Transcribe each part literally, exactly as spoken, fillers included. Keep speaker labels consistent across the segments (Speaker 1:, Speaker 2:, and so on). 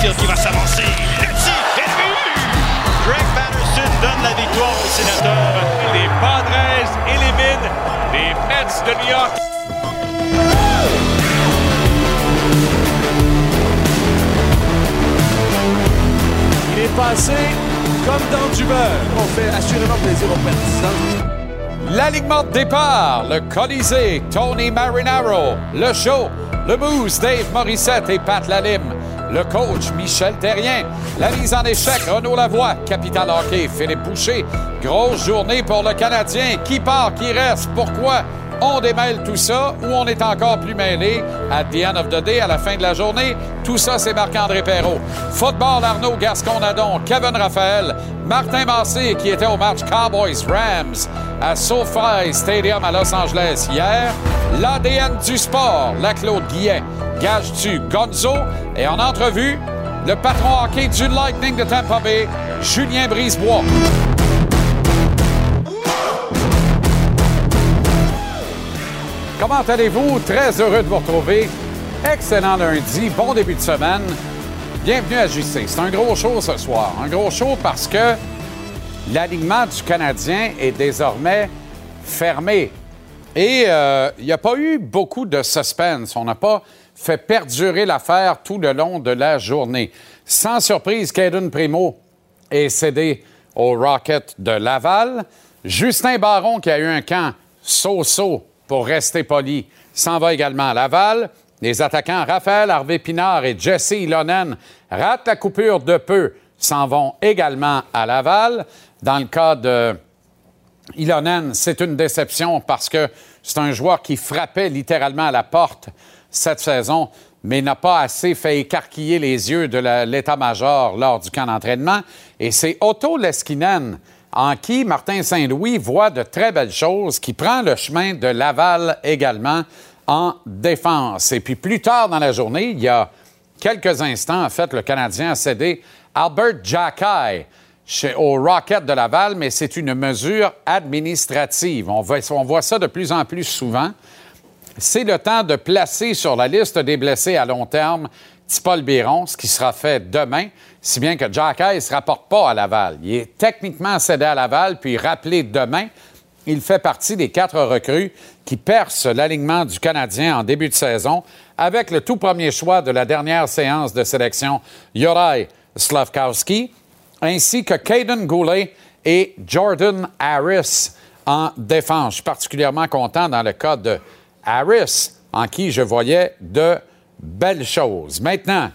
Speaker 1: Caulfield qui va s'avancer. Le tir est vu! Greg Patterson donne la victoire aux Sénateurs.
Speaker 2: Les Padres éliminent les Mets de New York.
Speaker 3: Il est passé comme dans du beurre. On fait assurément plaisir aux partisans.
Speaker 4: L'alignement de départ, le Colisée, Tony Marinaro, le show, le Moose, Dave Morissette et Pat Lalime, le coach Michel Terrien, la mise en échec, Renaud Lavoie, Capital Hockey, Philippe Boucher. Grosse journée pour le Canadien. Qui part, qui reste, pourquoi? On démêle tout ça ou on est encore plus mêlé at the end of the day, à la fin de la journée. Tout ça, c'est Marc-André Perrault. Football, Arnaud Gascon-Nadon, Kevin Raphaël, Martin Massé qui était au match Cowboys-Rams à SoFi Stadium à Los Angeles hier. L'A D N du sport, la Claude Guillet, Gage-tu Gonzo. Et en entrevue, le patron hockey du Lightning de Tampa Bay, Julien Brisebois. Comment allez-vous? Très heureux de vous retrouver. Excellent lundi, bon début de semaine. Bienvenue à J C. C'est un gros show ce soir. Un gros show parce que l'alignement du Canadien est désormais fermé. Et euh, il n'y a pas eu beaucoup de suspense. On n'a pas fait perdurer l'affaire tout le long de la journée. Sans surprise, Caden Primo est cédé au Rocket de Laval. Justin Barron, qui a eu un camp so-so, pour rester poli, s'en va également à Laval. Les attaquants Raphaël Harvey-Pinard et Jesse Ilonen ratent la coupure de peu, s'en vont également à Laval. Dans le cas de Ilonen, c'est une déception parce que c'est un joueur qui frappait littéralement à la porte cette saison, mais n'a pas assez fait écarquiller les yeux de la, l'état-major lors du camp d'entraînement. Et c'est Otto Leskinen, en qui Martin Saint-Louis voit de très belles choses, qui prend le chemin de Laval également en défense. Et puis plus tard dans la journée, il y a quelques instants, en fait, le Canadien a cédé Albert Jacquet chez, au Rocket de Laval, mais c'est une mesure administrative. On voit, on voit ça de plus en plus souvent. C'est le temps de placer sur la liste des blessés à long terme Paul Biron, ce qui sera fait demain, si bien que Jacquet ne se rapporte pas à Laval. Il est techniquement cédé à Laval, puis rappelé demain. Il fait partie des quatre recrues qui percent l'alignement du Canadien en début de saison avec le tout premier choix de la dernière séance de sélection, Juraj Slafkovský, ainsi que Caden Goulet et Jordan Harris en défense. Je suis particulièrement content dans le cas de Harris, en qui je voyais de belle chose. Maintenant,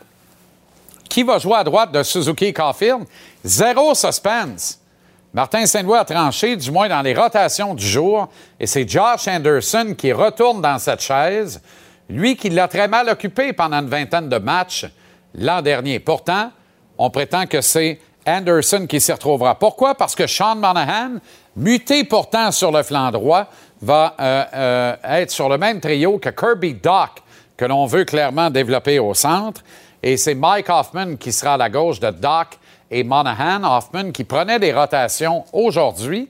Speaker 4: qui va jouer à droite de Suzuki et Caulfield? Zéro suspense. Martin Saint-Louis a tranché, du moins dans les rotations du jour, et c'est Josh Anderson qui retourne dans cette chaise, lui qui l'a très mal occupé pendant une vingtaine de matchs l'an dernier. Pourtant, on prétend que c'est Anderson qui s'y retrouvera. Pourquoi? Parce que Sean Monahan, muté pourtant sur le flanc droit, va euh, euh, être sur le même trio que Kirby Dach, que l'on veut clairement développer au centre. Et c'est Mike Hoffman qui sera à la gauche de Dach et Monahan. Hoffman qui prenait des rotations aujourd'hui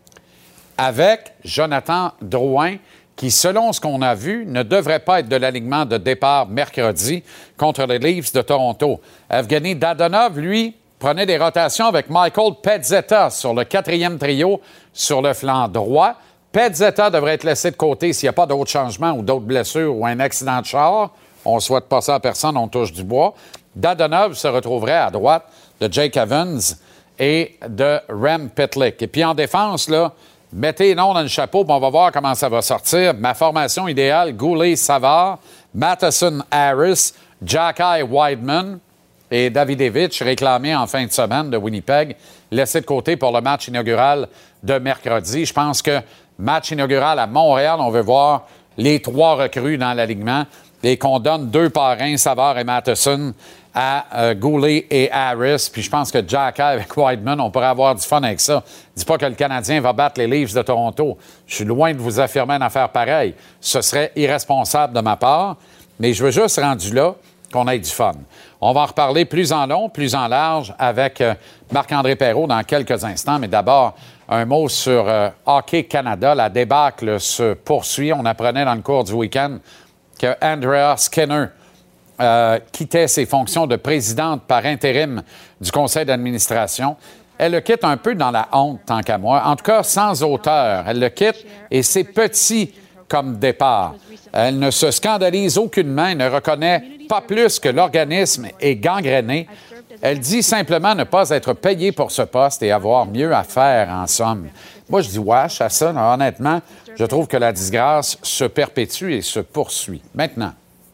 Speaker 4: avec Jonathan Drouin, qui, selon ce qu'on a vu, ne devrait pas être de l'alignement de départ mercredi contre les Leafs de Toronto. Evgeny Dadonov, lui, prenait des rotations avec Michael Pezzetta sur le quatrième trio sur le flanc droit. Pezzetta devrait être laissé de côté s'il n'y a pas d'autres changements ou d'autres blessures ou un accident de char. On ne souhaite pas ça à personne, on touche du bois. Dadonov se retrouverait à droite de Jake Evans et de Rem Pitlick. Et puis en défense, là, mettez les noms dans le chapeau, puis on va voir comment ça va sortir. Ma formation idéale, Goulet-Savard, Matheson-Harris, Jacquet-Wideman et Davidovich, réclamé en fin de semaine de Winnipeg, laissé de côté pour le match inaugural de mercredi. Je pense que match inaugural à Montréal, on veut voir les trois recrues dans l'alignement et qu'on donne deux parrains, Savard et Matheson, à euh, Goulet et Harris. Puis je pense que Jacquet avec Wideman, on pourrait avoir du fun avec ça. Dis pas que le Canadien va battre les Leafs de Toronto. Je suis loin de vous affirmer une affaire pareille. Ce serait irresponsable de ma part. Mais je veux juste, rendu là, qu'on ait du fun. On va en reparler plus en long, plus en large avec euh, Marc-André Perrault dans quelques instants. Mais d'abord, un mot sur euh, Hockey Canada. La débâcle se poursuit. On apprenait dans le cours du week-end que Andrea Skinner euh, quittait ses fonctions de présidente par intérim du conseil d'administration. Elle le quitte un peu dans la honte, tant qu'à moi. En tout cas, sans auteur. Elle le quitte et c'est petit comme départ. Elle ne se scandalise aucunement et ne reconnaît pas plus que l'organisme est gangréné. Elle dit simplement ne pas être payée pour ce poste et avoir mieux à faire, en somme. Moi, je dis wesh à ça. Non, honnêtement, je trouve que la disgrâce se perpétue et se poursuit. Maintenant,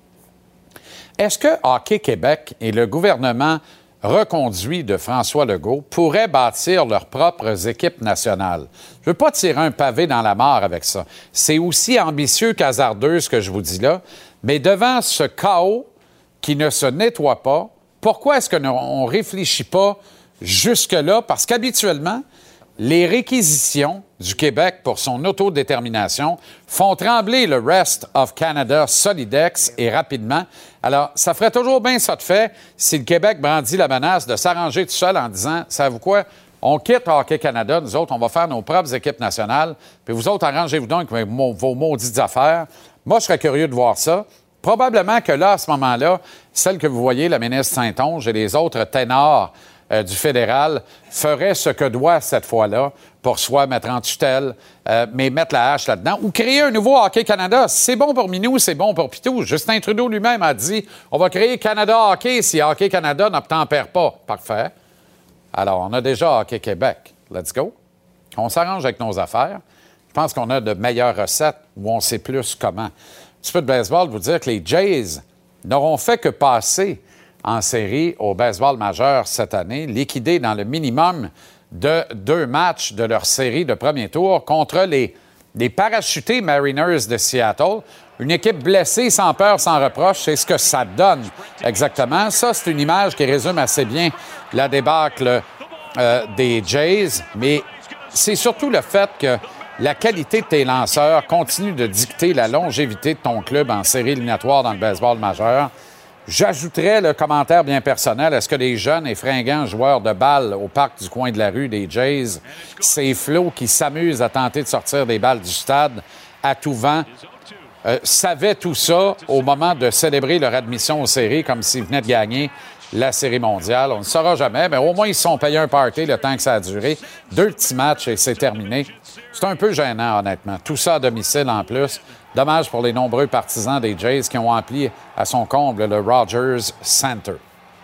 Speaker 4: est-ce que Hockey Québec et le gouvernement reconduit de François Legault pourraient bâtir leurs propres équipes nationales? Je ne veux pas tirer un pavé dans la mare avec ça. C'est aussi ambitieux qu'hasardeux ce que je vous dis là, mais devant ce chaos qui ne se nettoie pas, pourquoi est-ce qu'on ne réfléchit pas jusque-là? Parce qu'habituellement, les réquisitions du Québec pour son autodétermination font trembler le Rest of Canada solidex et rapidement. Alors, ça ferait toujours bien ça de fait si le Québec brandit la menace de s'arranger tout seul en disant, savez-vous quoi, on quitte Hockey Canada, nous autres, on va faire nos propres équipes nationales, puis vous autres, arrangez-vous donc avec vos maudites affaires. Moi, je serais curieux de voir ça. Probablement que là, à ce moment-là, celle que vous voyez, la ministre Saint-Onge et les autres ténors euh, du fédéral feraient ce que doit cette fois-là pour soit mettre en tutelle, euh, mais mettre la hache là-dedans, ou créer un nouveau Hockey Canada. C'est bon pour Minou, c'est bon pour Pitou. Justin Trudeau lui-même a dit on va créer Canada Hockey si Hockey Canada n'obtempère pas. Parfait. Alors, on a déjà Hockey Québec. Let's go. On s'arrange avec nos affaires. Je pense qu'on a de meilleures recettes où on sait plus comment. Un petit peu de baseball, vous dire que les Jays n'auront fait que passer en série au baseball majeur cette année, liquidés dans le minimum de deux matchs de leur série de premier tour contre les, les parachutés Mariners de Seattle. Une équipe blessée, sans peur, sans reproche, c'est ce que ça donne exactement. Ça, c'est une image qui résume assez bien la débâcle euh, des Jays, mais c'est surtout le fait que la qualité de tes lanceurs continue de dicter la longévité de ton club en série éliminatoire dans le baseball majeur. J'ajouterais le commentaire bien personnel. Est-ce que les jeunes et fringants joueurs de balles au parc du coin de la rue des Jays, ces flots qui s'amusent à tenter de sortir des balles du stade à tout vent, euh, savaient tout ça au moment de célébrer leur admission aux séries comme s'ils venaient de gagner la Série mondiale? On ne le saura jamais, mais au moins ils se sont payés un party le temps que ça a duré. Deux petits matchs et c'est terminé. C'est un peu gênant, honnêtement. Tout ça à domicile en plus. Dommage pour les nombreux partisans des Jays qui ont empli à son comble le Rogers Center.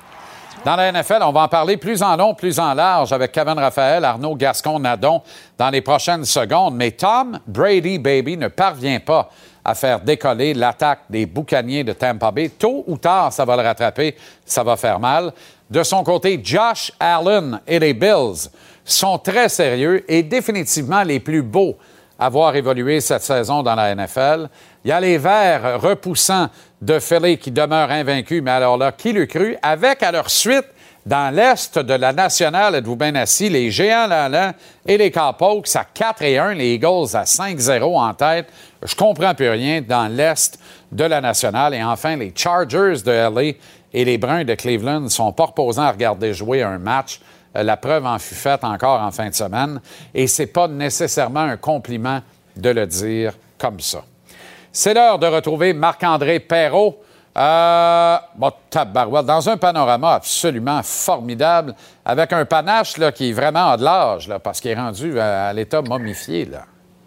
Speaker 4: Dans la N F L, on va en parler plus en long, plus en large avec Kevin Raphaël, Arnaud Gascon-Nadon dans les prochaines secondes. Mais Tom Brady, baby, ne parvient pas à faire décoller l'attaque des Boucaniers de Tampa Bay. Tôt ou tard, ça va le rattraper, ça va faire mal. De son côté, Josh Allen et les Bills sont très sérieux et définitivement les plus beaux à voir évoluer cette saison dans la N F L. Il y a les Verts repoussants de Philly qui demeurent invaincus, mais alors là, qui l'eût cru? Avec à leur suite, dans l'Est de la Nationale, êtes-vous bien assis, les Géants Lallans et les Cowpokes à quatre et un, les Eagles à cinq zéro en tête. Je comprends plus rien dans l'Est de la Nationale. Et enfin, les Chargers de L A et les Bruins de Cleveland ne sont pas reposants à regarder jouer un match. La preuve en fut faite encore en fin de semaine. Et c'est pas nécessairement un compliment de le dire comme ça. C'est l'heure de retrouver Marc-André Perreault. Euh, bon, tabarouette, dans un panorama absolument formidable, avec un panache là, qui est vraiment de l'âge, là, parce qu'il est rendu à, à l'état momifié. Là.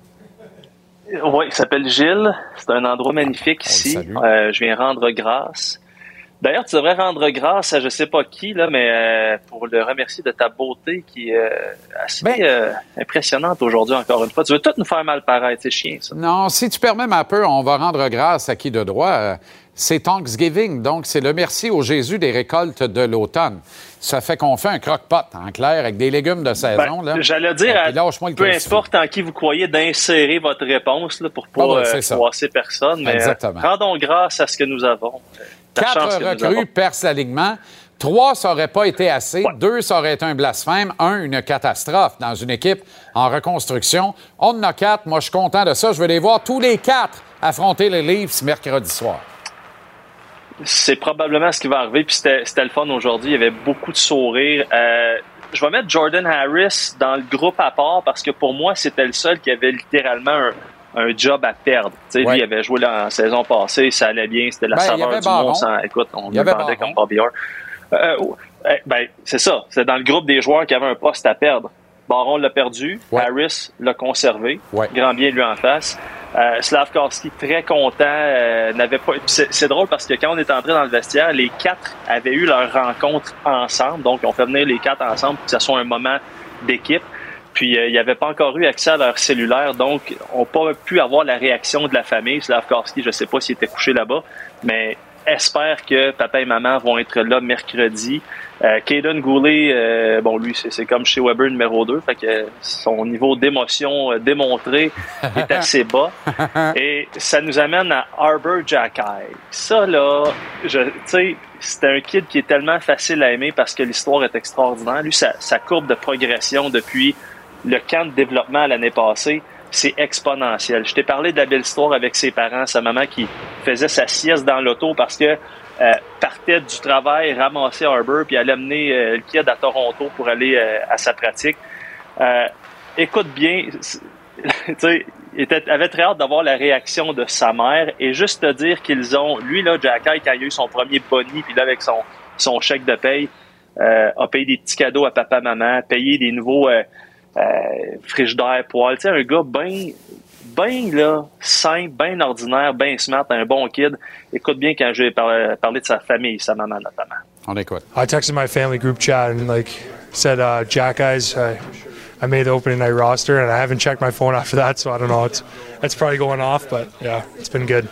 Speaker 5: Oui, il s'appelle Gilles. C'est un endroit magnifique ici. Euh, je viens rendre grâce. D'ailleurs, tu devrais rendre grâce à je sais pas qui, là, mais euh, pour le remercier de ta beauté qui est euh, assez ben, euh, impressionnante aujourd'hui, encore une fois. Tu veux tout nous faire mal paraître, c'est chiant, ça.
Speaker 4: Non, si tu permets ma peu, on va rendre grâce à qui de droit. Euh, c'est Thanksgiving, donc c'est le merci au Jésus des récoltes de l'automne. Ça fait qu'on fait un croque-pot, en clair, avec des légumes de saison. Ben, là.
Speaker 5: J'allais dire, à, peu importe en qui vous croyez, d'insérer votre réponse là, pour pas oh, ouais, euh, froisser personne. Mais Exactement. rendons grâce à ce que nous avons.
Speaker 4: Quatre recrues percent l'alignement. Trois, ça n'aurait pas été assez. Ouais. Deux, ça aurait été un blasphème. Un, une catastrophe dans une équipe en reconstruction. On en a quatre. Moi, je suis content de ça. Je veux les voir tous les quatre affronter les Leafs mercredi soir.
Speaker 5: C'est probablement ce qui va arriver. Puis c'était, c'était le fun aujourd'hui. Il y avait beaucoup de sourires. Euh, je vais mettre Jordan Harris dans le groupe à part parce que pour moi, c'était le seul qui avait littéralement un, un job à perdre. Ouais. Lui, il avait joué là en saison passée, ça allait bien, c'était la ben, saveur du monde. Sans, écoute, on le vendait comme Bobby Orr. Euh, ben, c'est ça, c'est dans le groupe des joueurs qui avaient un poste à perdre. Baron l'a perdu, ouais. Harris l'a conservé, ouais. Grand bien lui en face. Euh, Slavkovski, très content, euh, n'avait pas. C'est, c'est drôle parce que quand on est entré dans le vestiaire, les quatre avaient eu leur rencontre ensemble, donc on fait venir les quatre ensemble pour que ça soit un moment d'équipe. Puis euh, il n'y avait pas encore eu accès à leur cellulaire, donc on n'a pas pu avoir la réaction de la famille. Slavkovski, je ne sais pas s'il était couché là-bas, mais espère que papa et maman vont être là mercredi. Euh, Caden Goulet, euh, bon, lui, c'est, c'est comme chez Weber numéro deux, fait que son niveau d'émotion euh, démontré est assez bas. Et ça nous amène à Arber Xhekaj. Ça, là, je, tu sais, c'est un kid qui est tellement facile à aimer parce que l'histoire est extraordinaire. Lui, sa, sa courbe de progression depuis le camp de développement l'année passée, c'est exponentiel. Je t'ai parlé de la belle histoire avec ses parents, sa maman qui faisait sa sieste dans l'auto parce que euh, partait du travail, ramassait Arber, puis allait amener euh, le kid à Toronto pour aller euh, à sa pratique. Euh, écoute bien, tu sais, avait très hâte d'avoir la réaction de sa mère et juste te dire qu'ils ont, lui là, Xhekaj, quand il a eu son premier boni, puis là avec son son chèque de paye, euh, a payé des petits cadeaux à papa, maman, payé des nouveaux euh, Euh, frigidaire, poêle, tu sais, un gars bien, bien là, simple, bien ordinaire, bien smart, un bon kid. Écoute bien quand je vais par- parler de sa famille, sa maman notamment.
Speaker 4: On écoute.
Speaker 6: I texted my family group chat and like said, uh, Xhekaj, I, I made the opening night roster and I haven't checked my phone after that, so I don't know. It's it's probably going off, but yeah, it's been good.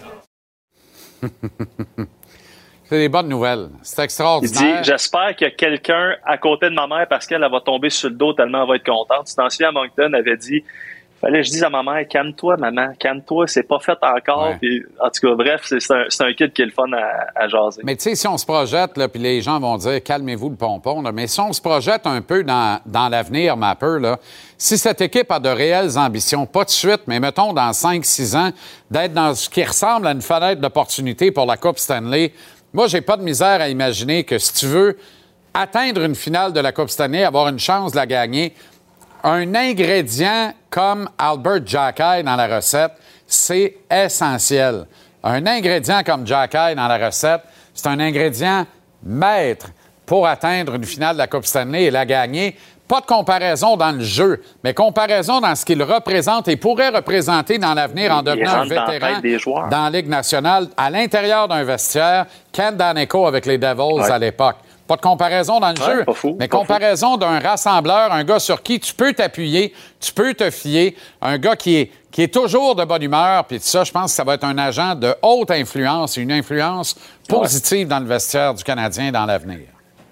Speaker 4: C'est des bonnes nouvelles. C'est extraordinaire.
Speaker 5: Il dit, j'espère qu'il y a quelqu'un à côté de ma mère parce qu'elle elle va tomber sur le dos tellement elle va être contente. Tu t'en souviens, à Moncton avait dit, fallait que je dise à ma mère, calme-toi, maman, calme-toi, c'est pas fait encore. Ouais. Puis, en tout cas, bref, c'est, c'est, un, c'est un kid qui est le fun à, à jaser.
Speaker 4: Mais tu sais, si on se projette, là, puis les gens vont dire, calmez-vous le pompon, là, mais si on se projette un peu dans, dans l'avenir, Mapper, là, si cette équipe a de réelles ambitions, pas de suite, mais mettons dans cinq six ans, d'être dans ce qui ressemble à une fenêtre d'opportunité pour la Coupe Stanley, moi, j'ai pas de misère à imaginer que si tu veux atteindre une finale de la Coupe Stanley, avoir une chance de la gagner, un ingrédient comme Arber Xhekaj dans la recette, c'est essentiel. Un ingrédient comme Xhekaj dans la recette, c'est un ingrédient maître pour atteindre une finale de la Coupe Stanley et la gagner. Pas de comparaison dans le jeu, mais comparaison dans ce qu'il représente et pourrait représenter dans l'avenir en devenant un vétéran dans, dans la Ligue nationale, à l'intérieur d'un vestiaire, Ken Daneyko avec les Devils ouais. à l'époque. Pas de comparaison dans le ouais, jeu, pas fou, mais pas comparaison fou. D'un rassembleur, un gars sur qui tu peux t'appuyer, tu peux te fier, un gars qui est, qui est toujours de bonne humeur, puis ça, je pense que ça va être un agent de haute influence, une influence positive ouais. dans le vestiaire du Canadien dans l'avenir.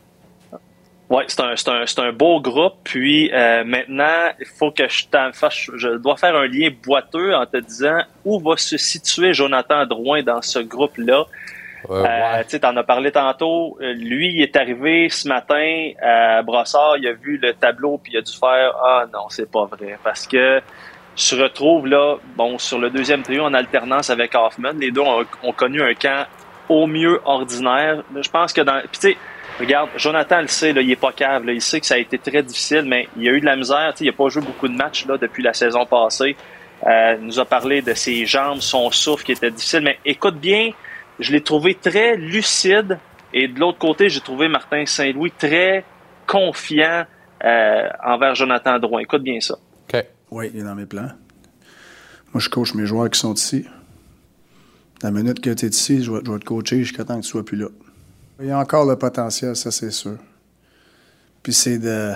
Speaker 5: Oui, c'est un, c'est, un, c'est un beau groupe. Puis euh, maintenant, il faut que je t'en fasse. Je dois faire un lien boiteux en te disant où va se situer Jonathan Drouin dans ce groupe-là. Euh, ouais. euh, tu sais, t'en as parlé tantôt. Lui, il est arrivé ce matin à Brossard, il a vu le tableau, puis il a dû faire « Ah non, c'est pas vrai. » Parce que je se retrouve là, bon, sur le deuxième trio en alternance avec Hoffman. Les deux ont, ont connu un camp au mieux ordinaire. Je pense que dans... Puis tu sais, regarde, Jonathan le sait, là, il est pas cave, là, il sait que ça a été très difficile, mais il a eu de la misère, il n'a pas joué beaucoup de matchs là, depuis la saison passée. Euh, il nous a parlé de ses jambes, son souffle qui était difficile, mais écoute bien, je l'ai trouvé très lucide, et de l'autre côté, j'ai trouvé Martin Saint-Louis très confiant euh, envers Jonathan Drouin. Écoute bien ça.
Speaker 4: OK.
Speaker 7: Oui, il est dans mes plans. Moi, je coach mes joueurs qui sont ici. La minute que tu es ici, je vais, je vais te coacher jusqu'à temps que tu sois plus là. Il y a encore le potentiel, ça, c'est sûr. Puis c'est de...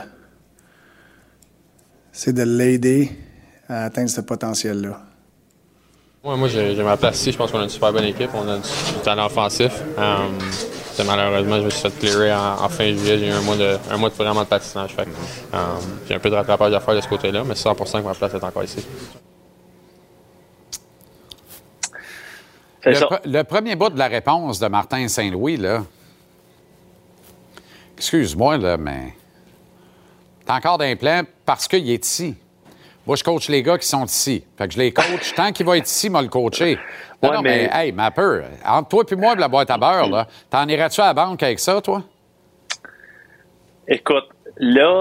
Speaker 7: C'est de l'aider à atteindre ce potentiel-là.
Speaker 8: Ouais, moi, j'ai, j'ai ma place ici. Je pense qu'on a une super bonne équipe. On a du, du talent offensif. Um, malheureusement, je me suis fait clearer en, en fin juillet. J'ai eu un mois de, un mois de vraiment de patinage. Fait, um, j'ai un peu de rattrapage à faire de ce côté-là, mais c'est cent pour cent que ma place est encore ici.
Speaker 4: Le, pre- le premier bout de la réponse de Martin Saint-Louis, là... Excuse-moi, là, mais... T'es encore d'un plan parce qu'il est ici. Moi, je coach les gars qui sont ici. Fait que je les coach. Tant qu'il va être ici, moi le coacher. Non, ouais, non, mais, mais hey, Mapper, entre toi et moi, la boîte à beurre, là, t'en irais-tu à la banque avec ça, toi?
Speaker 5: Écoute, là,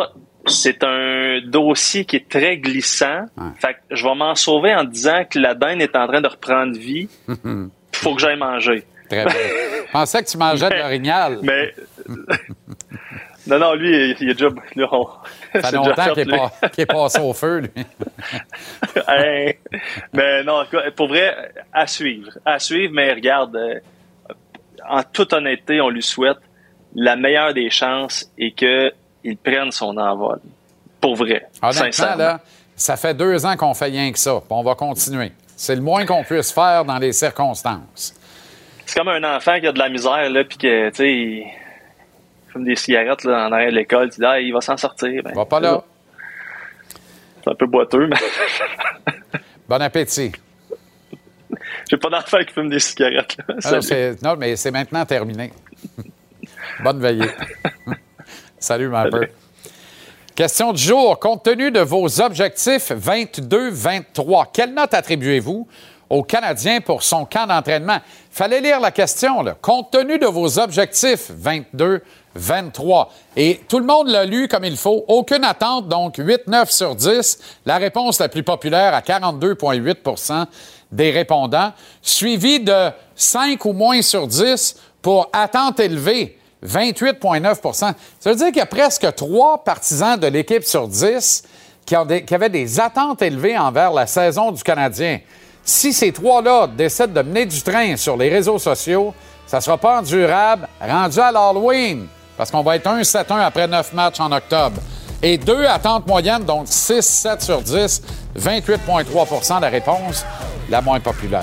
Speaker 5: c'est un dossier qui est très glissant. Ouais. Fait que je vais m'en sauver en disant que la dinde est en train de reprendre vie. Il faut que j'aille manger.
Speaker 4: Très bien. Je pensais que tu mangeais de l'orignal.
Speaker 5: Mais... non, non, lui, il est déjà... Lui, on...
Speaker 4: Ça fait longtemps qu'il est, pas, qu'il est passé au feu, lui.
Speaker 5: Hey, mais non, pour vrai, à suivre. À suivre, mais regarde, euh, en toute honnêteté, on lui souhaite la meilleure des chances et qu'il prenne son envol. Pour vrai.
Speaker 4: Honnêtement, là, ça fait deux ans qu'on fait rien que ça. Puis on va continuer. C'est le moins qu'on puisse faire dans les circonstances.
Speaker 5: C'est comme un enfant qui a de la misère, là, puis que, tu sais, il fume des cigarettes là, en arrière de l'école. Tu dis, ah, il va s'en sortir. Ben,
Speaker 4: va pas là.
Speaker 5: C'est un peu boiteux, mais.
Speaker 4: Bon appétit.
Speaker 5: J'ai pas d'enfant qui fume des cigarettes. Là.
Speaker 4: Alors, c'est... Non, mais c'est maintenant terminé. Bonne veillée. Salut, ma peu. Question du jour. Compte tenu de vos objectifs vingt-deux vingt-trois, quelle note attribuez-vous au Canadien pour son camp d'entraînement? Fallait lire la question, là. Compte tenu de vos objectifs vingt-deux vingt-trois. Et tout le monde l'a lu comme il faut. Aucune attente, donc huit neuf sur dix. La réponse la plus populaire à quarante-deux virgule huit pour cent des répondants. Suivi de cinq ou moins sur dix pour attente élevée. vingt-huit virgule neuf pour cent. Ça veut dire qu'il y a presque trois partisans de l'équipe sur dix qui, ont des, qui avaient des attentes élevées envers la saison du Canadien. Si ces trois-là décident de mener du train sur les réseaux sociaux, ça ne sera pas endurable rendu à l'Halloween, parce qu'on va être un sept un après neuf matchs en octobre. Et deux attentes moyennes, donc six sept sur dix, vingt-huit virgule trois pour cent de la réponse la moins populaire.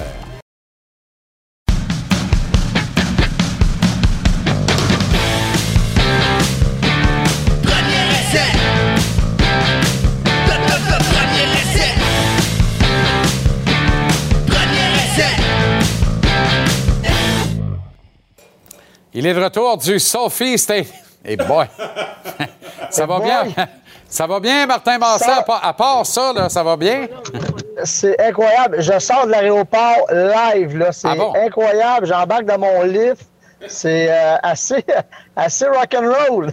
Speaker 4: Il est de retour du Sophie Stadium. Et hey boy! Ça va bien? Ça va bien, Martin Massé? Ça... À part ça, là, ça va bien?
Speaker 9: C'est incroyable. Je sors de l'aéroport live, là. C'est ah bon? Incroyable. J'embarque dans mon lift. C'est euh, assez, assez rock'n'roll.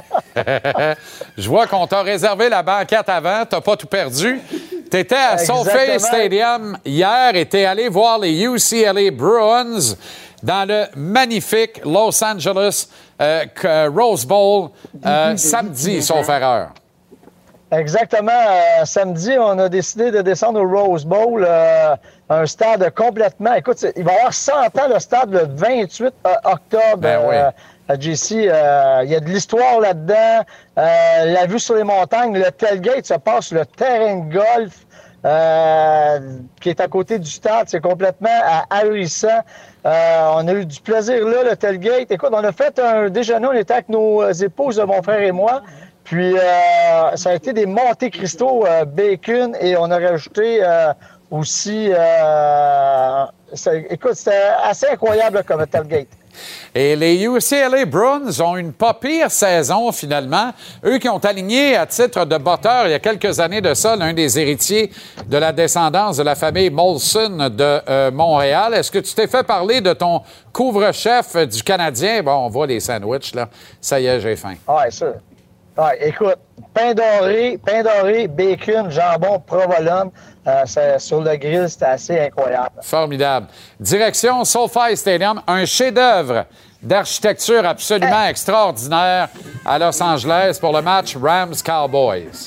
Speaker 4: Je vois qu'on t'a réservé la banquette avant. T'as pas tout perdu. T'étais à Sophie Stadium hier et t'es allé voir les U C L A Bruins dans le magnifique Los Angeles euh, Rose Bowl euh, samedi, sauf erreur.
Speaker 9: Exactement. Euh, samedi, on a décidé de descendre au Rose Bowl, euh, un stade complètement... Écoute, il va y avoir cent ans, le stade, le vingt-huit octobre.
Speaker 4: Ben oui.
Speaker 9: euh, à J C, euh, il y a de l'histoire là-dedans. Euh, la vue sur les montagnes, le tailgate se passe sur le terrain de golf euh, qui est à côté du stade. C'est complètement ahurissant. Euh, on a eu du plaisir là, le tailgate. Écoute, on a fait un déjeuner, on était avec nos épouses, mon frère et moi. Puis, euh, ça a été des Monte Cristo euh, bacon et on a rajouté euh, aussi... Euh, ça, écoute, c'était assez incroyable là, comme tailgate.
Speaker 4: Et les U C L A Bruins ont une pas pire saison, finalement. Eux qui ont aligné à titre de botteur il y a quelques années de ça, l'un des héritiers de la descendance de la famille Molson de euh, Montréal. Est-ce que tu t'es fait parler de ton couvre-chef du Canadien? Bon, on voit les sandwichs, là. Ça y est, j'ai faim.
Speaker 9: Ouais, ça. Ouais, écoute, pain doré, pain doré, bacon, jambon, provolone, euh, ça, sur le grill, c'était assez incroyable.
Speaker 4: Formidable. Direction SoFi Stadium, un chef-d'œuvre d'architecture absolument hey. extraordinaire à Los Angeles pour le match Rams-Cowboys.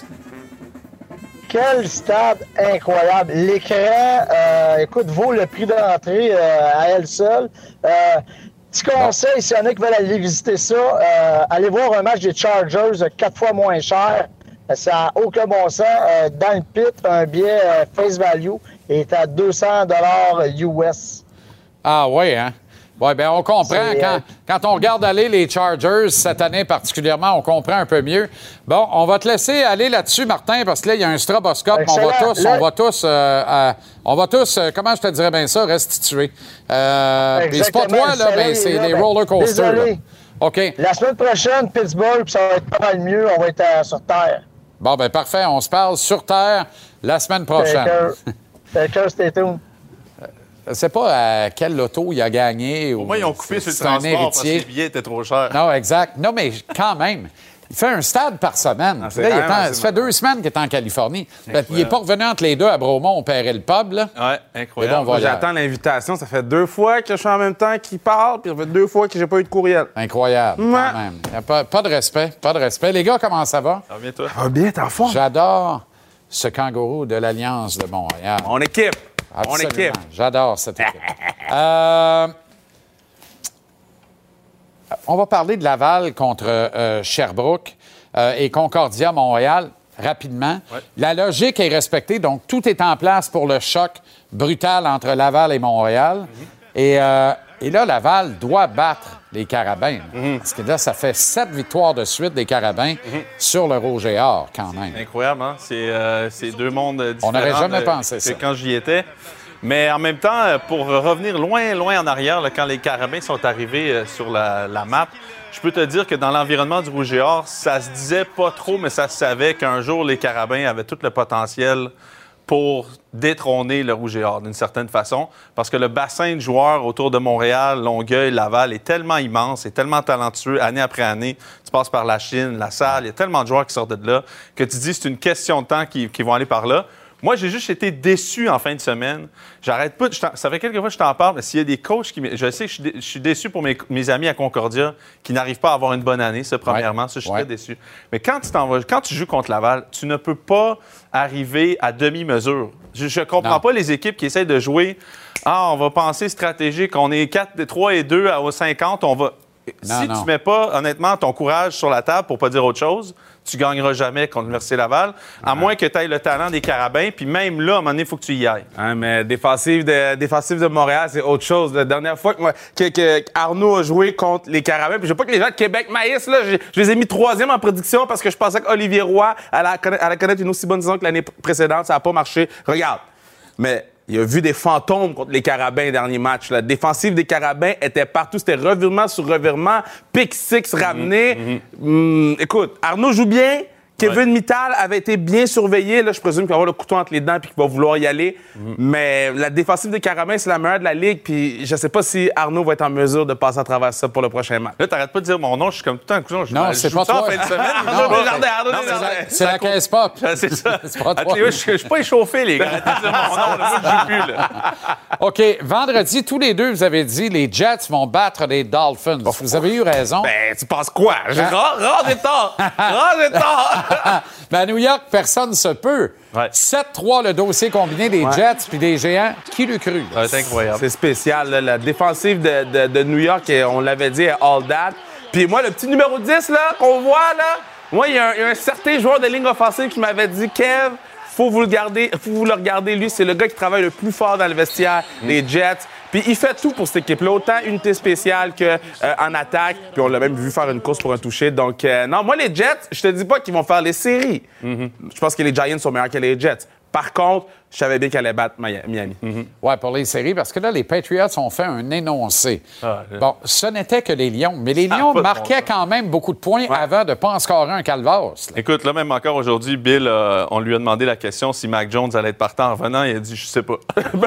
Speaker 9: Quel stade incroyable. L'écran, euh, écoute, vaut le prix d'entrée euh, à elle seule. Euh, Petit conseil, s'il y en a qui veulent aller visiter ça, euh, allez voir un match des Chargers quatre fois moins cher. Ça n'a aucun bon sens. Euh, dans le pit, un billet euh, face value est à deux cents dollars U S.
Speaker 4: Ah oui, hein? Oui, bien, on comprend. Quand, euh... quand on regarde aller les Chargers, cette année particulièrement, on comprend un peu mieux. Bon, on va te laisser aller là-dessus, Martin, parce que là, il y a un stroboscope. On va tous, là... on va tous, euh, euh, on va tous, euh, comment je te dirais bien ça, restituer. Euh, puis c'est pas toi, là, mais c'est les roller coasters. Désolé. OK.
Speaker 9: La semaine prochaine, Pittsburgh, ça va être pas mal mieux. On va être euh, sur Terre.
Speaker 4: Bon, bien, parfait. On se parle sur Terre la semaine prochaine.
Speaker 9: Fait que stay tuned.
Speaker 4: Je ne sais pas à quel loto il a gagné.
Speaker 10: Au moins, ils ont coupé sur le transport parce que les billets étaient trop chers.
Speaker 4: Non, exact. Non, mais quand même, Il fait un stade par semaine.
Speaker 10: Ah,
Speaker 4: là, il est en, ça fait deux semaines qu'il est en Californie. Fait, il n'est pas revenu entre les deux à Bromont, on paierait le pub. Là.
Speaker 10: Ouais, incroyable.
Speaker 4: Bon,
Speaker 10: j'attends l'invitation. Ça fait deux fois que je suis en même temps qu'il parle, puis ça fait deux fois que j'ai pas eu de courriel.
Speaker 4: Incroyable, ouais. Quand même. Y a pas, pas de respect, pas de respect. Les gars, comment ça va?
Speaker 10: Ça va bien, toi? Ça va bien, t'es en forme.
Speaker 4: J'adore ce kangourou de l'Alliance de Montréal.
Speaker 10: Mon équipe.
Speaker 4: Absolument.
Speaker 10: Mon équipe.
Speaker 4: J'adore cette équipe. euh... On va parler de Laval contre euh, Sherbrooke euh, et Concordia Montréal rapidement. Ouais. La logique est respectée, donc tout est en place pour le choc brutal entre Laval et Montréal. Mm-hmm. Et, euh, et là, Laval doit battre les Carabins. Mm-hmm. Parce que là, ça fait sept victoires de suite des Carabins mm-hmm. sur le Rouge et Or, quand même.
Speaker 10: C'est incroyable, hein? C'est, euh, c'est deux mondes différents.
Speaker 4: On n'aurait jamais
Speaker 10: de,
Speaker 4: pensé ça.
Speaker 10: Quand j'y étais. Mais en même temps, pour revenir loin, loin en arrière, là, quand les Carabins sont arrivés euh, sur la, la map, je peux te dire que dans l'environnement du Rouge et Or, ça se disait pas trop, mais ça se savait qu'un jour, les Carabins avaient tout le potentiel pour détrôner le Rouge et Or, d'une certaine façon, parce que le bassin de joueurs autour de Montréal, Longueuil, Laval est tellement immense, est tellement talentueux, année après année. Tu passes par la Chine, la Salle, il y a tellement de joueurs qui sortent de là que tu dis que c'est une question de temps qu'ils, qu'ils vont aller par là. Moi, j'ai juste été déçu en fin de semaine. J'arrête pas. Ça fait quelques fois que je t'en parle, mais s'il y a des coachs qui. Je sais que je suis, dé, je suis déçu pour mes, mes amis à Concordia qui n'arrivent pas à avoir une bonne année, ça, premièrement. Ouais. Ça, je suis ouais. très déçu. Mais quand tu t'en vas, quand tu joues contre Laval, tu ne peux pas arriver à demi-mesure. Je ne comprends non. pas les équipes qui essayent de jouer. Ah, on va penser stratégique. On est quatre, trois et deux à cinquante. On va. Non, si non. tu ne mets pas, honnêtement, ton courage sur la table pour pas dire autre chose, tu gagneras jamais contre l'Université Laval, à moins que tu aies le talent des Carabins. Puis même là, à un moment donné, il faut que tu y ailles.
Speaker 11: Hein, mais défensive de, défensive de Montréal, c'est autre chose. La dernière fois que, moi, que, que Arnaud a joué contre les Carabins, puis je veux pas que les gens de Québec maïssent, là, je, je les ai mis troisième en prédiction parce que je pensais qu'Olivier Roy allait connaître, allait connaître une aussi bonne saison que l'année précédente. Ça n'a pas marché. Regarde. Mais il a vu des fantômes contre les Carabins dernier match. La défensive des Carabins était partout. C'était revirement sur revirement, pick six ramené. Mm-hmm. Hum, écoute, Arnaud joue bien. Kevin ouais. Mittal avait été bien surveillé. Là, je présume qu'il va avoir le couteau entre les dents et qu'il va vouloir y aller. Mm-hmm. Mais la défensive des Carabins, c'est la meilleure de la Ligue. Puis je sais pas si Arnaud va être en mesure de passer à travers ça pour le prochain match.
Speaker 10: Là, t'arrêtes pas de dire mon nom. Je suis comme tout le temps un cousin.
Speaker 4: Non, c'est pas toi. En fin de semaine. non, non, Jardin, Arnaud, non, non, c'est, c'est la caisse pop.
Speaker 10: C'est ça. c'est pas toi. Je suis pas échauffé, les gars. Arrêtez de dire mon nom. Là, je joue plus, là.
Speaker 4: OK. Vendredi, tous les deux, vous avez dit les Jets vont battre les Dolphins. Oh, vous avez eu raison.
Speaker 10: Ben, tu penses quoi? Rare et tort. Rare et tort.
Speaker 4: Ben, à New York, personne ne se peut. Ouais. sept trois, le dossier combiné des ouais. Jets puis des Géants. Qui l'eût cru?
Speaker 10: Ouais, c'est incroyable.
Speaker 11: C'est spécial. Là. La défensive de, de, de New York, on l'avait dit, est all that. Puis moi, le petit numéro dix là, qu'on voit, là, moi, il y, y a un certain joueur de ligne offensive qui m'avait dit, Kev, faut vous le garder, faut vous le regarder. Lui, c'est le gars qui travaille le plus fort dans le vestiaire mm. des Jets. Puis il fait tout pour cette équipe-là, autant unité spéciale qu'en euh, attaque. Puis on l'a même vu faire une course pour un toucher. Donc, euh, non, moi, les Jets, je te dis pas qu'ils vont faire les séries. Mm-hmm. Je pense que les Giants sont meilleurs que les Jets. Par contre, je savais bien qu'elle allait battre Miami. Mm-hmm.
Speaker 4: Oui, pour les séries, parce que là, les Patriots ont fait un énoncé. Ah, bon, ce n'était que les Lions, mais les Lions marquaient quand même beaucoup de points ouais. avant de ne pas en scorer un calvasse. Là.
Speaker 10: Écoute, là, même encore aujourd'hui, Bill, euh, on lui a demandé la question si Mac Jones allait être partant en revenant. Il a dit « Je sais pas. »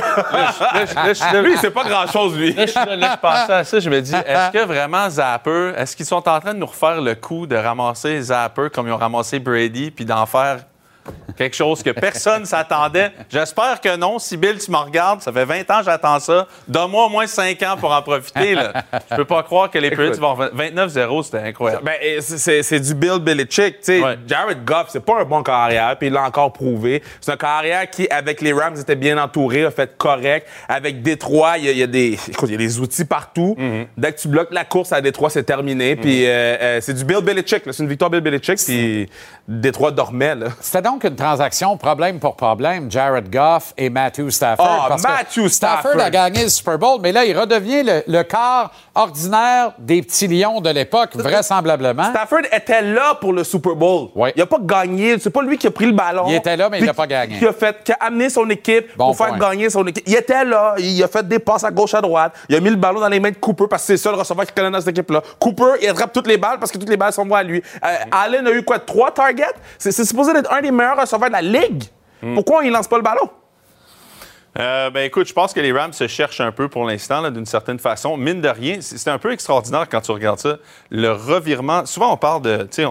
Speaker 11: Lui, c'est pas grand-chose, lui.
Speaker 10: Là, je, là, je pensais à ça, je me dis, est-ce que vraiment Zapper, est-ce qu'ils sont en train de nous refaire le coup de ramasser Zapper comme ils ont ramassé Brady, puis d'en faire quelque chose que personne s'attendait? J'espère que non. Si Bill, tu me regardes, ça fait vingt ans que j'attends ça. Donne-moi au moins cinq ans pour en profiter. Là. Je peux pas croire que les Patriots vont vingt-neuf zéro, c'était incroyable.
Speaker 11: Ben, c'est, c'est du Bill Belichick. Ouais. Jared Goff, c'est pas un bon carrière, puis il l'a encore prouvé. C'est un carrière qui, avec les Rams, était bien entouré, a fait correct. Avec Détroit, il y, y a des écoute, y a des outils partout. Mm-hmm. Dès que tu bloques la course à Détroit, c'est terminé. Mm-hmm. Puis euh, euh, c'est du Bill Belichick. Là. C'est une victoire Bill Belichick, puis Détroit dormait. Là.
Speaker 4: C'était donc une transaction problème pour problème, Jared Goff et Matthew Stafford.
Speaker 11: Oh,
Speaker 4: parce
Speaker 11: Matthew
Speaker 4: que
Speaker 11: Stafford.
Speaker 4: Stafford a gagné le Super Bowl, mais là, il redevient le, le quart ordinaire des petits lions de l'époque, vraisemblablement.
Speaker 11: Stafford était là pour le Super Bowl.
Speaker 4: Oui.
Speaker 11: Il n'a pas gagné. C'est pas lui qui a pris le ballon.
Speaker 4: Il était là, mais il n'a pas gagné.
Speaker 11: Qui a, fait, qui a amené son équipe bon pour point. faire gagner son équipe. Il était là. Il a fait des passes à gauche, à droite. Il a mis le ballon dans les mains de Cooper parce que c'est ça le receveur qui connaît dans cette équipe-là. Cooper, il attrape toutes les balles parce que toutes les balles sont à lui. Euh, Allen a eu quoi? Trois targets? C'est, c'est supposé être un des meilleurs receveurs de la Ligue. Mm. Pourquoi il lance pas le ballon?
Speaker 10: Euh, ben écoute, je pense que les Rams se cherchent un peu pour l'instant, là, d'une certaine façon. Mine de rien, c'est un peu extraordinaire quand tu regardes ça. Le revirement, souvent on parle de, tu sais,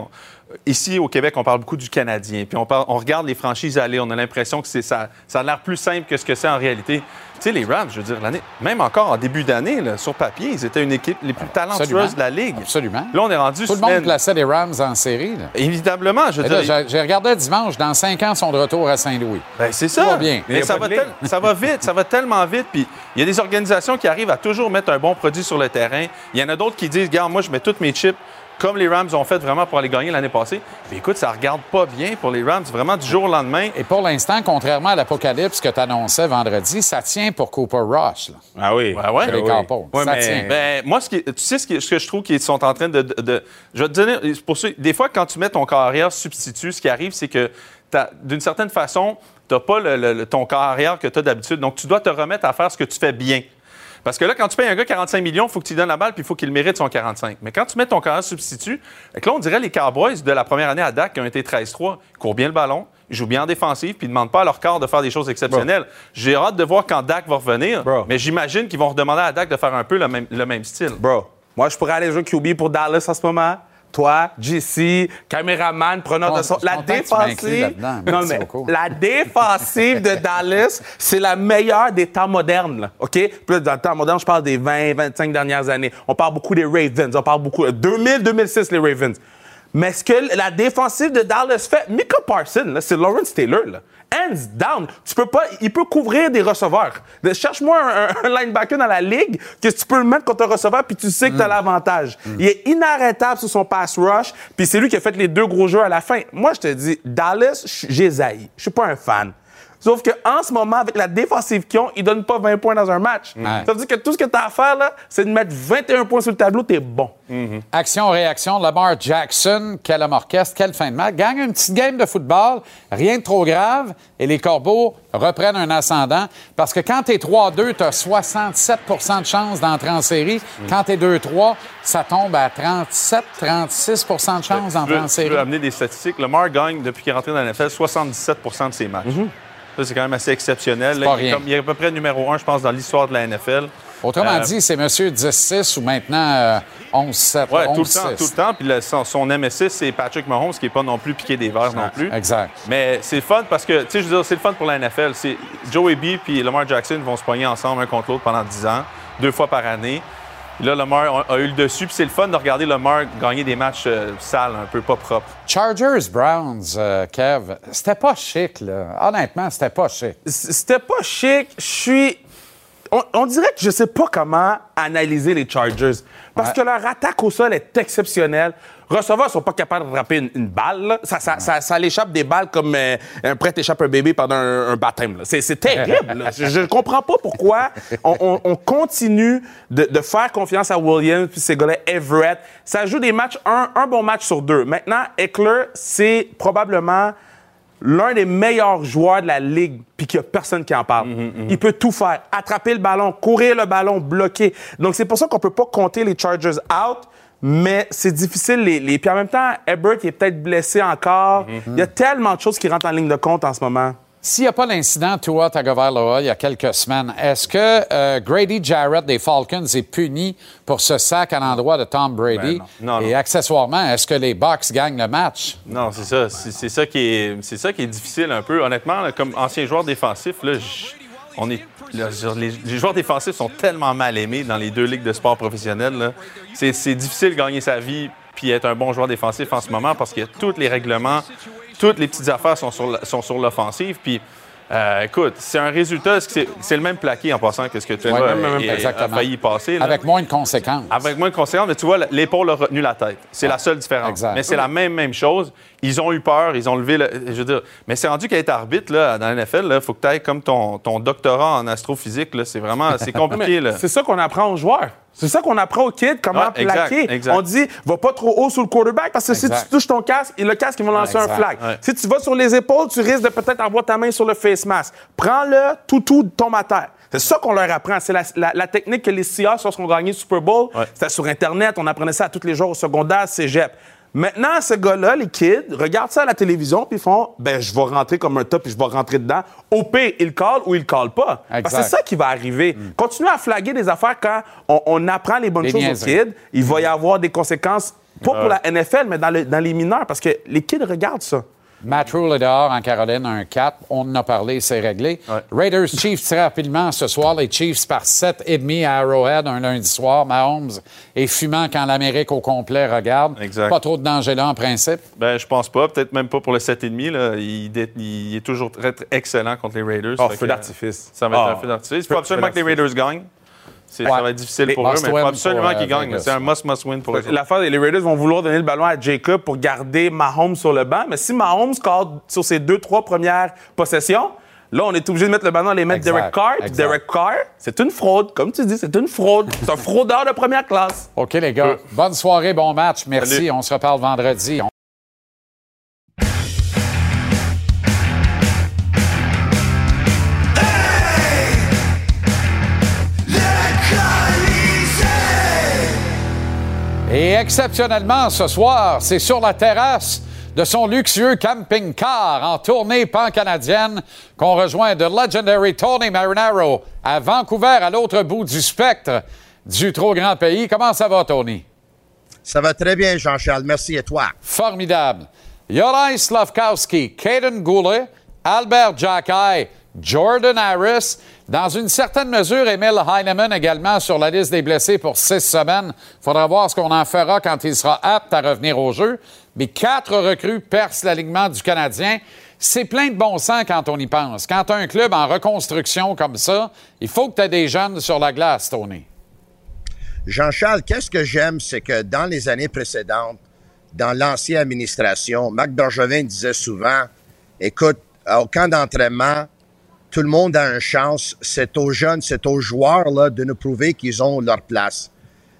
Speaker 10: ici, au Québec, on parle beaucoup du Canadien. Puis on, parle, on regarde les franchises aller. On a l'impression que c'est ça, ça a l'air plus simple que ce que c'est en réalité. Tu sais, les Rams, je veux dire, l'année, même encore en début d'année, là, sur papier, ils étaient une équipe les plus talentueuses Absolument. de la Ligue.
Speaker 4: Absolument.
Speaker 10: Là, on est rendu...
Speaker 4: Tout
Speaker 10: semaine...
Speaker 4: le monde plaçait les Rams en série. Là.
Speaker 10: Évidemment, je veux dire...
Speaker 4: Là, j'ai regardé dimanche, dans cinq ans, ils sont de retour à Saint-Louis.
Speaker 10: Ben, c'est ça.
Speaker 4: Tout va bien.
Speaker 10: Mais ça va, tel... ça va vite, ça va tellement vite. Puis il y a des organisations qui arrivent à toujours mettre un bon produit sur le terrain. Il y en a d'autres qui disent, regarde, moi, je mets toutes mes chips comme les Rams ont fait vraiment pour aller gagner l'année passée. Puis écoute, ça regarde pas bien pour les Rams, vraiment du jour au lendemain.
Speaker 4: Et pour l'instant, contrairement à l'apocalypse que tu annonçais vendredi, ça tient pour Cooper Rush. Là.
Speaker 10: Ah oui.
Speaker 4: Ouais, ouais. Les
Speaker 10: oui.
Speaker 4: ouais,
Speaker 10: ça
Speaker 4: mais...
Speaker 10: tient. Ben, moi, ce qui, tu sais ce, qui, ce que je trouve qu'ils sont en train de, de, de... Je vais te donner... Pour ceux, des fois, quand tu mets ton corps arrière substitut, ce qui arrive, c'est que d'une certaine façon, tu n'as pas le, le, ton corps arrière que tu as d'habitude. Donc, tu dois te remettre à faire ce que tu fais bien. Parce que là, quand tu payes un gars quarante-cinq millions, il faut que tu lui donnes la balle puis il faut qu'il mérite son quarante-cinq. Mais quand tu mets ton carrière substitut, là, on dirait les Cowboys de la première année à Dak qui ont été treize trois, ils courent bien le ballon, ils jouent bien en défensive puis ils ne demandent pas à leur corps de faire des choses exceptionnelles. Bro. J'ai hâte de voir quand Dak va revenir, Bro. mais j'imagine qu'ils vont redemander à Dak de faire un peu le même, le même style.
Speaker 11: Bro, moi, je pourrais aller jouer Q B pour Dallas en ce moment. Toi, J C, caméraman, preneur de son. La défensive. Non, mais la défensive de Dallas, c'est la meilleure des temps modernes. Là, OK? Puis là, dans le temps moderne, je parle des vingt, vingt-cinq dernières années. On parle beaucoup des Ravens. On parle beaucoup. deux mille, deux mille six, les Ravens. Mais ce que la défensive de Dallas fait, Micah Parsons, là, c'est Lawrence Taylor. Là. Hands down. Tu peux pas, il peut couvrir des receveurs. Cherche-moi un, un, un linebacker dans la ligue que tu peux le mettre contre un receveur puis tu sais que tu as mm. l'avantage. Mm. Il est inarrêtable sur son pass rush puis c'est lui qui a fait les deux gros jeux à la fin. Moi, je te dis, Dallas, j'ai zaï. Je suis pas un fan. Sauf qu'en ce moment, avec la défensive qu'ils ont, ils ne donnent pas vingt points dans un match. Ouais. Ça veut dire que tout ce que tu as à faire, là, c'est de mettre vingt et un points sur le tableau, t'es bon.
Speaker 4: Mm-hmm. Action-réaction, Lamar Jackson, quel homme orchestre, quelle fin de match. Gagne une petite game de football, rien de trop grave, et les Corbeaux reprennent un ascendant. Parce que quand t'es trois deux, t'as soixante-sept pour cent de chance d'entrer en série. Mm. Quand t'es deux trois, ça tombe à trente-sept à trente-six pour cent de chance d'entrer en série.
Speaker 10: Je veux amener des statistiques. Lamar gagne, depuis qu'il est rentré dans la N F L, soixante-dix-sept pour cent de ses matchs. Mm-hmm. Ça, c'est quand même assez exceptionnel. Là, il, est comme, il est à peu près numéro un, je pense, dans l'histoire de la N F L.
Speaker 4: Autrement euh, dit, c'est monsieur dix six ou maintenant euh, onze sept.
Speaker 10: Oui, tout le temps, tout le temps. Puis le, son, son M S six, c'est Patrick Mahomes, qui n'est pas non plus piqué des verres non plus.
Speaker 4: Exact.
Speaker 10: Mais c'est le fun parce que, tu sais, je veux dire, c'est le fun pour la N F L. C'est, Joey B puis Lamar Jackson vont se pogner ensemble un contre l'autre pendant dix ans, deux fois par année. Là, Lamar a eu le dessus, puis c'est le fun de regarder Lamar gagner des matchs euh, sales, un peu pas propres.
Speaker 4: Chargers, Browns, euh, Kev, c'était pas chic, là. Honnêtement, c'était pas chic.
Speaker 11: C'était pas chic. Je suis... On, on dirait que je sais pas comment analyser les Chargers. Parce ouais. que leur attaque au sol est exceptionnelle. Receveurs sont pas capables de frapper une, une balle. Là. Ça, ça, ça, ça l'échappe des balles comme euh, un prêtre échappe un bébé pendant un, un baptême. Là. C'est, c'est terrible. Là. Je ne comprends pas pourquoi on, on, on continue de, de faire confiance à Williams puis ces gars-là, Everett. Ça joue des matchs, un, un bon match sur deux. Maintenant, Eckler, c'est probablement l'un des meilleurs joueurs de la Ligue puis qu'il n'y a personne qui en parle. Mm-hmm, mm-hmm. Il peut tout faire. Attraper le ballon, courir le ballon, bloquer. Donc, c'est pour ça qu'on ne peut pas compter les Chargers out. Mais c'est difficile. Les, les... Puis en même temps, Herbert il est peut-être blessé encore. Mm-hmm. Il y a tellement de choses qui rentrent en ligne de compte en ce moment.
Speaker 4: S'il n'y a pas l'incident Tua Tagovailoa il y a quelques semaines, est-ce que euh, Grady Jarrett des Falcons est puni pour ce sac à l'endroit de Tom Brady?
Speaker 10: Ben non. Non,
Speaker 4: Et
Speaker 10: non.
Speaker 4: accessoirement, est-ce que les Bucs gagnent le match?
Speaker 10: Non, c'est ça. C'est, c'est, ça, qui est, c'est ça qui est difficile un peu. Honnêtement, là, comme ancien joueur défensif, là, j- on est... Là, les, les joueurs défensifs sont tellement mal aimés dans les deux ligues de sport professionnels. Là. C'est, c'est difficile de gagner sa vie puis être un bon joueur défensif en ce moment parce que tous les règlements, toutes les petites affaires sont sur, la, sont sur l'offensive. Puis, euh, écoute, c'est un résultat, c'est, c'est le même plaqué en passant que ce que tu
Speaker 4: ouais,
Speaker 10: as,
Speaker 4: même, même,
Speaker 10: et, a failli passer. Là.
Speaker 4: Avec moins de conséquences.
Speaker 10: Avec moins de conséquences, mais tu vois, l'épaule a retenu la tête. C'est ah, la seule différence. Exact. Mais c'est la même, même chose. Ils ont eu peur, ils ont levé le... Je veux dire, mais c'est rendu qu'à être arbitre là, dans la N F L, il faut que tu ailles comme ton, ton doctorat en astrophysique. Là, c'est vraiment c'est compliqué. Là.
Speaker 11: C'est ça qu'on apprend aux joueurs. C'est ça qu'on apprend aux kids, comment
Speaker 10: ouais, exact,
Speaker 11: plaquer.
Speaker 10: Exact.
Speaker 11: On dit, va pas trop haut sur le quarterback parce que exact. Si tu touches ton casque, le casque, il va lancer exact. Un flag. Ouais. Si tu vas sur les épaules, tu risques de peut-être avoir ta main sur le face mask. Prends-le, toutou, tombe à terre. C'est ça qu'on leur apprend. C'est la, la, la technique que les Seahawks, lorsqu'on gagnait le Super Bowl, ouais. C'était sur Internet. On apprenait ça à tous les jours au secondaire, cégep. Maintenant, ce gars-là, les kids, regardent ça à la télévision puis ils font « ben je vais rentrer comme un top et je vais rentrer dedans. » Au pire, ils callent ou ils callent pas. Exact. Parce que c'est ça qui va arriver. Mm. Continuez à flaguer des affaires quand on, on apprend les bonnes les choses niaiseries. Aux kids. Il va y avoir des conséquences Pas
Speaker 10: Ouais.
Speaker 11: pour la N F L, mais dans, le, dans les mineurs, parce que les kids regardent ça.
Speaker 4: Matt Rhule est dehors en Caroline, un quatre. On en a parlé, c'est réglé.
Speaker 10: Ouais.
Speaker 4: Raiders Chiefs très rapidement ce soir. Les Chiefs par sept virgule cinq à Arrowhead un lundi soir. Mahomes est fumant quand l'Amérique au complet regarde.
Speaker 10: Exact.
Speaker 4: Pas trop de danger là en principe.
Speaker 10: Ben, je pense pas. Peut-être même pas pour le sept virgule cinq. Là. Il, dé- il est toujours très, très excellent contre les Raiders.
Speaker 11: Oh,
Speaker 10: Fait
Speaker 11: feu
Speaker 10: que,
Speaker 11: d'artifice.
Speaker 10: Ça va être
Speaker 11: Ah.
Speaker 10: un feu d'artifice. Il
Speaker 11: Feu-
Speaker 10: faut absolument
Speaker 11: feu
Speaker 10: que les Raiders gagnent. C'est,
Speaker 4: Ouais.
Speaker 10: Ça va être difficile
Speaker 4: Les
Speaker 10: pour eux, mais il
Speaker 4: must-win
Speaker 10: faut absolument
Speaker 4: pour, euh,
Speaker 10: qu'ils gagnent.
Speaker 4: Vegas.
Speaker 10: C'est un must-must-win pour eux.
Speaker 11: La fin, les Raiders vont vouloir donner le ballon à Jacob pour garder Mahomes sur le banc. Mais si Mahomes score sur ses deux, trois premières possessions, là, on est obligé de mettre le ballon et les mettre
Speaker 4: Exact,
Speaker 11: Derek Carr.
Speaker 4: exact.
Speaker 11: Derek Carr, c'est une fraude. Comme tu dis, c'est une fraude. C'est un fraudeur de première classe.
Speaker 4: OK, les gars. Bonne soirée, bon match. Merci.
Speaker 10: Salut.
Speaker 4: On se reparle vendredi. On- Et exceptionnellement, ce soir, c'est sur la terrasse de son luxueux camping-car en tournée pan-canadienne qu'on rejoint The Legendary Tony Marinaro à Vancouver, à l'autre bout du spectre du trop grand pays. Comment ça va, Tony?
Speaker 12: Ça va très bien, Jean-Charles. Merci, et toi?
Speaker 4: Formidable. Juraj Slafkowski, Caden Goulet, Albert Jacquet, Jordan Harris, dans une certaine mesure, Emil Heinemann également sur la liste des blessés pour six semaines. Il faudra voir ce qu'on en fera quand il sera apte à revenir au jeu. Mais quatre recrues percent l'alignement du Canadien. C'est plein de bon sens quand on y pense. Quand tu as un club en reconstruction comme ça, il faut que tu aies des jeunes sur la glace, Tony.
Speaker 12: Jean-Charles, qu'est-ce que j'aime, c'est que dans les années précédentes, dans l'ancienne administration, Marc Bergevin disait souvent, écoute, au camp d'entraînement, tout le monde a une chance. C'est aux jeunes, c'est aux joueurs là, de nous prouver qu'ils ont leur place.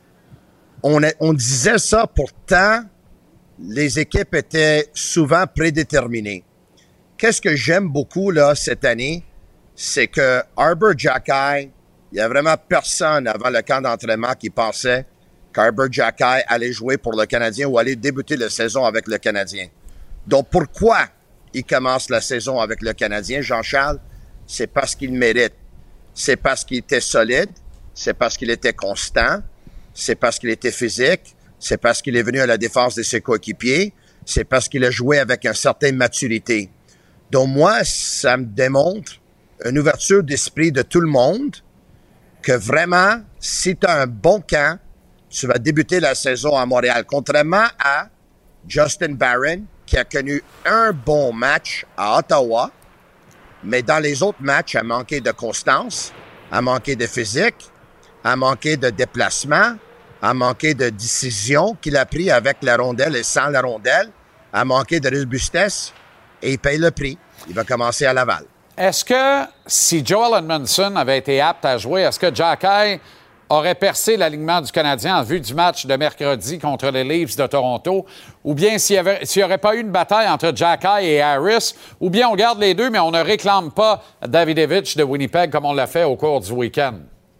Speaker 12: On, a, on disait ça, pourtant, les équipes étaient souvent prédéterminées. Qu'est-ce que j'aime beaucoup là cette année, c'est que Arbor Jacquet, il n'y a vraiment personne avant le camp d'entraînement qui pensait qu'Arbor Jacquet allait jouer pour le Canadien ou allait débuter la saison avec le Canadien. Donc pourquoi il commence la saison avec le Canadien, Jean-Charles? C'est parce qu'il mérite. C'est parce qu'il était solide. C'est parce qu'il était constant. C'est parce qu'il était physique. C'est parce qu'il est venu à la défense de ses coéquipiers. C'est parce qu'il a joué avec une certaine maturité. Donc moi, ça me démontre une ouverture d'esprit de tout le monde que vraiment, si tu as un bon camp, tu vas débuter la saison à Montréal. Contrairement à Justin Barron, qui a connu un bon match à Ottawa, mais dans les autres matchs, a manqué de constance, a manqué de physique, a manqué de déplacement, a manqué de décision qu'il a pris avec la rondelle et sans la rondelle, a manqué de robustesse, et il paye le prix. Il va commencer à Laval.
Speaker 4: Est-ce que si Joel Edmondson avait été apte à jouer, est-ce que Jacquet aurait percé l'alignement du Canadien en vue du match de mercredi contre les Leafs de Toronto? Ou bien s'il n'y aurait pas eu une bataille entre Jacquet et Harris? Ou bien on garde les deux, mais on ne réclame pas Davidovich de Winnipeg comme on l'a fait au cours du week-end?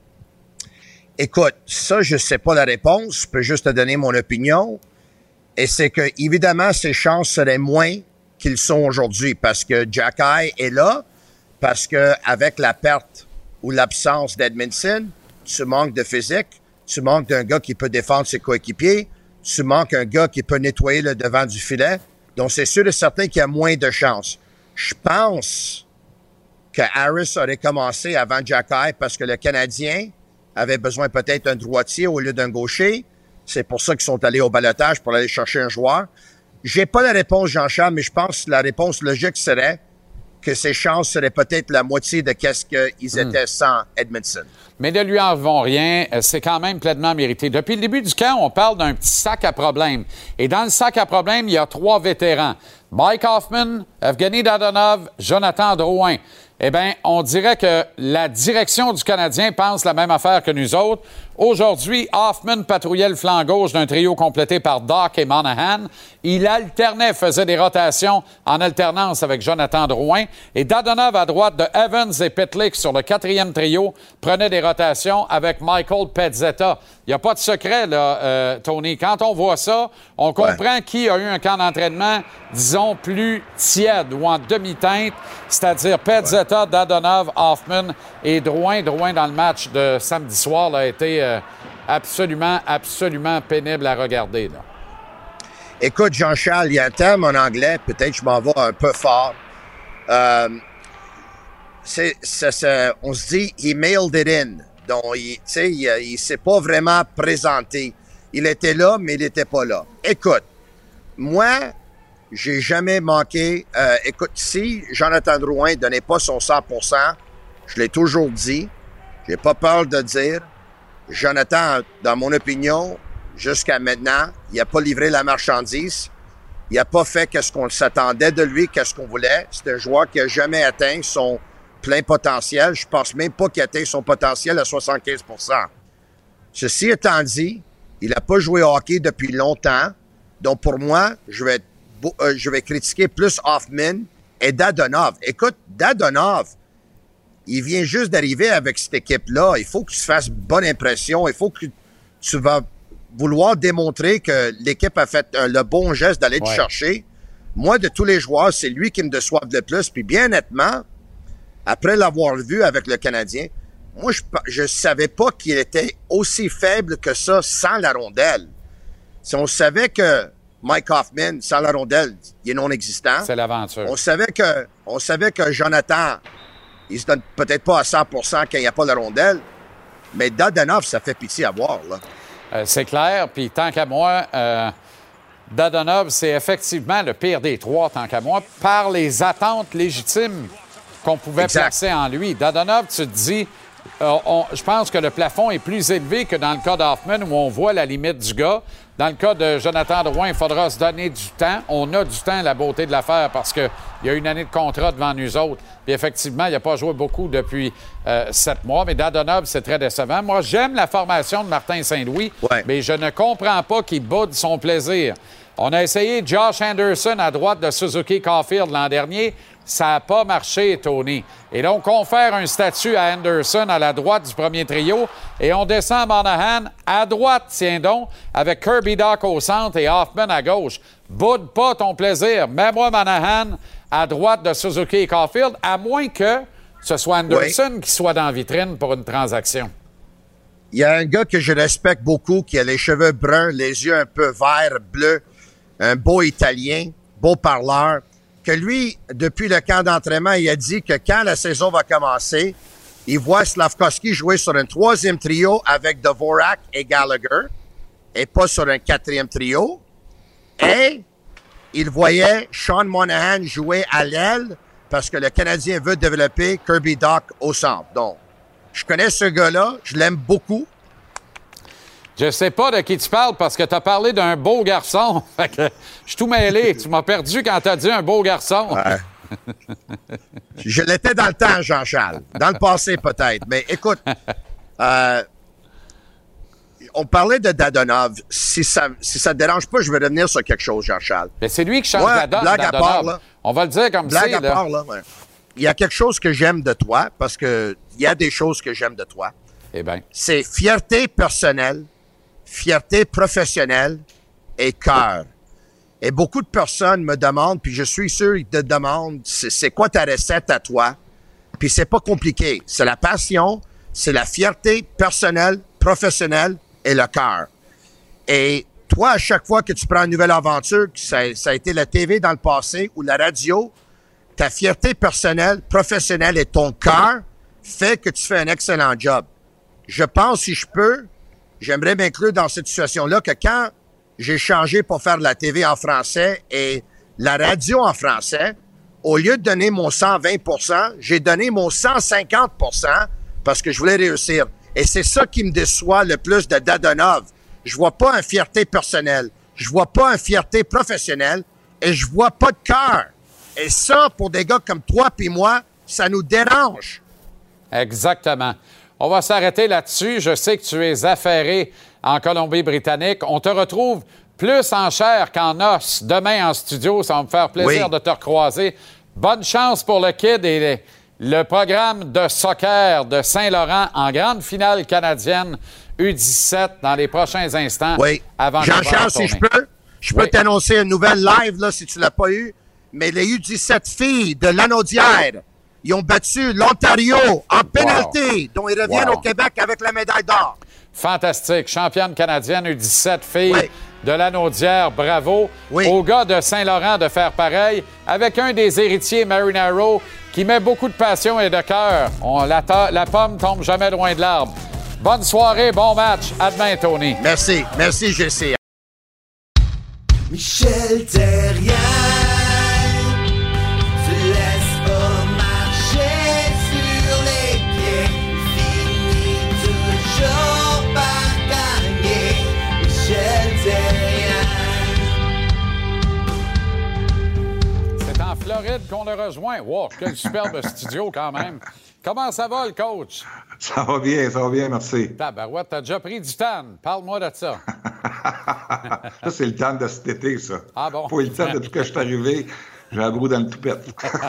Speaker 12: Écoute, ça, je ne sais pas la réponse. Je peux juste te donner mon opinion. Et c'est que, évidemment, ses chances seraient moins qu'ils sont aujourd'hui parce que Jacquet est là, parce que avec la perte ou l'absence d'Edmondson, tu manques de physique, tu manques d'un gars qui peut défendre ses coéquipiers, tu manques un gars qui peut nettoyer le devant du filet. Donc, c'est sûr et certain qu'il y a moins de chances. Je pense que Harris aurait commencé avant Jacquet parce que le Canadien avait besoin peut-être d'un droitier au lieu d'un gaucher. C'est pour ça qu'ils sont allés au ballottage pour aller chercher un joueur. J'ai pas la réponse, Jean-Charles, mais je pense que la réponse logique serait que ses chances seraient peut-être la moitié de qu'est-ce qu'ils
Speaker 4: Hmm.
Speaker 12: étaient sans Edmondson.
Speaker 4: Mais ne lui enlevons rien, c'est quand même pleinement mérité. Depuis le début du camp, on parle d'un petit sac à problèmes. Et dans le sac à problèmes, il y a trois vétérans. Mike Hoffman, Evgeny Dadonov, Jonathan Drouin. Eh bien, on dirait que la direction du Canadien pense la même affaire que nous autres. Aujourd'hui, Hoffman patrouillait le flanc gauche d'un trio complété par Doc et Monahan. Il alternait, faisait des rotations en alternance avec Jonathan Drouin. Et Dadonov à droite de Evans et Pitlick sur le quatrième trio prenait des rotations avec Michael Pezzetta. Il n'y a pas de secret, là, euh, Tony. Quand on voit ça, on comprend ouais. qui a eu un camp d'entraînement, disons, plus tiède ou en demi-teinte, c'est-à-dire Pezzetta, ouais. Dadonov, Hoffman et Drouin. Drouin, dans le match de samedi soir, là, a été euh, absolument, absolument pénible à regarder, là.
Speaker 12: Écoute, Jean-Charles, il y a un terme en anglais, peut-être je m'en vais un peu fort. Euh, c'est, c'est, c'est, on se dit, he mailed it in. Donc, il, tu sais, il, il s'est pas vraiment présenté. Il était là, mais il n'était pas là. Écoute, moi, j'ai jamais manqué. Euh, écoute, si Jonathan Drouin donnait pas son cent pour cent, je l'ai toujours dit, j'ai pas peur de dire, Jonathan, dans mon opinion, jusqu'à maintenant, il a pas livré la marchandise. Il a pas fait qu'est-ce qu'on s'attendait de lui, qu'est-ce qu'on voulait. C'est un joueur qui a jamais atteint son plein potentiel. Je pense même pas qu'il a atteint son potentiel à soixante-quinze pour cent. Ceci étant dit, il a pas joué au hockey depuis longtemps. Donc, pour moi, je vais, euh, je vais critiquer plus Hoffman et Dadonov. Écoute, Dadonov, il vient juste d'arriver avec cette équipe-là. Il faut que tu fasses bonne impression. Il faut que tu vas vouloir démontrer que l'équipe a fait euh, le bon geste d'aller ouais. te chercher. Moi, de tous les joueurs, c'est lui qui me déçoit le plus. Puis bien nettement, après l'avoir vu avec le Canadien, moi, je je savais pas qu'il était aussi faible que ça sans la rondelle. Si on savait que Mike Hoffman, sans la rondelle, il est non existant.
Speaker 4: C'est l'aventure.
Speaker 12: On savait que, on savait que Jonathan, il se donne peut-être pas à cent pour cent quand il n'y a pas la rondelle, mais Dadonov, ça fait pitié à voir, là.
Speaker 4: Euh, c'est clair, puis tant qu'à moi, euh, Dadonov, c'est effectivement le pire des trois, tant qu'à moi, par les attentes légitimes qu'on pouvait exact. placer en lui. Dadonov, tu te dis, euh, on, je pense que le plafond est plus élevé que dans le cas d'Hoffman, où on voit la limite du gars. Dans le cas de Jonathan Drouin, il faudra se donner du temps. On a du temps, la beauté de l'affaire, parce qu'il y a une année de contrat devant nous autres. Puis effectivement, il n'a pas joué beaucoup depuis euh, sept mois, mais Dadonov, c'est très décevant. Moi, j'aime la formation de Martin Saint-Louis, ouais. mais je ne comprends pas qu'il boude son plaisir. On a essayé Josh Anderson à droite de Suzuki Caulfield l'an dernier. Ça n'a pas marché, Tony. Et là, on confère un statut à Anderson à la droite du premier trio et on descend Monahan à droite, tiens donc, avec Kirby Dach au centre et Hoffman à gauche. Boude pas ton plaisir. Mets-moi Monahan à droite de Suzuki et Caulfield, à moins que ce soit Anderson oui. qui soit dans la vitrine pour une transaction.
Speaker 12: Il y a un gars que je respecte beaucoup, qui a les cheveux bruns, les yeux un peu verts, bleus, un beau Italien, beau parleur, que lui, depuis le camp d'entraînement, il a dit que quand la saison va commencer, il voit Slafkovsky jouer sur un troisième trio avec Dvorak et Gallagher, et pas sur un quatrième trio. Et il voyait Sean Monahan jouer à l'aile parce que le Canadien veut développer Kirby Dach au centre. Donc, je connais ce gars-là, je l'aime beaucoup.
Speaker 4: Je sais pas de qui tu parles parce que tu as parlé d'un beau garçon. Fait que je suis tout mêlé. Tu m'as perdu quand tu as dit un beau garçon.
Speaker 12: Ouais. Je l'étais dans le temps, Jean-Charles. Dans le passé, peut-être. Mais écoute, euh, on parlait de Dadonov. Si ça si ça te dérange pas, je vais revenir sur quelque chose, Jean-Charles.
Speaker 4: Mais c'est lui qui change
Speaker 12: ouais,
Speaker 4: la donne,
Speaker 12: blague
Speaker 4: Dadonov.
Speaker 12: À part, là,
Speaker 4: on va le dire comme ça.
Speaker 12: Blague à part, là. Ouais. Il y a quelque chose que j'aime de toi, parce que il y a des choses que j'aime de toi.
Speaker 4: Eh bien.
Speaker 12: C'est fierté personnelle, fierté professionnelle et cœur. Et beaucoup de personnes me demandent, puis je suis sûr qu'ils te demandent, c'est, c'est quoi ta recette à toi? Puis c'est pas compliqué. C'est la passion, c'est la fierté personnelle, professionnelle et le cœur. Et toi, à chaque fois que tu prends une nouvelle aventure, que ça, ça a été la T V dans le passé ou la radio, ta fierté personnelle, professionnelle et ton cœur fait que tu fais un excellent job. Je pense, si je peux, j'aimerais m'inclure dans cette situation-là que quand j'ai changé pour faire de la T V en français et la radio en français, au lieu de donner mon cent vingt pour cent, j'ai donné mon cent cinquante pour cent parce que je voulais réussir. Et c'est ça qui me déçoit le plus de Dadonov. Je vois pas une fierté personnelle, je vois pas une fierté professionnelle et je vois pas de cœur. Et ça, pour des gars comme toi puis moi, ça nous dérange.
Speaker 4: Exactement. On va s'arrêter là-dessus. Je sais que tu es affairé en Colombie-Britannique. On te retrouve plus en chair qu'en os demain en studio. Ça va me faire plaisir oui. de te recroiser. Bonne chance pour le Kid et le programme de soccer de Saint-Laurent en grande finale canadienne U dix-sept dans les prochains instants.
Speaker 12: Oui.
Speaker 4: Avant
Speaker 12: Jean-Charles, si je peux, je peux oui. t'annoncer une nouvelle live là, si tu l'as pas eu. Mais les U dix-sept filles de Lanaudière Ils ont battu l'Ontario en pénalité,
Speaker 4: wow.
Speaker 12: dont ils reviennent
Speaker 4: wow.
Speaker 12: au Québec avec la médaille d'or.
Speaker 4: Fantastique. Championne canadienne U dix-sept filles
Speaker 12: oui.
Speaker 4: de Lanaudière. Bravo.
Speaker 12: Oui.
Speaker 4: Aux gars de Saint-Laurent de faire pareil avec un des héritiers, Marinaro, qui met beaucoup de passion et de cœur. On, la, ta- la pomme tombe jamais loin de l'arbre. Bonne soirée, bon match. À demain, Tony.
Speaker 12: Merci. Merci, G C.
Speaker 13: Michel Terrien, se laisse pas marcher sur les pieds, finit toujours par gagner. Michel Terrien.
Speaker 4: C'est en Floride qu'on le rejoint. Wow, quel superbe studio quand même. Comment ça va, le coach?
Speaker 14: Ça va bien, ça va bien, merci.
Speaker 4: Tabarouette, t'as déjà pris du tan. Parle-moi de ça.
Speaker 14: Ça, c'est le temps de cet été, ça.
Speaker 4: Ah bon?
Speaker 14: Pas le temps depuis que je suis arrivé. J'ai la broue dans le toupette.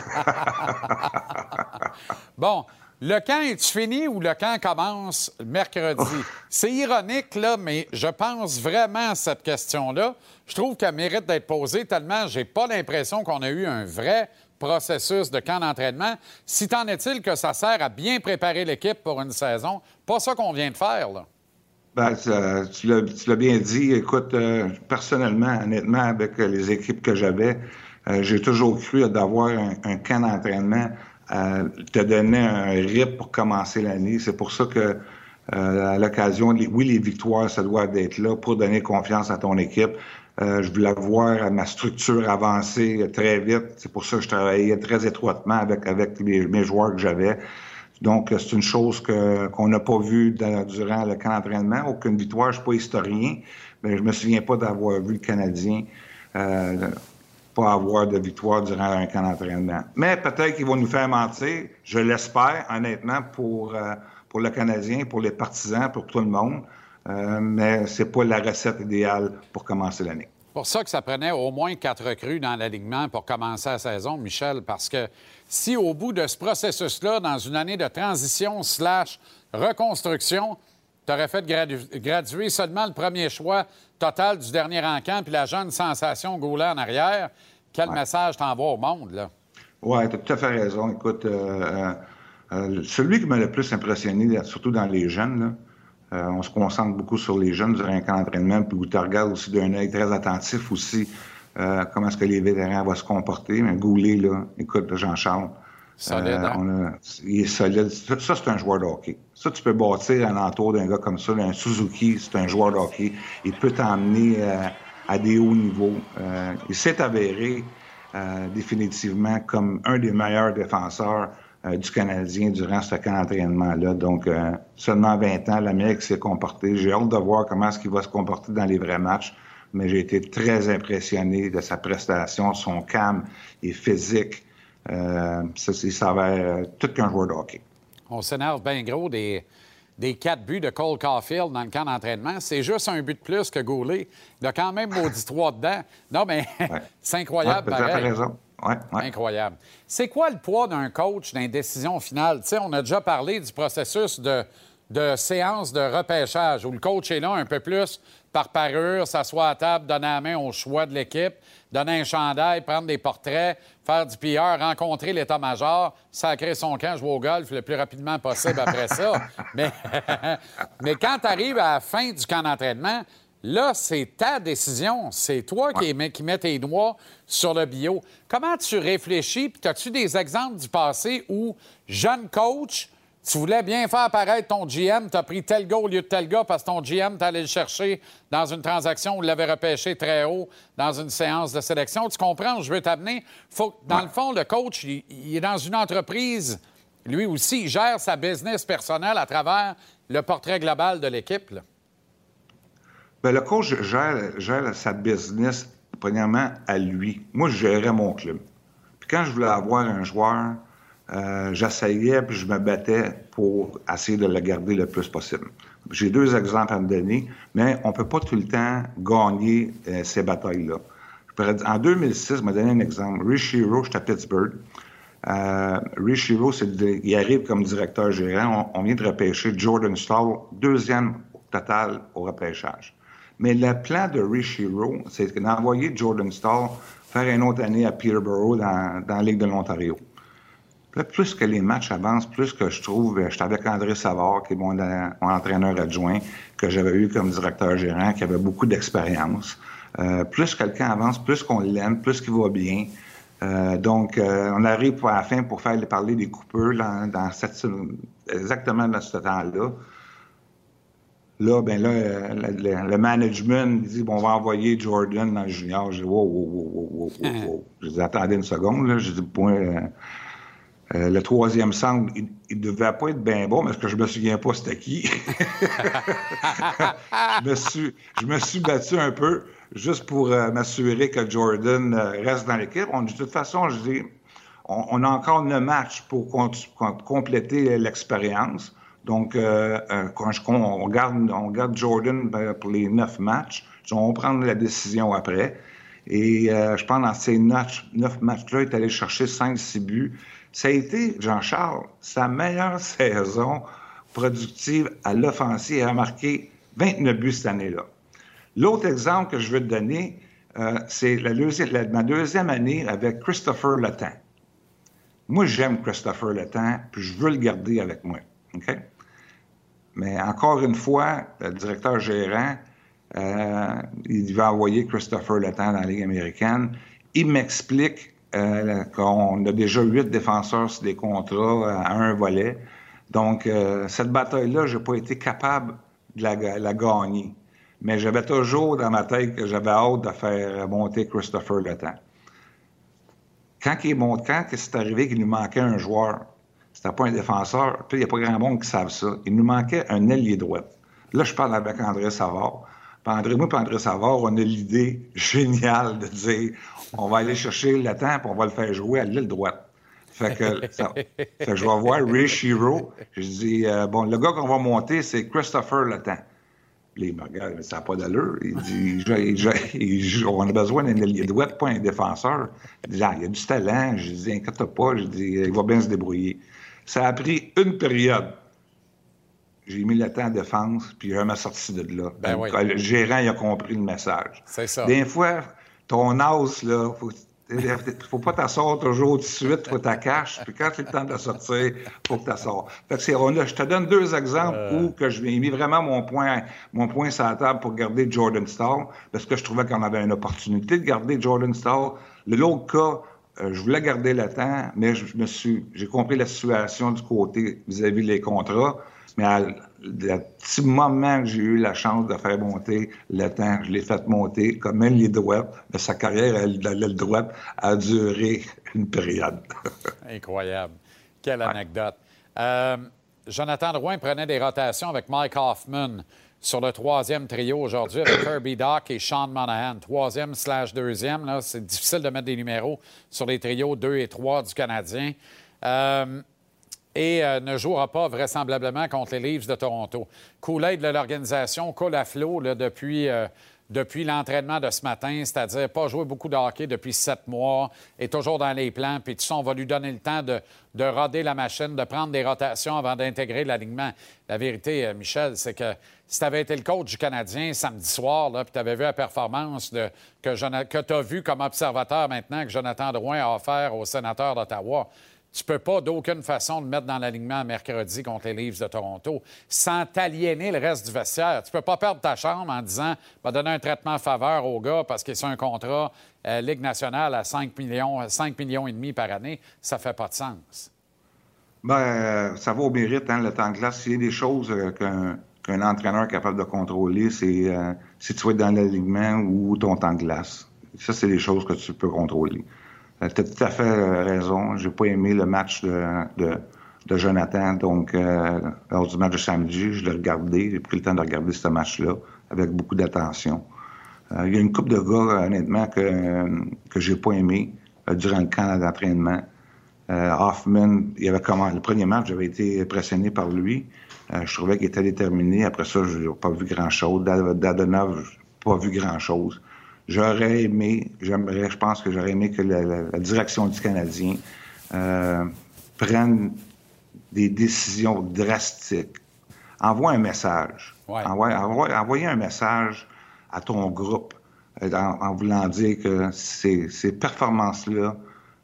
Speaker 4: Bon, le camp est-tu fini ou le camp commence mercredi? C'est ironique, là, mais je pense vraiment à cette question-là. Je trouve qu'elle mérite d'être posée tellement j'ai pas l'impression qu'on a eu un vrai processus de camp d'entraînement. Si t'en est-il que ça sert à bien préparer l'équipe pour une saison, pas ça qu'on vient de faire, là.
Speaker 14: Ben, ça, tu, l'as, tu l'as bien dit. Écoute, euh, personnellement, honnêtement, avec euh, les équipes que j'avais, euh, j'ai toujours cru d'avoir un, un camp d'entraînement, euh, te donner un rythme pour commencer l'année. C'est pour ça que, euh, à l'occasion, les, oui, les victoires, ça doit être là pour donner confiance à ton équipe. Euh, je voulais voir ma structure avancer très vite. C'est pour ça que je travaillais très étroitement avec, avec les, mes joueurs que j'avais. Donc, c'est une chose que, qu'on n'a pas vue dans, durant le camp d'entraînement. Aucune victoire, je ne suis pas historien, mais je me souviens pas d'avoir vu le Canadien euh, pas avoir de victoire durant un camp d'entraînement. Mais peut-être qu'ils vont nous faire mentir. Je l'espère, honnêtement, pour, euh, pour le Canadien, pour les partisans, pour tout le monde. Euh, mais c'est pas la recette idéale pour commencer l'année.
Speaker 4: C'est pour ça que ça prenait au moins quatre recrues dans l'alignement pour commencer la saison, Michel, parce que si au bout de ce processus-là, dans une année de transition slash reconstruction, tu aurais fait gradu- graduer seulement le premier choix total du dernier encamp puis la jeune sensation Goulet en arrière, quel ouais. message t'envoie au monde, là?
Speaker 14: Oui, tu as tout à fait raison. Écoute, euh, euh, celui qui m'a le plus impressionné, surtout dans les jeunes, là, Euh, on se concentre beaucoup sur les jeunes durant un camp d'entraînement, puis tu regardes aussi d'un œil très attentif aussi euh, comment est-ce que les vétérans vont se comporter. Mais Goulet, là, écoute, Jean-Charles,
Speaker 4: solide,
Speaker 14: euh,
Speaker 4: hein?
Speaker 14: on a, il est solide. Ça, ça, c'est un joueur de hockey. Ça, tu peux bâtir un entour d'un gars comme ça. Un Suzuki, c'est un joueur de hockey. Il peut t'emmener euh, à des hauts niveaux. Euh, il s'est avéré euh, définitivement comme un des meilleurs défenseurs Euh, du Canadien durant ce camp d'entraînement-là. Donc, euh, seulement vingt ans, l'Amérique s'est comporté. J'ai hâte de voir comment est-ce qu'il va se comporter dans les vrais matchs, mais j'ai été très impressionné de sa prestation, son calme et physique. Euh, ça, il s'avère tout qu'un joueur de hockey.
Speaker 4: On s'énerve bien gros des, des quatre buts de Cole Caulfield dans le camp d'entraînement. C'est juste un but de plus que Goulet. Il a quand même maudit trois dedans. Non, mais ouais. C'est incroyable,
Speaker 14: ouais,
Speaker 4: pareil.
Speaker 14: Tu as raison. Ouais, ouais.
Speaker 4: Incroyable. C'est quoi le poids d'un coach dans une décision finale? Tu sais, on a déjà parlé du processus de, de séance de repêchage où le coach est là un peu plus par parure, s'assoit à table, donner la main au choix de l'équipe, donner un chandail, prendre des portraits, faire du P R, rencontrer l'état-major, sacrer son camp, jouer au golf le plus rapidement possible après ça. Mais, mais quand tu arrives à la fin du camp d'entraînement, là, c'est ta décision. C'est toi qui, ouais. qui mets tes doigts sur le bio. Comment tu réfléchis? Puis as-tu des exemples du passé où, jeune coach, tu voulais bien faire paraître ton G M, tu as pris tel gars au lieu de tel gars parce que ton G M, tu allé le chercher dans une transaction où il l'avait repêché très haut dans une séance de sélection. Tu comprends où je veux t'amener? Faut, dans ouais. le fond, le coach, il, il est dans une entreprise. Lui aussi, il gère sa business personnelle à travers le portrait global de l'équipe, là.
Speaker 14: Bien, le coach gère, gère sa business, premièrement, à lui. Moi, je gérais mon club. Puis quand je voulais avoir un joueur, euh, j'essayais puis je me battais pour essayer de le garder le plus possible. J'ai deux exemples à me donner, mais on ne peut pas tout le temps gagner euh, ces batailles-là. Je pourrais dire, en deux mille six, je vais donner un exemple. Rich Hero, j'étais à Pittsburgh. Euh, Rich Hero, c'est de, il arrive comme directeur gérant. On, on vient de repêcher Jordan Staal, deuxième total au repêchage. Mais le plan de Rich Hero, c'est d'envoyer Jordan Staal faire une autre année à Peterborough dans, dans la Ligue de l'Ontario. Là, plus que les matchs avancent, plus que je trouve, j'étais avec André Savard, qui est mon, mon entraîneur adjoint, que j'avais eu comme directeur gérant, qui avait beaucoup d'expérience. Euh, plus quelqu'un avance, plus qu'on l'aime, plus qu'il va bien. Euh, donc, euh, on arrive pour, à la fin pour faire parler des coupeurs dans, dans cette, exactement dans ce temps-là. Là, ben là, euh, le, le, le management dit, bon, on va envoyer Jordan dans le junior. J'ai dit, wow, wow, wow, wow, wow, wow. J'ai dit, attendez une seconde, là. J'ai dit, point, euh, euh, le troisième centre, il, il devait pas être bien bon, parce que je me souviens pas c'était qui. je me suis, je me suis battu un peu, juste pour euh, m'assurer que Jordan euh, reste dans l'équipe. On, de toute façon, je dis, on, on a encore neuf matchs pour con- con- compléter l'expérience. Donc, euh, quand je, on, garde, on garde Jordan pour les neuf matchs. On va prendre la décision après. Et euh, je pense dans ces neuf, neuf matchs-là, il est allé chercher cinq six buts. Ça a été, Jean-Charles, sa meilleure saison productive à l'offensive. Il a marqué vingt-neuf buts cette année-là. L'autre exemple que je veux te donner, euh, c'est la deuxième, la, ma deuxième année avec Christopher Letang. Moi, j'aime Christopher Letang, puis je veux le garder avec moi. OK? Mais encore une fois, le directeur gérant, euh, il va envoyer Christopher Letang dans la Ligue américaine. Il m'explique euh, qu'on a déjà huit défenseurs sur des contrats à un volet. Donc, euh, cette bataille-là, je n'ai pas été capable de la, la gagner. Mais j'avais toujours dans ma tête que j'avais hâte de faire monter Christopher Letang. Quand il est monté, quand c'est arrivé qu'il nous manquait un joueur, c'était pas un défenseur. Puis il n'y a pas grand monde qui savent ça. Il nous manquait un ailier droit. Là, je parle avec André Savard. Puis André, moi et André Savard, on a l'idée géniale de dire on va aller chercher le temps puis on va le faire jouer à l'aile droite. Fait que, ça, fait que je vais voir Ray Shero. Je dis euh, bon, le gars qu'on va monter, c'est Christopher Letang. Puis il me regarde, mais ça n'a pas d'allure. Il dit je, je, je, on a besoin d'un ailier droit, pas un défenseur. Il dit ah, il y a du talent. Je dis inquiète pas. Je dis il va bien se débrouiller. Ça a pris une période. J'ai mis le temps en défense, puis il a sorti de là.
Speaker 4: Ben
Speaker 14: Donc,
Speaker 4: oui.
Speaker 14: Le gérant, il a compris le message.
Speaker 4: C'est ça.
Speaker 14: Des fois, ton as, là, faut, faut pas t'asseoir toujours tout de suite, faut t'as cache, puis quand c'est le temps de sortir, faut que t'asseoir. Fait que c'est, on a, je te donne deux exemples euh... où que je mis vraiment mon point, mon point sur la table pour garder Jordan Staal, parce que je trouvais qu'on avait une opportunité de garder Jordan Staal. L'autre cas, Euh, je voulais garder le temps, mais je, je me suis, j'ai compris la situation du côté vis-à-vis des contrats. Mais à, le petit moment que j'ai eu la chance de faire monter le temps, je l'ai fait monter comme ailier droit. Mais sa carrière à l'aile droite a duré une période.
Speaker 4: Incroyable. Quelle anecdote. Euh, Jonathan Drouin prenait des rotations avec Mike Hoffman sur le troisième trio aujourd'hui avec Kirby Dach et Sean Monahan. Troisième slash deuxième, là, c'est difficile de mettre des numéros sur les trios deux et trois du Canadien. Euh, et euh, ne jouera pas vraisemblablement contre les Leafs de Toronto. Kool-Aid de l'organisation coule à flot là, depuis, euh, depuis l'entraînement de ce matin, c'est-à-dire pas jouer beaucoup de hockey depuis sept mois, est toujours dans les plans, puis tout ça, on va lui donner le temps de, de roder la machine, de prendre des rotations avant d'intégrer l'alignement. La vérité, euh, Michel, c'est que si tu avais été le coach du Canadien samedi soir, là, puis tu avais vu la performance de, que, que tu as vu comme observateur maintenant que Jonathan Drouin a offert aux sénateurs d'Ottawa, tu peux pas d'aucune façon le mettre dans l'alignement mercredi contre les Leafs de Toronto sans t'aliéner le reste du vestiaire. Tu peux pas perdre ta chambre en disant « va donner un traitement faveur aux gars parce qu'ils sont un contrat euh, Ligue nationale à cinq millions, cinq millions et demi par année. » Ça fait pas de sens.
Speaker 14: Ben, euh, ça va au mérite, hein, le temps de glace. S'il y a des choses euh, qu'un, qu'un entraîneur est capable de contrôler, c'est euh, si tu vas être dans l'alignement ou ton temps de glace. Ça, c'est des choses que tu peux contrôler. Tu as tout à fait raison. J'ai pas aimé le match de, de, de Jonathan. Donc, euh, lors du match de samedi, je l'ai regardé. J'ai pris le temps de regarder ce match-là avec beaucoup d'attention. Euh, il y a une couple de gars, honnêtement, que, euh, que j'ai pas aimé euh, durant le camp d'entraînement. Euh, Hoffman, il avait comment, le premier match, j'avais été impressionné par lui. Euh, je trouvais qu'il était déterminé. Après ça, je n'ai pas vu grand-chose. Dadonov, je n'ai pas vu grand-chose. J'aurais aimé, j'aimerais, je pense que j'aurais aimé que la, la, la direction du Canadien euh, prenne des décisions drastiques. Envoie un message. Ouais. Envoie, envoie, envoyer un message à ton groupe euh, en, en voulant dire que ces, ces performances-là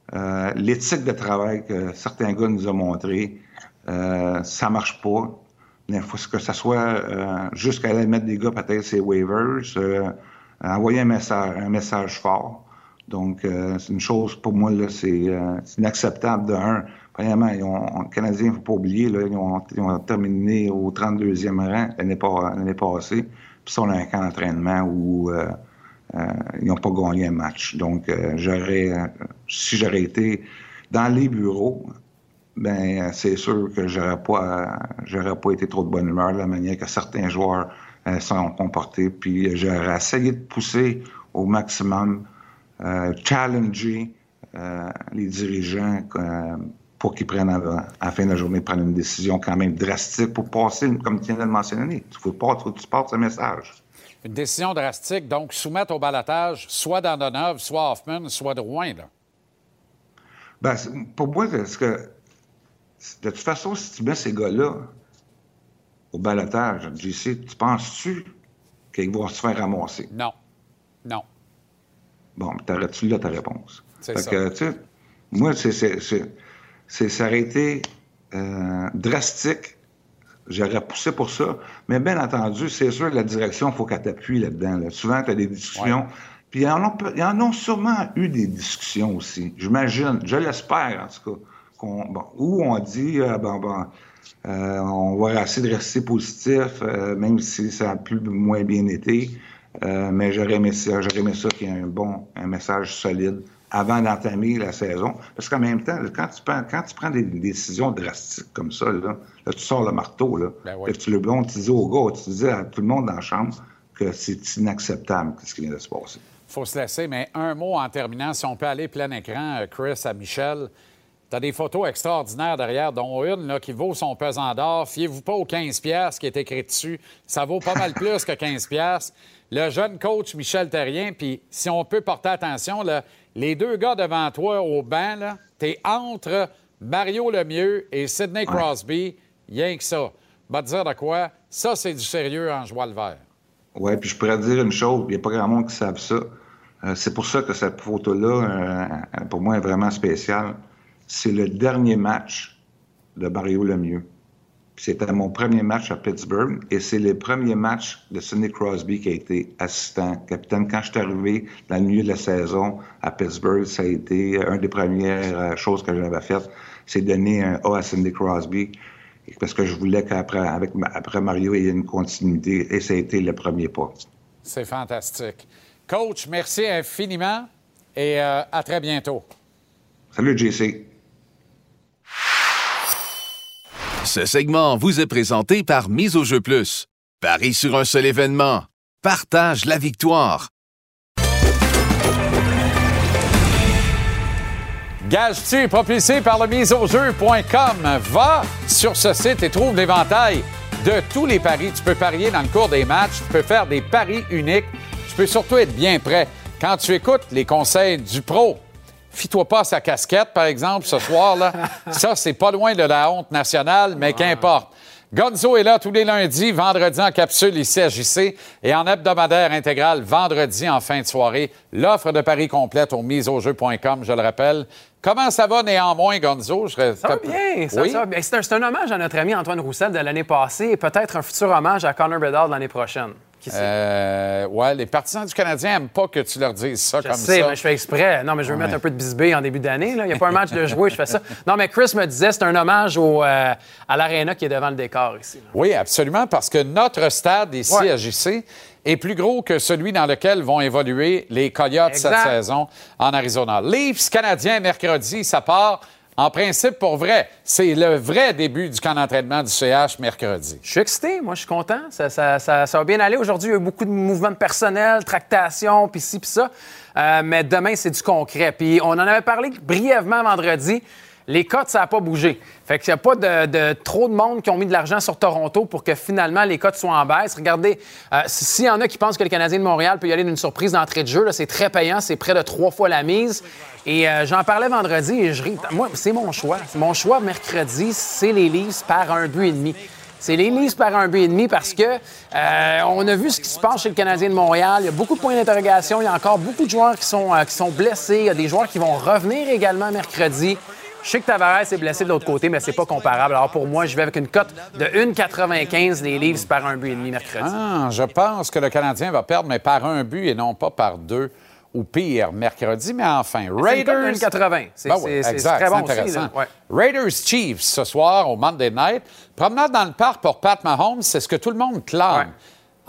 Speaker 14: Euh, l'éthique de travail que certains gars nous ont montré, euh, ça marche pas. Il faut que ça soit euh, jusqu'à aller mettre des gars peut-être ces waivers, euh, envoyer un message, un message fort. Donc, euh, c'est une chose pour moi, là, c'est, euh, c'est inacceptable de un. Premièrement, ils ont, les Canadiens, il ne faut pas oublier, là, ils, ont, ils ont terminé au trente-deuxième rang l'année, pas, l'année passée. Puis ils ont un camp d'entraînement où euh, euh, ils n'ont pas gagné un match. Donc, euh, j'aurais, euh, si j'aurais été dans les bureaux, ben c'est sûr que j'aurais pas, euh, j'aurais pas été trop de bonne humeur de la manière que certains joueurs euh, sont comportés. Puis j'aurais essayé de pousser au maximum, euh, challenger euh, les dirigeants euh, pour qu'ils prennent à, à la fin de la journée prendre une décision quand même drastique pour passer, comme tu viens de le mentionner. Il faut pas que tu passes un message.
Speaker 4: Une décision drastique, donc soumettre au balotage soit Dadonov, soit Hoffman, soit Drouin, là.
Speaker 14: Ben, pour moi, c'est que de toute façon, si tu mets ces gars-là au balotage, J C, tu penses-tu qu'ils vont se faire ramasser?
Speaker 4: Non. Non.
Speaker 14: Bon, t'arrêtes-tu là ta réponse?
Speaker 4: C'est
Speaker 14: fait
Speaker 4: ça.
Speaker 14: que, tu sais, moi, c'est, c'est, c'est, c'est, ça aurait été euh, drastique. J'aurais poussé pour ça. Mais bien entendu, c'est sûr que la direction, il faut qu'elle t'appuie là-dedans. Là. Souvent, tu as des discussions. Ouais. Puis, il y, en a, il y en a sûrement eu des discussions aussi. J'imagine, je l'espère en tout cas. Qu'on, bon, où on dit, euh, bon, bon, euh, on va essayer de rester positif, euh, même si ça a plus ou moins bien été. Euh, mais j'aurais aimé ça, j'aurais aimé ça qu'il y ait un bon, un message solide avant d'entamer la saison. Parce qu'en même temps, quand tu prends, quand tu prends des, des décisions drastiques comme ça, là, là tu sors le marteau, là. Ben oui. Tu le bon, tu dis aux gars, tu dis à tout le monde dans la chambre que c'est inacceptable ce qui vient de se passer.
Speaker 4: Il faut se laisser, mais un mot en terminant, si on peut aller plein écran, Chris, à Michel. Tu as des photos extraordinaires derrière, dont une là, qui vaut son pesant d'or. Fiez-vous pas aux quinze piastres qui est écrit dessus. Ça vaut pas mal plus que quinze piastres. Le jeune coach Michel Therrien, puis si on peut porter attention, là, les deux gars devant toi au banc, tu es entre Mario Lemieux et Sidney Crosby. Rien que ça. Va te dire de quoi? Ça, c'est du sérieux en jouant le vert.
Speaker 14: Oui, puis je pourrais te dire une chose. Il n'y a pas grand monde qui savent ça. Euh, c'est pour ça que cette photo-là, euh, pour moi, est vraiment spéciale. C'est le dernier match de Mario Lemieux. C'était mon premier match à Pittsburgh et c'est le premier match de Sidney Crosby qui a été assistant capitaine. Quand je suis arrivé dans le milieu de la saison à Pittsburgh, ça a été une des premières choses que j'avais faites. C'est donner un A à Sidney Crosby parce que je voulais qu'après avec, après Mario, il y ait une continuité et ça a été le premier pas.
Speaker 4: C'est fantastique. Coach, merci infiniment et euh, à très bientôt.
Speaker 14: Salut, J C.
Speaker 15: Ce segment vous est présenté par Mise au jeu plus. Parie sur un seul événement. Partage la victoire.
Speaker 4: Gage-tu, propulsé par le mise au jeu point com. Va sur ce site et trouve l'éventail de tous les paris. Tu peux parier dans le cours des matchs. Tu peux faire des paris uniques. Tu peux surtout être bien prêt. Quand tu écoutes les conseils du pro, fie-toi pas à sa casquette, par exemple, ce soir-là. Ça, c'est pas loin de la honte nationale, mais qu'importe. Gonzo est là tous les lundis, vendredi en capsule ici à J C et en hebdomadaire intégral vendredi en fin de soirée. L'offre de paris complète au mise au jeu point com, je le rappelle. Comment ça va néanmoins, Gonzo? Je serais...
Speaker 16: Ça va bien, ça,
Speaker 4: oui?
Speaker 16: ça va bien. C'est un, c'est un hommage à notre ami Antoine Roussel de l'année passée et peut-être un futur hommage à Connor Bedard de l'année prochaine. Qui sait?
Speaker 4: Euh, ouais, les partisans du Canadien n'aiment pas que tu leur dises ça
Speaker 16: je
Speaker 4: comme
Speaker 16: sais,
Speaker 4: ça.
Speaker 16: Mais je fais exprès. Non, mais je veux
Speaker 4: ouais.
Speaker 16: mettre un peu de bisbille en début d'année. Il n'y a pas un match de jouer, je fais ça. Non, mais Chris me disait c'est un hommage au, euh, à l'aréna qui est devant le décor ici. Là.
Speaker 4: Oui, absolument, parce que notre stade ici ouais. à J C est plus gros que celui dans lequel vont évoluer les Coyotes exact. Cette saison en Arizona. Leafs Canadiens, mercredi, ça part. En principe, pour vrai, c'est le vrai début du camp d'entraînement du C H mercredi.
Speaker 16: Je suis excité, moi, je suis content. Ça, ça, ça, ça va bien aller. Aujourd'hui, il y a eu beaucoup de mouvements de personnel, tractations, puis ci, puis ça. Euh, mais demain, c'est du concret. Puis on en avait parlé brièvement vendredi. Les cotes, ça n'a pas bougé. Fait qu'il n'y a pas de, de trop de monde qui ont mis de l'argent sur Toronto pour que finalement les cotes soient en baisse. Regardez, euh, s'il y en a qui pensent que le Canadien de Montréal peut y aller d'une surprise d'entrée de jeu, là, c'est très payant, c'est près de trois fois la mise. Et euh, j'en parlais vendredi et je ris. Moi, c'est mon choix. Mon choix mercredi, c'est les Leafs par un but et demi. c'est les Leafs par un but et demi parce que euh, on a vu ce qui se passe chez le Canadien de Montréal. Il y a beaucoup de points d'interrogation. Il y a encore beaucoup de joueurs qui sont, euh, qui sont blessés. Il y a des joueurs qui vont revenir également mercredi. Je sais que Tavares est blessé de l'autre côté, mais c'est pas comparable. Alors pour moi, je vais avec une cote de un virgule quatre-vingt-quinze les Leafs par un but et demi mercredi.
Speaker 4: Ah, je pense que le Canadien va perdre, mais par un but et non pas par deux ou pire mercredi. Mais enfin, Raiders...
Speaker 16: un virgule quatre-vingts. C'est,
Speaker 4: ben oui,
Speaker 16: c'est, c'est
Speaker 4: exact,
Speaker 16: très bon
Speaker 4: c'est intéressant.
Speaker 16: aussi. Là. Ouais.
Speaker 4: Raiders-Chiefs ce soir au Monday Night. Promenade dans le parc pour Pat Mahomes, c'est ce que tout le monde clame. Ouais.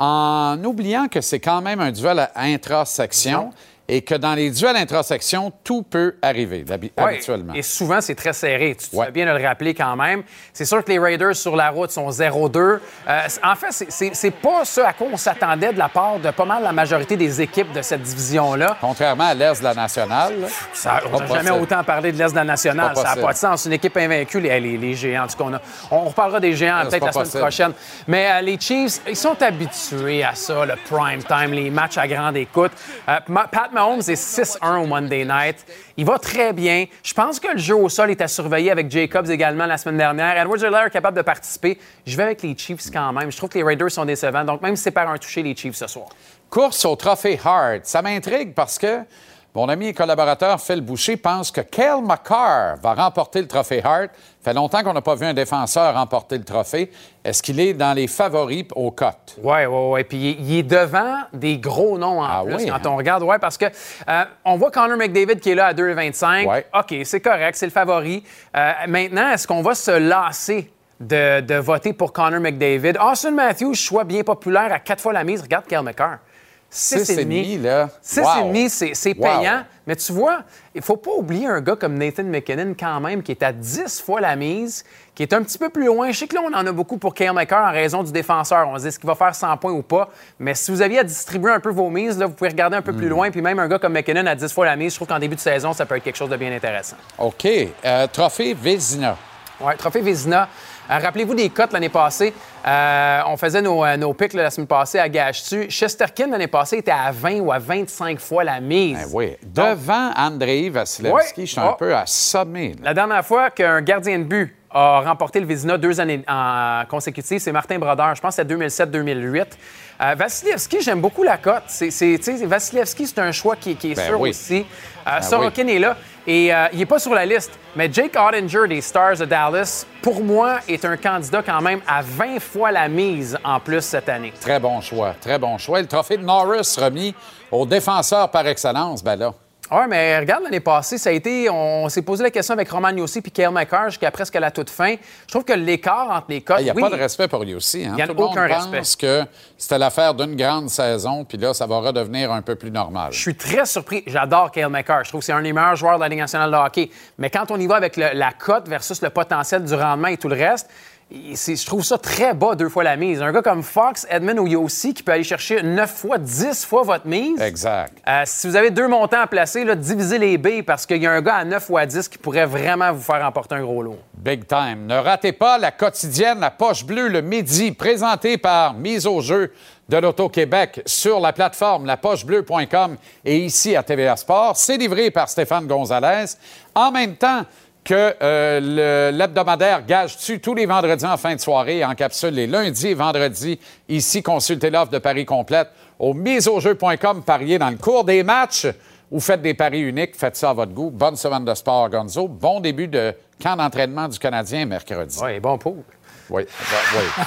Speaker 4: En oubliant que c'est quand même un duel à intra-section. Non. Et que dans les duels intra-section, tout peut arriver habi-
Speaker 16: ouais,
Speaker 4: habituellement.
Speaker 16: Et souvent, c'est très serré. Tu, tu
Speaker 4: ouais.
Speaker 16: fais bien de le rappeler quand même. C'est sûr que les Raiders sur la route sont zéro deux. Euh, en fait, c'est, c'est, c'est pas ce à quoi on s'attendait de la part de pas mal la majorité des équipes de cette division-là.
Speaker 4: Contrairement à l'Est de la Nationale.
Speaker 16: Ça, on n'a jamais autant parlé de l'Est de la Nationale. Ça n'a pas de sens. Une équipe invaincue, les, les, les géants. En tout cas, on, a, on reparlera des géants c'est peut-être la semaine possible. prochaine. Mais euh, les Chiefs, ils sont habitués à ça, le prime time, les matchs à grande écoute. Euh, Pat Mahomes est six un au Monday Night. Il va très bien. Je pense que le jeu au sol est à surveiller avec Jacobs également la semaine dernière. Edwards-Helaire est capable de participer. Je vais avec les Chiefs quand même. Je trouve que les Raiders sont décevants. Donc, même si c'est par un toucher, les Chiefs ce soir.
Speaker 4: Course au trophée Hart. Ça m'intrigue parce que mon ami et collaborateur Phil Boucher pense que Cale Makar va remporter le trophée Hart. Ça fait longtemps qu'on n'a pas vu un défenseur remporter le trophée. Est-ce qu'il est dans les favoris aux cotes?
Speaker 16: Oui, oui, oui. Puis il est devant des gros noms en ah, plus oui, quand hein? on regarde. Oui, parce que euh, on voit Connor McDavid qui est là à deux vingt-cinq. Ouais. OK, c'est correct, c'est le favori. Euh, maintenant, est-ce qu'on va se lasser de, de voter pour Connor McDavid? Austin Matthews, choix bien populaire à quatre fois la mise. Regarde Cale Makar. six virgule cinq,
Speaker 4: là.
Speaker 16: six virgule cinq, c'est, c'est payant. Wow. Mais tu vois, il ne faut pas oublier un gars comme Nathan McKinnon quand même, qui est à dix fois la mise, qui est un petit peu plus loin. Je sais que là, on en a beaucoup pour Cale Makar en raison du défenseur. On se dit est-ce qu'il va faire cent points ou pas. Mais si vous aviez à distribuer un peu vos mises, là, vous pouvez regarder un peu mm. plus loin. Puis même un gars comme McKinnon à dix fois la mise, je trouve qu'en début de saison, ça peut être quelque chose de bien intéressant.
Speaker 4: OK. Euh, trophée Vézina.
Speaker 16: Oui, trophée Vézina. Euh, rappelez-vous des cotes l'année passée. Euh, on faisait nos, euh, nos pics là, la semaine passée à Gage-tu. Shesterkin, l'année passée, était à vingt ou à vingt-cinq fois la mise.
Speaker 4: Ben oui. Devant Andrei Vasilevski, oui. je suis un oh. peu assommé. Là.
Speaker 16: La dernière fois qu'un gardien de but a remporté le Vézina deux années en consécutives, c'est Martin Brodeur. Je pense que c'est deux mille sept deux mille huit. Euh, Vasilevski, j'aime beaucoup la cote. C'est, c'est, Vasilevski, c'est un choix qui, qui est ben sûr oui. aussi. Euh, ben Sorokin oui. est là. Et euh, il n'est pas sur la liste. Mais Jake Ottinger des Stars de Dallas, pour moi, est un candidat quand même à vingt fois la mise en plus cette année.
Speaker 4: Très bon choix. Très bon choix. Le trophée de Norris remis au défenseur par excellence, ben là.
Speaker 16: Oui, mais regarde, l'année passée, ça a été... On s'est posé la question avec Roman Josi puis Cale Makar jusqu'à presque à la toute fin. Je trouve que l'écart entre les cotes...
Speaker 4: Il n'y a
Speaker 16: oui,
Speaker 4: pas de respect pour Josi. Hein?
Speaker 16: Il n'y a
Speaker 4: Tout
Speaker 16: aucun
Speaker 4: le monde
Speaker 16: respect.
Speaker 4: pense que c'était l'affaire d'une grande saison, puis là, ça va redevenir un peu plus normal.
Speaker 16: Je suis très surpris. J'adore Cale Makar. Je trouve que c'est un des meilleurs joueurs de la Ligue nationale de hockey. Mais quand on y va avec le, la cote versus le potentiel du rendement et tout le reste... C'est, je trouve ça très bas deux fois la mise. Un gars comme Fox, Edmund ou Josi qui peut aller chercher neuf fois, dix fois votre mise.
Speaker 4: Exact.
Speaker 16: Euh, si vous avez deux montants à placer, là, divisez les billes parce qu'il y a un gars à neuf ou à dix qui pourrait vraiment vous faire remporter un gros lot.
Speaker 4: Big time. Ne ratez pas la quotidienne La Poche Bleue le midi, présentée par Mise au jeu de l'Auto-Québec sur la plateforme la poche bleue point com et ici à T V A Sport. C'est livré par Stéphane Gonzalez. En même temps, que euh, le, l'hebdomadaire Gage-tu tous les vendredis en fin de soirée, en capsule les lundis et vendredis. Ici, consultez l'offre de paris complète au mise au jeu point com. Pariez dans le cours des matchs ou faites des paris uniques. Faites ça à votre goût. Bonne semaine de sport, Gonzo. Bon début de camp d'entraînement du Canadien mercredi.
Speaker 16: Oui, bon pour.
Speaker 4: Oui, oui.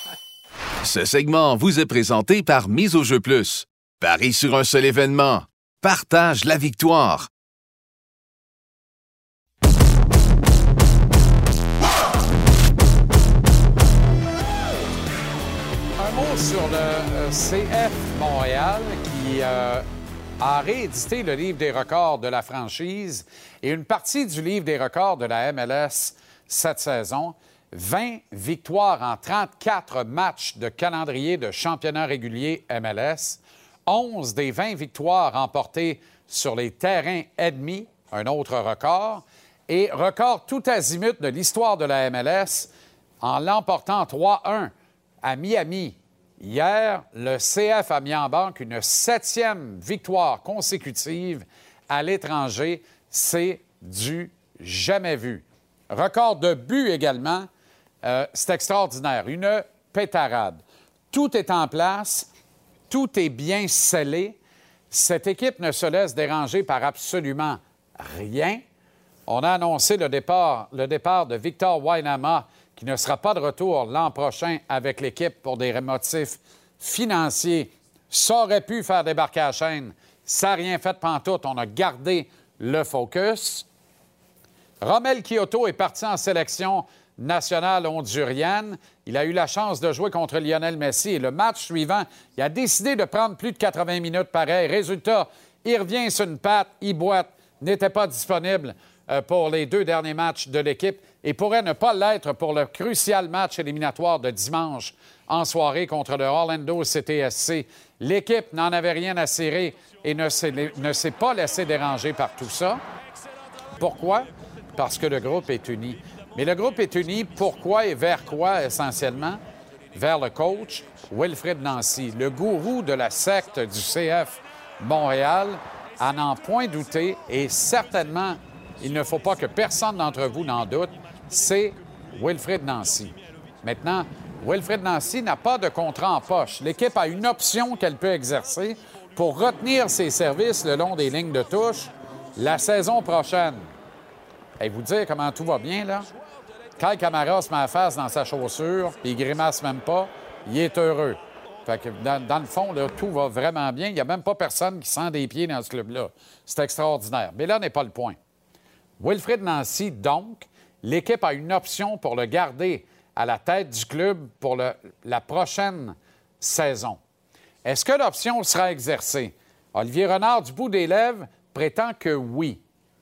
Speaker 15: Ce segment vous est présenté par Mise au jeu plus. Paris sur un seul événement. Partage la victoire.
Speaker 4: Sur le euh, C F Montréal qui euh, a réédité le livre des records de la franchise et une partie du livre des records de la M L S cette saison. vingt victoires en trente-quatre matchs de calendrier de championnat régulier M L S. onze des vingt victoires remportées sur les terrains ennemis, un autre record. Et record tout azimut de l'histoire de la M L S en l'emportant trois un à Miami. Hier, le C F a mis en banque une septième victoire consécutive à l'étranger. C'est du jamais vu. Record de buts également. Euh, c'est extraordinaire. Une pétarade. Tout est en place. Tout est bien scellé. Cette équipe ne se laisse déranger par absolument rien. On a annoncé le départ, le départ de Victor Wanyama, qui ne sera pas de retour l'an prochain avec l'équipe pour des motifs financiers. Ça aurait pu faire débarquer la chaîne. Ça n'a rien fait pantoute. On a gardé le focus. Romel Kyoto est parti en sélection nationale hondurienne. Il a eu la chance de jouer contre Lionel Messi. Et le match suivant, il a décidé de prendre plus de quatre-vingts minutes pareil. Résultat, il revient sur une patte, il boite, n'était pas disponible euh, pour les deux derniers matchs de l'équipe et pourrait ne pas l'être pour le crucial match éliminatoire de dimanche en soirée contre le Orlando C T S C. L'équipe n'en avait rien à cirer et ne s'est, ne s'est pas laissé déranger par tout ça. Pourquoi? Parce que le groupe est uni. Mais le groupe est uni, pourquoi et vers quoi essentiellement? Vers le coach Wilfrid Nancy, le gourou de la secte du C F Montréal, à n'en point douter, et certainement, il ne faut pas que personne d'entre vous n'en doute, c'est Wilfrid Nancy. Maintenant, Wilfrid Nancy n'a pas de contrat en poche. L'équipe a une option qu'elle peut exercer pour retenir ses services le long des lignes de touche la saison prochaine. Et vous dire comment tout va bien, là? Kyle Camara se met la face dans sa chaussure, puis il grimace même pas, il est heureux. Fait que dans, dans le fond, là, tout va vraiment bien. Il n'y a même pas personne qui sent des pieds dans ce club-là. C'est extraordinaire. Mais là n'est pas le point. Wilfrid Nancy, donc, l'équipe a une option pour le garder à la tête du club pour le, la prochaine saison. Est-ce que l'option sera exercée? Olivier Renard, du bout des lèvres, prétend que oui.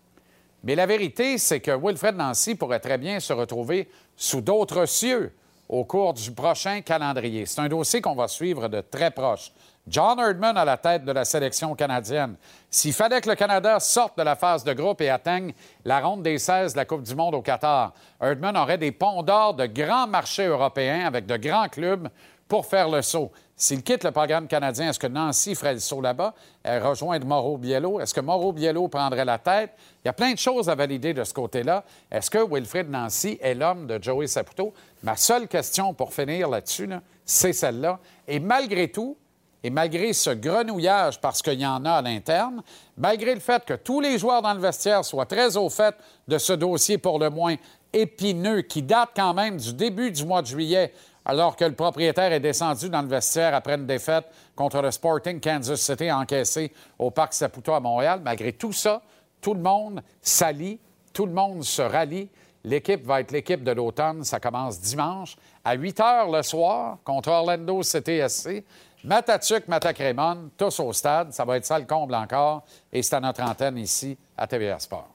Speaker 4: Mais la vérité, c'est que Wilfrid Nancy pourrait très bien se retrouver sous d'autres cieux au cours du prochain calendrier. C'est un dossier qu'on va suivre de très proche. John Herdman à la tête de la sélection canadienne. S'il fallait que le Canada sorte de la phase de groupe et atteigne la ronde des seize de la Coupe du monde au Qatar, Herdman aurait des ponts d'or de grands marchés européens avec de grands clubs pour faire le saut. S'il quitte le programme canadien, est-ce que Nancy ferait le saut là-bas? Elle rejoindre Mauro Biello? Est-ce que Mauro Biello prendrait la tête? Il y a plein de choses à valider de ce côté-là. Est-ce que Wilfrid Nancy est l'homme de Joey Saputo? Ma seule question pour finir là-dessus, là, c'est celle-là. Et malgré tout, et malgré ce grenouillage, parce qu'il y en a à l'interne, malgré le fait que tous les joueurs dans le vestiaire soient très au fait de ce dossier pour le moins épineux, qui date quand même du début du mois de juillet, alors que le propriétaire est descendu dans le vestiaire après une défaite contre le Sporting Kansas City encaissé au Parc Saputo à Montréal. Malgré tout ça, tout le monde s'allie, tout le monde se rallie. L'équipe va être l'équipe de l'automne. Ça commence dimanche à huit heures le soir contre Orlando C T S C. Matatuc, Matacrémon, tous au stade. Ça va être ça le comble encore. Et c'est à notre antenne ici à T V R Sport.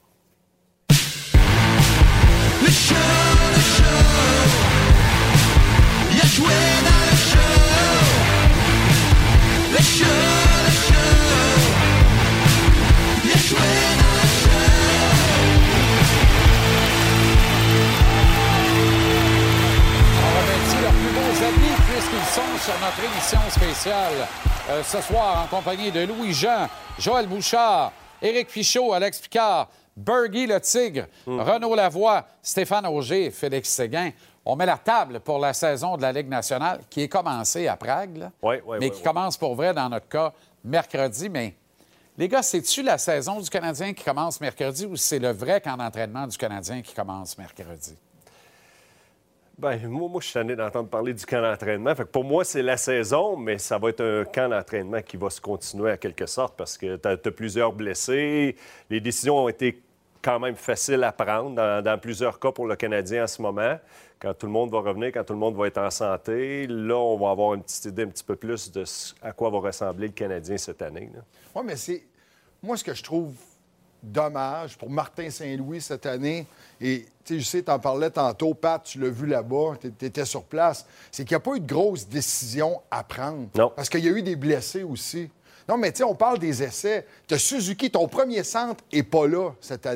Speaker 13: Le show, le show. Il a joué dans le show. Le show, le show. Il a joué dans le show.
Speaker 4: On remercie leurs plus beaux amis puisqu'ils sont sur notre émission spéciale euh, ce soir en compagnie de Louis-Jean, Joël Bouchard, Éric Fichaud, Alex Picard, Bergy le Tigre, mm. Renaud Lavoie, Stéphane Auger et Félix Séguin. On met la table pour la saison de la Ligue nationale qui est commencée à Prague, là,
Speaker 17: ouais, ouais,
Speaker 4: mais
Speaker 17: ouais,
Speaker 4: qui
Speaker 17: ouais.
Speaker 4: commence pour vrai dans notre cas mercredi. Mais les gars, c'est-tu la saison du Canadien qui commence mercredi ou c'est le vrai camp d'entraînement du Canadien qui commence mercredi?
Speaker 17: Ben, moi, moi, je suis tanné d'entendre parler du camp d'entraînement. Fait que pour moi, c'est la saison, mais ça va être un camp d'entraînement qui va se continuer à quelque sorte parce que tu as plusieurs blessés. Les décisions ont été quand même faciles à prendre dans, dans plusieurs cas pour le Canadien en ce moment. Quand tout le monde va revenir, quand tout le monde va être en santé, là, on va avoir une petite idée un petit peu plus de à quoi va ressembler le Canadien cette année.
Speaker 18: Oui, mais c'est... Moi, ce que je trouve dommage pour Martin Saint-Louis cette année, et tu sais, je sais, t'en parlais tantôt, Pat, tu l'as vu là-bas, t'étais sur place, c'est qu'il n'y a pas eu de grosse décision à prendre.
Speaker 17: Non.
Speaker 18: Parce qu'il y a eu des blessés aussi. Non, mais tu sais, on parle des essais. T'as Suzuki, ton premier centre n'est pas là cette année.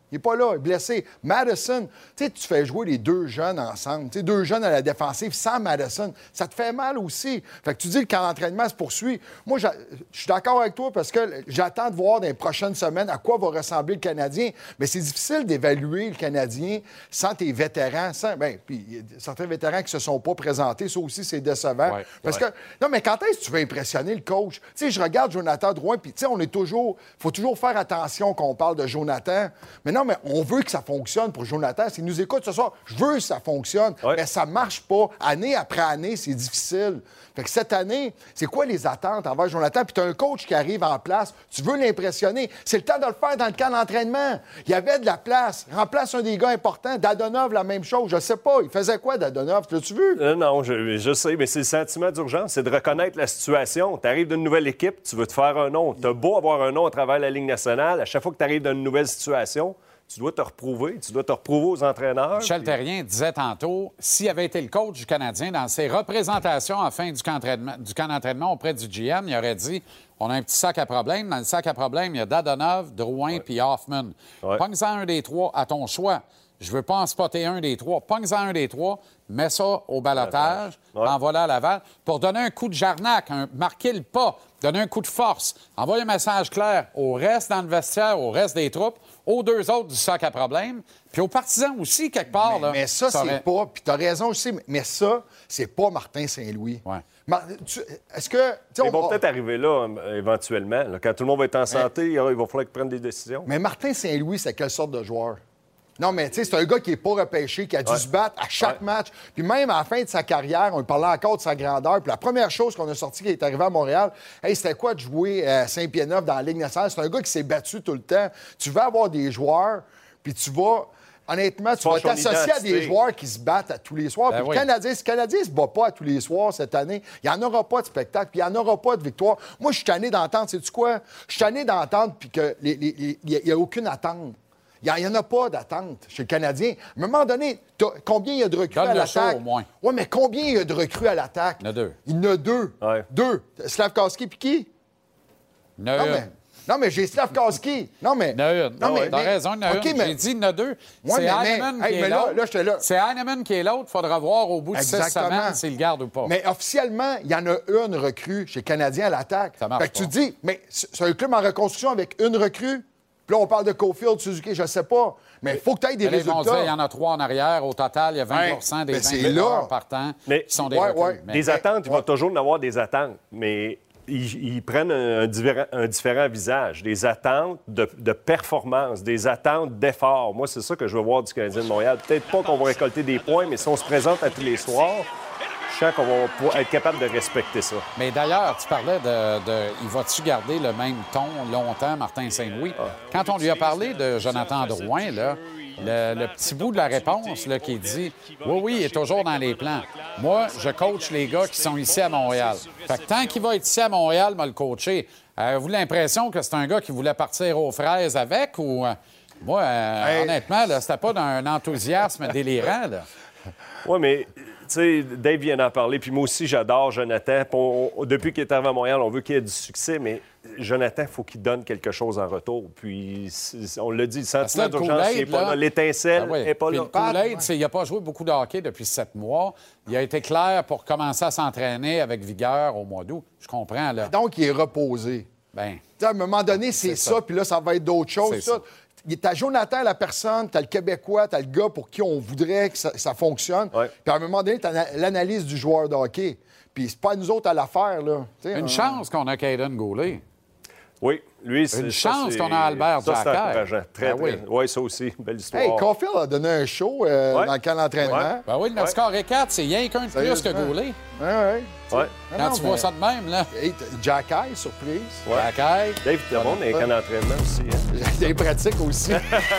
Speaker 18: Il n'est pas là, il est blessé. Madison, tu sais, tu fais jouer les deux jeunes ensemble. Tu sais, deux jeunes à la défensive sans Madison, ça te fait mal aussi. Fait que tu dis que quand l'entraînement se poursuit, moi, je suis d'accord avec toi parce que j'attends de voir dans les prochaines semaines à quoi va ressembler le Canadien. Mais c'est difficile d'évaluer le Canadien sans tes vétérans. Sans, ben, puis il y a certains vétérans qui ne se sont pas présentés. Ça aussi, c'est décevant.
Speaker 4: Ouais,
Speaker 18: parce
Speaker 4: ouais.
Speaker 18: que, non, mais quand est-ce que tu veux impressionner le coach? Tu sais, je regarde Jonathan Drouin, puis tu sais, on est toujours... Il faut toujours faire attention quand on parle de Jonathan. Mais non, mais on veut que ça fonctionne pour Jonathan. S'il nous écoute ce soir, je veux que ça fonctionne. Ouais. Mais ça marche pas. Année après année, c'est difficile. Fait que cette année, c'est quoi les attentes envers Jonathan? Puis tu as un coach qui arrive en place, tu veux l'impressionner. C'est le temps de le faire dans le camp d'entraînement. Il y avait de la place. Remplace un des gars importants. Dadonov, la même chose. Je sais pas. Il faisait quoi, Dadonov? L'as-tu vu?
Speaker 17: Euh, non, je, je sais, mais c'est le sentiment d'urgence. C'est de reconnaître la situation. Tu arrives d'une nouvelle équipe, tu veux te faire un nom. Tu as beau avoir un nom à travers la Ligue nationale. À chaque fois que tu arrives dans une nouvelle situation, tu dois te reprouver, tu dois te reprouver aux entraîneurs.
Speaker 4: Michel
Speaker 17: puis...
Speaker 4: Therrien disait tantôt, s'il avait été le coach du Canadien dans ses représentations à fin du camp d'entraînement, du camp d'entraînement auprès du G M, il aurait dit, on a un petit sac à problème. Dans le sac à problème, il y a Dadonov, Drouin
Speaker 17: ouais.
Speaker 4: puis Hoffman. Ouais. Pogne-en un des trois à ton choix. Je veux pas en spotter un des trois. Pogne-en un des trois, mets ça au balotage, ouais. envoie-le à Laval pour donner un coup de jarnac, un, marquer le pas, donner un coup de force, envoyer un message clair au reste dans le vestiaire, au reste des troupes, aux deux autres du sac à problème, puis aux partisans aussi, quelque part.
Speaker 18: Mais,
Speaker 4: là,
Speaker 18: mais ça,
Speaker 4: ça
Speaker 18: c'est
Speaker 4: aurait...
Speaker 18: pas... Puis t'as raison aussi, mais ça, c'est pas Martin Saint-Louis.
Speaker 4: Ouais.
Speaker 18: Mar... tu... Est-ce que...
Speaker 17: Ils vont va... peut-être arriver là, éventuellement. Là. Quand tout le monde va être en santé, mais... il va falloir qu'ils prennent des décisions.
Speaker 18: Mais Martin Saint-Louis, c'est quelle sorte de joueur? Non, mais tu sais, c'est un gars qui n'est pas repêché, qui a dû ouais. se battre à chaque ouais. match. Puis même à la fin de sa carrière, on parlait encore de sa grandeur. Puis la première chose qu'on a sortie qui est arrivé à Montréal, hey, c'était quoi de jouer à Saint-Pierre-Neuf dans la Ligue nationale? C'est un gars qui s'est battu tout le temps. Tu vas avoir des joueurs, puis tu vas... Honnêtement, tu vas t'associer à des joueurs qui se battent à tous les soirs. Ben puis oui. le Canadien, si le Canadien ne se bat pas à tous les soirs cette année, il n'y en aura pas de spectacle, puis il n'y en aura pas de victoire. Moi, je suis tanné d'entendre, sais-tu quoi? Je suis tanné d'entendre, puis qu'il n'y a aucune attente. Il n'y en a pas d'attente chez le Canadien. À un moment donné, combien il y a de recrues
Speaker 4: Donne
Speaker 18: à l'attaque?
Speaker 4: au moins.
Speaker 18: Oui, mais combien il y a de recrues à l'attaque?
Speaker 4: Il y en a deux.
Speaker 18: Il y en a deux.
Speaker 17: Ouais.
Speaker 18: Deux. Slavkovski puis qui?
Speaker 4: Il y en a
Speaker 18: non,
Speaker 4: une.
Speaker 18: Mais, non, mais j'ai Slavkovski. Non, mais...
Speaker 4: Il y en a une. Non, mais, t'as mais, raison, il y en a okay, une. Mais... J'ai dit il y en a deux.
Speaker 18: Ouais,
Speaker 4: c'est
Speaker 18: Heinemann
Speaker 4: qui
Speaker 18: hey,
Speaker 4: est
Speaker 18: là, là, j'étais là.
Speaker 4: C'est Heinemann qui est l'autre. Il faudra voir au bout de
Speaker 18: Exactement.
Speaker 4: six semaines s'il le garde ou pas.
Speaker 18: Mais officiellement, il y en a une recrue chez le Canadien à l'attaque.
Speaker 4: Ça marche
Speaker 18: fait que
Speaker 4: pas.
Speaker 18: tu dis, mais c'est un club en reconstruction avec une recrue? Puis là, on parle de Caulfield, Suzuki, je ne sais pas. Mais il faut que tu aies des
Speaker 4: mais
Speaker 18: résultats.
Speaker 4: Ils vont dire, il y en a trois en arrière. Au total, il y a vingt pour cent
Speaker 18: ouais,
Speaker 4: des
Speaker 18: vingt joueurs
Speaker 4: partants
Speaker 17: mais,
Speaker 4: qui sont des
Speaker 18: ouais,
Speaker 4: recrues.
Speaker 18: Ouais.
Speaker 4: Mais,
Speaker 17: des
Speaker 4: mais,
Speaker 17: attentes, il
Speaker 18: ouais.
Speaker 17: va toujours en avoir des attentes. Mais ils, ils prennent un, un, différent, un différent visage. Des attentes de, de performance, des attentes d'effort. Moi, c'est ça que je veux voir du Canadien de Montréal. Peut-être pas qu'on va récolter des points, mais si on se présente à tous les soirs... Je sens qu'on va être capable de respecter ça.
Speaker 4: Mais d'ailleurs, tu parlais de, de... Il va-tu garder le même ton longtemps, Martin Saint-Louis? Ah. Quand on lui a parlé de Jonathan Drouin, là, le, le petit bout de la réponse là, qui dit « Oui, oui, il est toujours dans les plans. Moi, je coach les gars qui sont ici à Montréal. Fait que tant qu'il va être ici à Montréal, m'a le coacher. Avez-vous l'impression que c'est un gars qui voulait partir aux fraises avec ou... Moi, euh, hey. honnêtement, là, c'était pas d'un enthousiasme délirant, là.
Speaker 17: Oui, mais... Tu sais, Dave vient d'en parler, puis moi aussi, j'adore Jonathan. On, on, depuis qu'il est arrivé à Montréal, on veut qu'il ait du succès, mais Jonathan, il faut qu'il donne quelque chose en retour. Puis, on l'a dit, le sentiment d'urgence, il n'est pas là. L'étincelle n'est ah oui. pas
Speaker 4: puis
Speaker 17: là.
Speaker 4: Le Kool-Aid, il n'a pas joué beaucoup de hockey depuis sept mois. Il a été clair pour commencer à s'entraîner avec vigueur au mois d'août. Je comprends, là.
Speaker 18: Donc, il est reposé.
Speaker 4: Bien.
Speaker 18: À un moment donné, c'est ça, ça. Puis là, ça va être d'autres choses. Ça. Ça. T'as Jonathan, la personne, t'as le Québécois, t'as le gars pour qui on voudrait que ça, ça fonctionne. Ouais. Puis à un moment donné, t'as l'analyse du joueur de hockey. Puis c'est pas nous autres à la faire, là. T'sais,
Speaker 4: Une
Speaker 18: euh...
Speaker 4: chance qu'on a Caden Goulet.
Speaker 17: Oui, lui, c'est...
Speaker 4: Une chance qu'on a Albert
Speaker 17: Jacquet. Ça, c'est
Speaker 4: encourageant.
Speaker 17: Très, ben oui. Très... Oui, ça aussi, belle histoire.
Speaker 18: Hey, Caulfield a donné un show euh, ouais. dans le camp d'entraînement.
Speaker 4: Ouais. Ben oui, le ouais. score est quatre, c'est rien qu'un de plus que Goulet.
Speaker 18: Oui, oui.
Speaker 17: Ouais.
Speaker 4: Quand non, tu mais... vois ça de même, là.
Speaker 18: Hey, Jacquet, surprise.
Speaker 4: Ouais. Jacquet.
Speaker 17: Dave, t'es bon dans les camps d'entraînement aussi. Hein?
Speaker 18: Des pratiques aussi.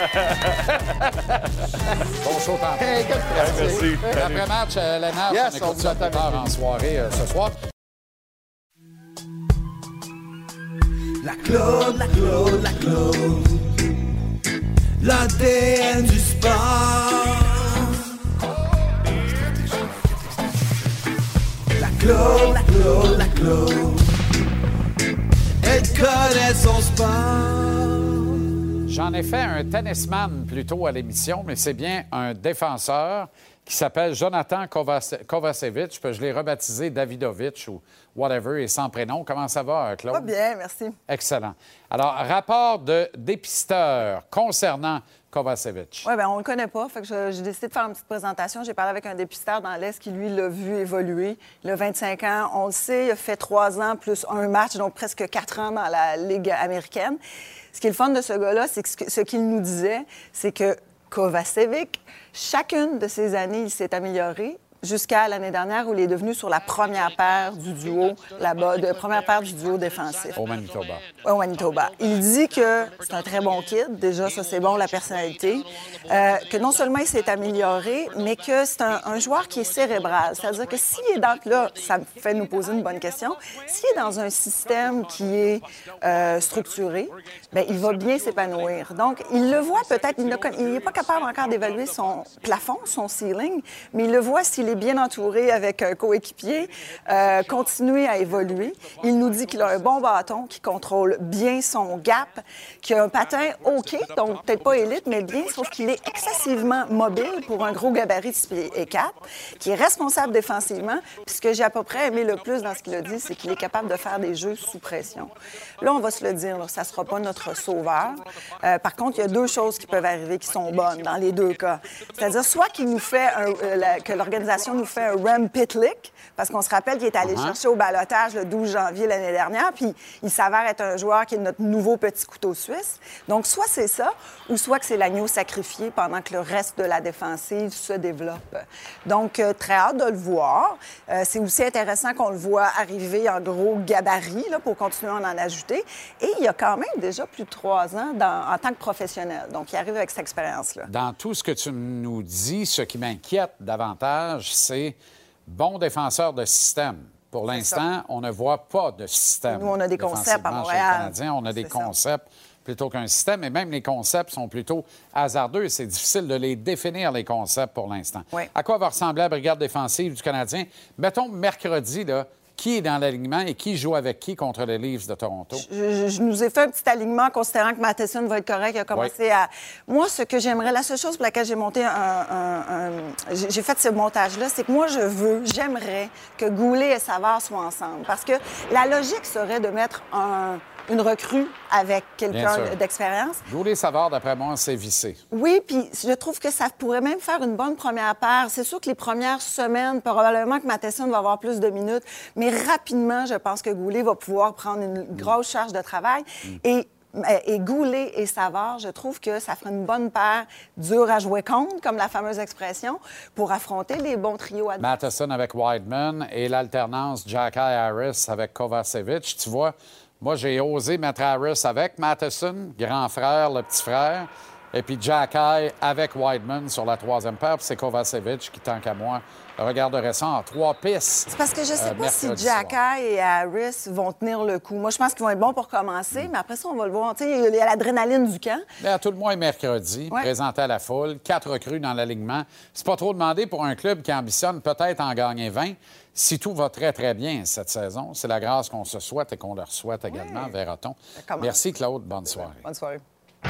Speaker 4: Bon show, tantôt.
Speaker 18: Hey, quelle pratique.
Speaker 17: Merci.
Speaker 4: Après match, euh, Lennart,
Speaker 18: yes,
Speaker 4: on écoute ça plus tard en soirée euh, ce soir.
Speaker 13: La Claude, la Claude, la Claude, l'A D N du sport. La Claude, la Claude, la Claude, elle connaît son sport.
Speaker 4: J'en ai fait un tennisman plus tôt à l'émission, mais c'est bien un défenseur qui s'appelle Jonathan Kovace- Kovacevic. Je l'ai rebaptisé Davidovich ou whatever, et sans prénom. Comment ça va, Claude?
Speaker 19: Pas bien, merci.
Speaker 4: Excellent. Alors, rapport de dépisteur concernant Kovacevic.
Speaker 19: Oui, bien, on ne le connaît pas. Fait que je- j'ai décidé de faire une petite présentation. J'ai parlé avec un dépisteur dans l'Est qui, lui, l'a vu évoluer. Il a vingt-cinq ans. On le sait, il a fait trois ans plus un match, donc presque quatre ans dans la Ligue américaine. Ce qui est le fun de ce gars-là, c'est que ce que- ce qu'il nous disait, c'est que Kovacevic, chacune de ces années, il s'est amélioré jusqu'à l'année dernière où il est devenu sur la première paire du duo là-bas, de première paire du duo défensif.
Speaker 4: Au Manitoba.
Speaker 19: Au Manitoba. Il dit que c'est un très bon kid. Déjà, ça, c'est bon, la personnalité. Euh, que non seulement il s'est amélioré, mais que c'est un, un joueur qui est cérébral. C'est-à-dire que s'il est dans... Là, ça me fait nous poser une bonne question. S'il est dans un système qui est euh, structuré, bien, il va bien s'épanouir. Donc, il le voit peut-être... Il n'est pas capable encore d'évaluer son plafond, son ceiling, mais il le voit s'il est bien entouré avec un coéquipier, euh, continuer à évoluer. Il nous dit qu'il a un bon bâton, qu'il contrôle bien son gap, qu'il a un patin OK, donc peut-être pas élite, mais bien, sauf qu'il est excessivement mobile pour un gros gabarit de six pieds et quatre, qui est responsable défensivement. Puis ce que j'ai à peu près aimé le plus dans ce qu'il a dit, c'est qu'il est capable de faire des jeux sous pression. Là, on va se le dire, là, ça ne sera pas notre sauveur. Euh, par contre, il y a deux choses qui peuvent arriver qui sont bonnes dans les deux cas. C'est-à-dire soit qu'il nous fait un, euh, la, que l'organisation nous fait un Rem Pitlick, parce qu'on se rappelle qu'il est allé
Speaker 4: Uh-huh.
Speaker 19: chercher au balotage le douze janvier l'année dernière, puis il s'avère être un joueur qui est notre nouveau petit couteau suisse. Donc, soit c'est ça, ou soit que c'est l'agneau sacrifié pendant que le reste de la défensive se développe. Donc, euh, très hâte de le voir. Euh, c'est aussi intéressant qu'on le voit arriver en gros gabarit là, pour continuer à en ajouter. Et il y a quand même déjà plus de trois ans dans, en tant que professionnel. Donc, il arrive avec cette expérience-là.
Speaker 4: Dans tout ce que tu nous dis, ce qui m'inquiète davantage, c'est bon défenseur de système. Pour l'instant, on ne voit pas de système.
Speaker 19: Nous, on a des concepts à
Speaker 4: défensivement chez
Speaker 19: Montréal.
Speaker 4: le Canadien. On a des
Speaker 19: C'est ça.
Speaker 4: concepts plutôt qu'un système. Et même les concepts sont plutôt hasardeux. C'est difficile de les définir, les concepts, pour l'instant.
Speaker 19: Oui.
Speaker 4: À quoi va ressembler la brigade défensive du Canadien? Mettons mercredi, là, qui est dans l'alignement et qui joue avec qui contre les Leafs de Toronto?
Speaker 19: Je, je- je nous ai fait un petit alignement considérant que Matheson va être correct. Il a commencé
Speaker 4: Oui.
Speaker 19: à... Moi, ce que j'aimerais, la seule chose pour laquelle j'ai monté un... un- un- j'ai j'ai fait ce montage-là, c'est que moi, je veux, j'aimerais que Goulet et Savard soient ensemble. Parce que la logique serait de mettre un- une recrue avec
Speaker 4: Bien
Speaker 19: quelqu'un
Speaker 4: sûr.
Speaker 19: d'expérience.
Speaker 4: Goulet-Savard, d'après moi, c'est vissé.
Speaker 19: Oui, puis je trouve que ça pourrait même faire une bonne première paire. C'est sûr que les premières semaines, probablement que Matheson va avoir plus de minutes, mais rapidement, je pense que Goulet va pouvoir prendre une grosse charge de travail. Et, et Goulet et Savard, je trouve que ça ferait une bonne paire dure à jouer contre, comme la fameuse expression, pour affronter les bons trios adverses.
Speaker 4: Matheson avec Wideman et l'alternance Jacky Harris avec Kovacevic. Tu vois, moi, j'ai osé mettre Harris avec Matheson, grand frère, le petit frère, et puis Jacky avec Wideman sur la troisième paire. Puis c'est Kovacevic qui, tant qu'à moi, regarderait ça en trois pistes.
Speaker 19: C'est parce que je ne sais
Speaker 4: euh,
Speaker 19: pas si
Speaker 4: mercredi soir.
Speaker 19: Jacky et Harris vont tenir le coup. Moi, je pense qu'ils vont être bons pour commencer, mais après ça, on va le voir. Tu sais, il y a l'adrénaline du camp.
Speaker 4: Mais à tout le moins, mercredi,
Speaker 19: Ouais.
Speaker 4: présenté à la foule, quatre recrues dans l'alignement. C'est pas trop demandé pour un club qui ambitionne peut-être en gagner vingt. Si tout va très, très bien cette saison, c'est la grâce qu'on se souhaite et qu'on leur souhaite également, verra-t-on.
Speaker 19: commence.
Speaker 4: Merci, Claude. Bonne soirée.
Speaker 19: Bonne soirée.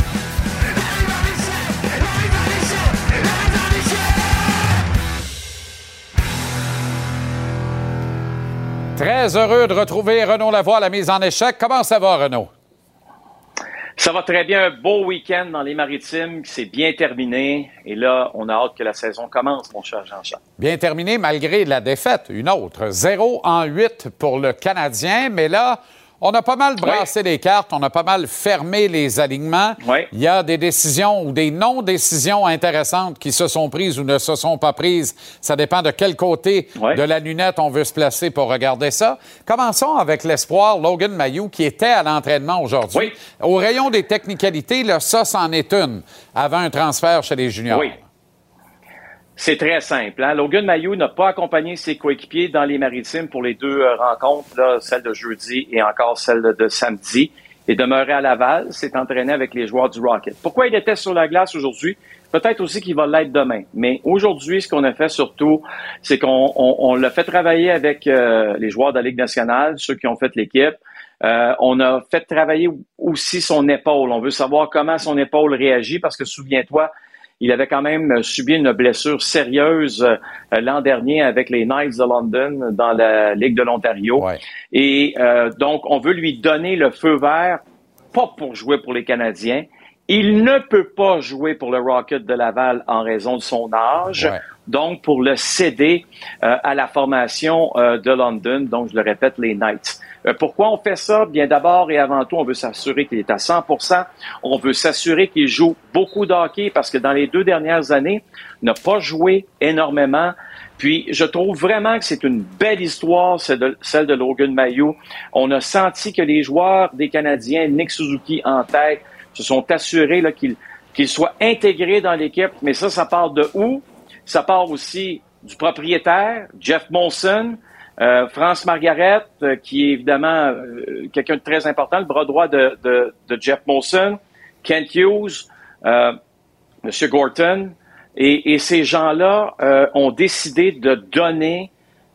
Speaker 4: Très heureux de retrouver Renaud Lavoie à la mise en échec. Comment ça va, Renaud?
Speaker 5: Ça va très bien. Un beau week-end dans les Maritimes qui s'est bien terminé. Et là, on a hâte que la saison commence, mon cher Jean-Charles.
Speaker 4: Bien terminé malgré la défaite, une autre. zéro en huit pour le Canadien, mais là, on a pas mal brassé les cartes, on a pas mal fermé les alignements.
Speaker 5: Oui.
Speaker 4: Il y a des décisions ou des non-décisions intéressantes qui se sont prises ou ne se sont pas prises. Ça dépend de quel côté
Speaker 5: Oui.
Speaker 4: de la lunette on veut se placer pour regarder ça. Commençons avec l'espoir Logan Mailloux qui était à l'entraînement aujourd'hui.
Speaker 5: Oui.
Speaker 4: Au rayon des technicalités, là, ça, c'en est une avant un transfert chez les juniors.
Speaker 5: Oui. C'est très simple. Hein? Logan Mailloux n'a pas accompagné ses coéquipiers dans les Maritimes pour les deux euh, rencontres, là, celle de jeudi et encore celle de, de samedi. Il est demeuré à Laval, s'est entraîné avec les joueurs du Rocket. Pourquoi il était sur la glace aujourd'hui? Peut-être aussi qu'il va l'être demain. Mais aujourd'hui, ce qu'on a fait surtout, c'est qu'on on, on l'a fait travailler avec euh, les joueurs de la Ligue nationale, ceux qui ont fait l'équipe.
Speaker 20: Euh, on a fait travailler aussi son épaule. On veut savoir comment son épaule réagit parce que, souviens-toi, il avait quand même subi une blessure sérieuse euh, l'an dernier avec les Knights de London dans la Ligue de l'Ontario. Ouais. Et euh, donc, on veut lui donner le feu vert, pas pour jouer pour les Canadiens. Il ne peut pas jouer pour le Rocket de Laval en raison de son âge. Ouais. Donc, pour le céder euh, à la formation euh, de London, donc je le répète, les Knights. Euh, pourquoi on fait ça? Bien d'abord et avant tout, on veut s'assurer qu'il est à cent pour cent. On veut s'assurer qu'il joue beaucoup de hockey parce que dans les deux dernières années, il n'a pas joué énormément. Puis, je trouve vraiment que c'est une belle histoire, celle de, celle de Logan Mailloux. On a senti que les joueurs des Canadiens, Nick Suzuki en tête, se sont assurés là, qu'il, qu'il soit intégré dans l'équipe. Mais ça, ça part de où? Ça part aussi du propriétaire, Jeff Molson, euh, France Margaret, euh, qui est évidemment euh, quelqu'un de très important, le bras droit de, de, de Jeff Molson, Kent Hughes, euh, M. Gorton. Et, et ces gens-là euh, ont décidé de donner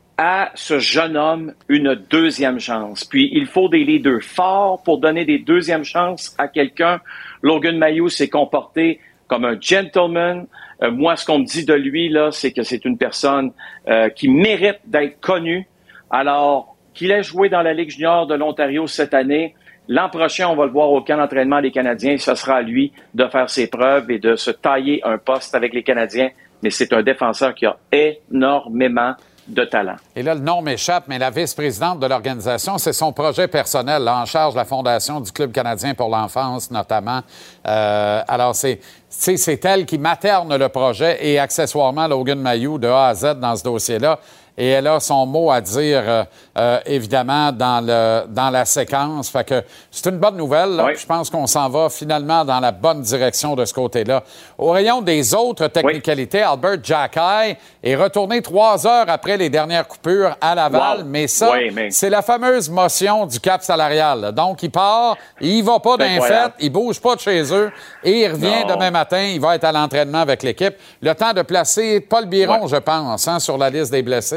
Speaker 20: à ce jeune homme une deuxième chance. Puis, il faut des leaders forts pour donner des deuxièmes chances à quelqu'un. Logan Mailloux s'est comporté comme un gentleman. Euh, moi, ce qu'on me dit de lui, là, c'est que c'est une personne euh, qui mérite d'être connue. Alors, qu'il ait joué dans la Ligue junior de l'Ontario cette année, l'an prochain, on va le voir au camp d'entraînement des Canadiens. Ce sera à lui de faire ses preuves et de se tailler un poste avec les Canadiens. Mais c'est un défenseur qui a énormément de talent.
Speaker 4: Et là, le nom m'échappe, mais la vice-présidente de l'organisation, c'est son projet personnel, là, en charge de la fondation du Club canadien pour l'enfance, notamment. Euh, alors, c'est, c'est, c'est elle qui materne le projet et accessoirement Logan Mailloux de A à Z dans ce dossier-là. Et elle a son mot à dire, euh, euh, évidemment, dans le dans la séquence. Fait que c'est une bonne nouvelle. Là. Oui. Je pense qu'on s'en va finalement dans la bonne direction de ce côté-là. Au rayon des autres technicalités, oui. Albert Xhekaj est retourné trois heures après les dernières coupures à Laval. Wow. Mais ça, oui, mais... c'est la fameuse motion du cap salarial. Là. Donc, il part, il va pas d'un fait, il bouge pas de chez eux et il revient non. demain matin. Il va être à l'entraînement avec l'équipe. Le temps de placer Paul Biron, oui. je pense, hein, sur la liste des blessés.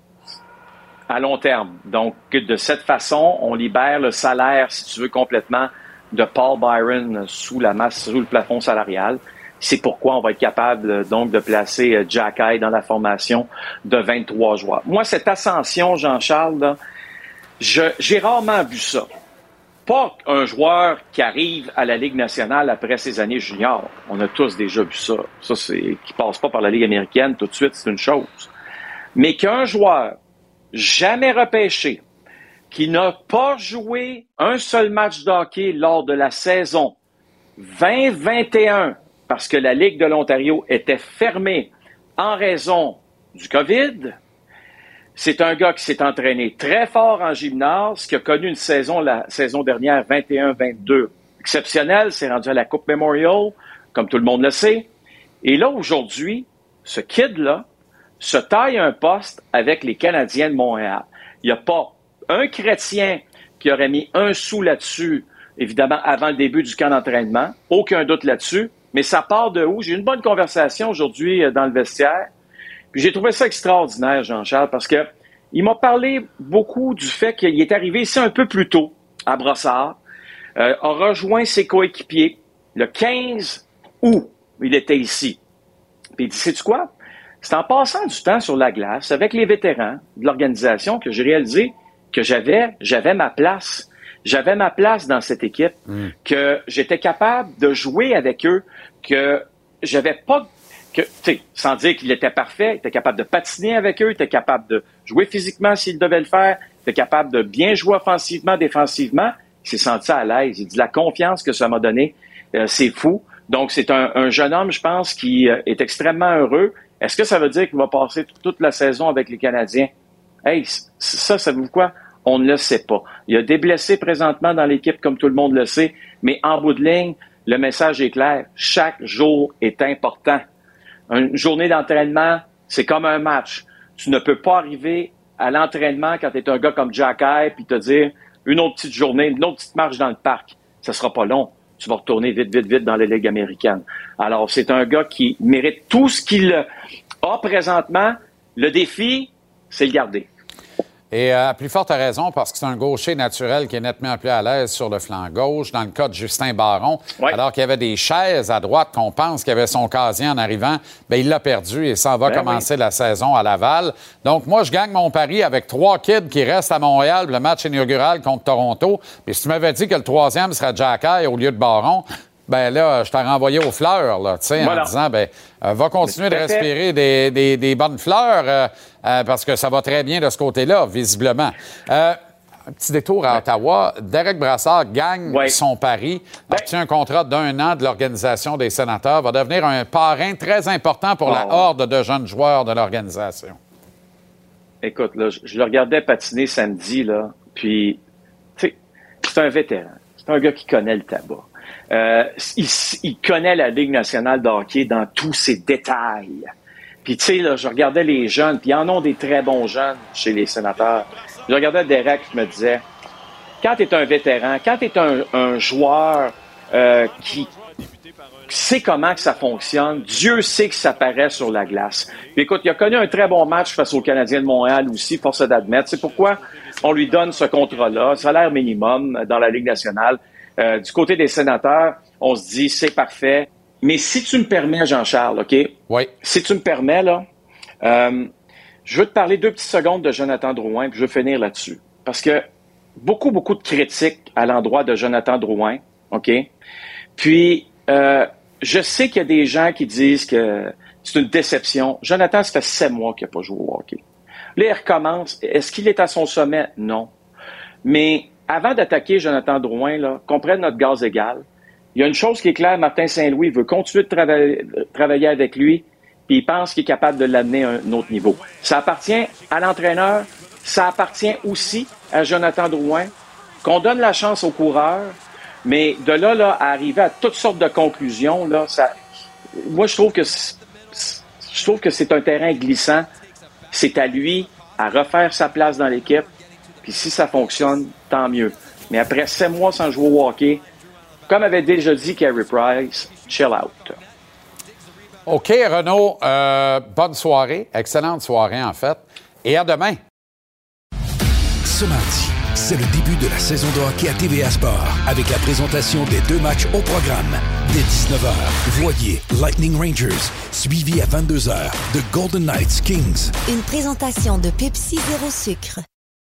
Speaker 20: À long terme. Donc, de cette façon, on libère le salaire, si tu veux, complètement de Paul Byron sous la masse, sous le plafond salarial. C'est pourquoi on va être capable, donc, de placer Xhekaj dans la formation de vingt-trois joueurs. Moi, cette ascension, Jean-Charles, là, je, j'ai rarement vu ça. Pas un joueur qui arrive à la Ligue nationale après ses années juniors. On a tous déjà vu ça. Ça, c'est, qui passe pas par la Ligue américaine tout de suite, c'est une chose. Mais qu'un joueur jamais repêché, qui n'a pas joué un seul match de hockey lors de la saison vingt vingt et un, parce que la Ligue de l'Ontario était fermée en raison du COVID. C'est un gars qui s'est entraîné très fort en gymnase, qui a connu une saison, la saison dernière, vingt et un vingt-deux, exceptionnelle, s'est rendu à la Coupe Memorial, comme tout le monde le sait. Et là, aujourd'hui, ce kid-là se taille un poste avec les Canadiens de Montréal. Il n'y a pas un chrétien qui aurait mis un sou là-dessus, évidemment, avant le début du camp d'entraînement. Aucun doute là-dessus. Mais ça part de où? J'ai eu une bonne conversation aujourd'hui dans le vestiaire. Puis j'ai trouvé ça extraordinaire, Jean-Charles, parce que il m'a parlé beaucoup du fait qu'il est arrivé ici un peu plus tôt, à Brossard, euh, a rejoint ses coéquipiers le quinze août. Il était ici. Puis il dit, sais-tu quoi? C'est en passant du temps sur la glace avec les vétérans de l'organisation que j'ai réalisé que j'avais, j'avais ma place. J'avais ma place dans cette équipe, mm. que j'étais capable de jouer avec eux, que j'avais pas... que, tu sais, sans dire qu'il était parfait, il était capable de patiner avec eux, il était capable de jouer physiquement s'il devait le faire, il était capable de bien jouer offensivement, défensivement. Il s'est senti à l'aise. Il dit la confiance que ça m'a donné, euh, c'est fou. Donc, c'est un, un jeune homme, je pense, qui euh, est extrêmement heureux. Est-ce que ça veut dire qu'il va passer t- toute la saison avec les Canadiens? Hey, ça, savez-vous quoi? On ne le sait pas. Il y a des blessés présentement dans l'équipe, comme tout le monde le sait, mais en bout de ligne, le message est clair. Chaque jour est important. Une journée d'entraînement, c'est comme un match. Tu ne peux pas arriver à l'entraînement quand tu es un gars comme Xhekaj puis te dire une autre petite journée, une autre petite marche dans le parc. Ça sera pas long. Tu vas retourner vite, vite, vite dans la Ligue américaine. Alors, c'est un gars qui mérite tout ce qu'il a présentement. Le défi, c'est le garder.
Speaker 4: Et euh, à plus forte raison, parce que c'est un gaucher naturel qui est nettement plus à l'aise sur le flanc gauche. Dans le cas de Justin Barron, ouais. alors qu'il y avait des chaises à droite qu'on pense qu'il y avait son casier en arrivant, bien, il l'a perdu et ça va ben commencer oui. la saison à Laval. Donc, moi, je gagne mon pari avec trois kids qui restent à Montréal pour le match inaugural contre Toronto. Puis si tu m'avais dit que le troisième serait Jack Eye au lieu de Barron, ben là, je t'ai renvoyé aux fleurs, là, tu sais, voilà. en disant, ben, euh, va continuer de respirer des, des, des bonnes fleurs euh, euh, parce que ça va très bien de ce côté-là, visiblement. Euh, un petit détour à ouais. Ottawa. Derek Brassard gagne ouais. son pari, ouais. obtient un contrat d'un an de l'Organisation des sénateurs, va devenir un parrain très important pour oh. la horde de jeunes joueurs de l'organisation.
Speaker 20: Écoute, là, je, je le regardais patiner samedi, là, puis, tu sais, c'est un vétéran. C'est un gars qui connaît le tabac. Euh, il, il connaît la Ligue nationale de hockey dans tous ses détails. Puis, tu sais, là, je regardais les jeunes, puis ils en ont des très bons jeunes chez les sénateurs. Je regardais Derek, je me disais, quand tu es un vétéran, quand tu es un, un joueur euh, qui sait comment que ça fonctionne, Dieu sait que ça paraît sur la glace. Puis, écoute, il a connu un très bon match face aux Canadiens de Montréal aussi, force d'admettre. C'est pourquoi on lui donne ce contrat-là, salaire minimum dans la Ligue nationale. Euh, du côté des sénateurs, on se dit, c'est parfait. Mais si tu me permets, Jean-Charles, OK?
Speaker 4: Oui.
Speaker 20: Si tu me permets, là, euh, je veux te parler deux petites secondes de Jonathan Drouin, puis je veux finir là-dessus. Parce que beaucoup, beaucoup de critiques à l'endroit de Jonathan Drouin, OK? Puis, euh, je sais qu'il y a des gens qui disent que c'est une déception. Jonathan, ça fait sept mois qu'il n'a pas joué au hockey. Là, il recommence. Est-ce qu'il est à son sommet? Non. Mais avant d'attaquer Jonathan Drouin, là, qu'on prenne notre gaz égal, il y a une chose qui est claire, Martin Saint-Louis veut continuer de trava- travailler avec lui, puis il pense qu'il est capable de l'amener à un autre niveau. Ça appartient à l'entraîneur, ça appartient aussi à Jonathan Drouin, qu'on donne la chance aux coureurs, mais de là, là à arriver à toutes sortes de conclusions, là, ça, moi, je trouve que c'est, je trouve que c'est un terrain glissant. C'est à lui à refaire sa place dans l'équipe. Puis si ça fonctionne, tant mieux. Mais après sept mois sans jouer au hockey, comme avait déjà dit Carey Price, chill out.
Speaker 4: OK, Renaud, euh, bonne soirée. Excellente soirée, en fait. Et à demain.
Speaker 21: Ce mardi, c'est le début de la saison de hockey à T V A Sport avec la présentation des deux matchs au programme. Dès dix-neuf heures, voyez Lightning Rangers, suivi à vingt-deux heures de Golden Knights Kings.
Speaker 22: Une présentation de Pepsi Zéro Sucre.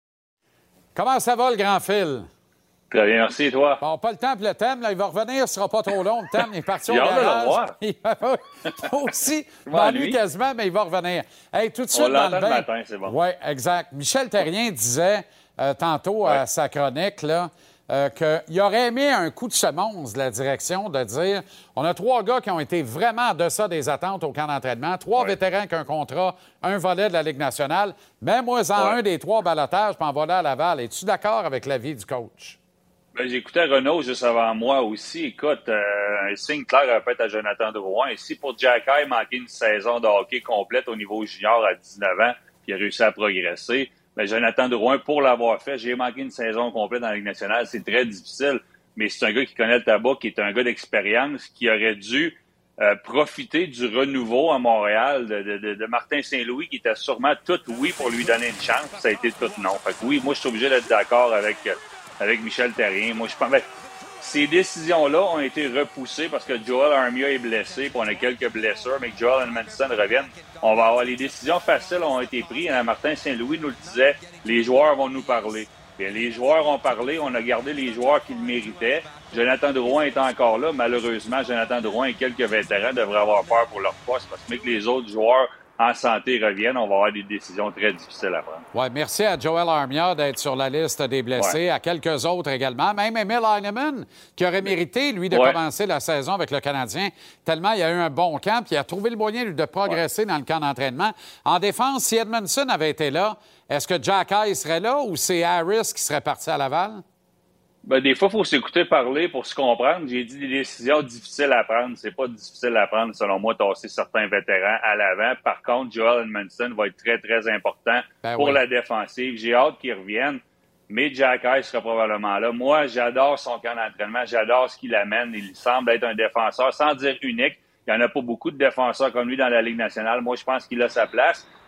Speaker 4: Comment ça va, le grand Phil?
Speaker 23: Très bien, merci, et toi?
Speaker 4: Bon, pas le temps pour le thème. Là, il va revenir, ce sera pas trop long. Le thème il est parti au
Speaker 23: garage.
Speaker 4: Il va Moi aussi, je m'ennuie quasiment, mais il va revenir. Hey, tout de suite
Speaker 23: On
Speaker 4: dans le bain.
Speaker 23: le matin, c'est bon.
Speaker 4: Oui, exact. Michel Therrien disait euh, tantôt ouais. à sa chronique là, euh, qu'il aurait aimé un coup de semonce de la direction de dire on a trois gars qui ont été vraiment en deçà des attentes au camp d'entraînement, trois ouais. vétérans qui ont un contrat, un volet de la Ligue nationale. Mets-moi en ouais. un des trois balotages puis en volet à Laval. Es-tu d'accord avec l'avis du coach?
Speaker 23: Ben, j'écoutais Renaud juste avant moi aussi. Écoute, euh, un signe clair répète à Jonathan Drouin. Ici, pour Jack Eye, manquer une saison de hockey complète au niveau junior à dix-neuf ans, puis il a réussi à progresser. Ben, Jonathan Drouin, pour l'avoir fait, j'ai manqué une saison complète dans la Ligue nationale. C'est très difficile, mais c'est un gars qui connaît le tabac, qui est un gars d'expérience, qui aurait dû euh, profiter du renouveau à Montréal de, de, de, de Martin Saint-Louis, qui était sûrement tout oui pour lui donner une chance. Ça a été tout non. Fait que oui, moi, je suis obligé d'être d'accord avec... Euh, avec Michel Therrien. Moi, je pense ben, ces décisions-là ont été repoussées parce que Joel Armia est blessé, puis on a quelques blessures, mais que Joel Edmondson revienne. On va avoir les décisions faciles ont été prises. Martin Saint-Louis nous le disait, les joueurs vont nous parler. Bien, les joueurs ont parlé, on a gardé les joueurs qui le méritaient. Jonathan Drouin est encore là. Malheureusement, Jonathan Drouin et quelques vétérans devraient avoir peur pour leur poste parce que mais que les autres joueurs en santé reviennent, on va avoir des décisions très difficiles à prendre.
Speaker 4: Oui, merci à Joel Armia d'être sur la liste des blessés, ouais. à quelques autres également. Même Emil Heinemann, qui aurait mérité, lui, de ouais. commencer la saison avec le Canadien, tellement il a eu un bon camp, puis il a trouvé le moyen de progresser ouais. dans le camp d'entraînement. En défense, si Edmondson avait été là, est-ce que Jack Eye serait là ou c'est Harris qui serait parti à Laval?
Speaker 23: Ben, des fois, il faut s'écouter parler pour se comprendre. J'ai dit des décisions difficiles à prendre. C'est pas difficile à prendre, selon moi, tasser certains vétérans à l'avant. Par contre, Joel Edmondson va être très, très important ben pour oui. la défensive. J'ai hâte qu'il revienne, mais Jack Eye sera probablement là. Moi, j'adore son camp d'entraînement. J'adore ce qu'il amène. Il semble être un défenseur, sans dire unique. Il n'y en a pas beaucoup de défenseurs comme lui dans la Ligue nationale. Moi, je pense qu'il a sa place.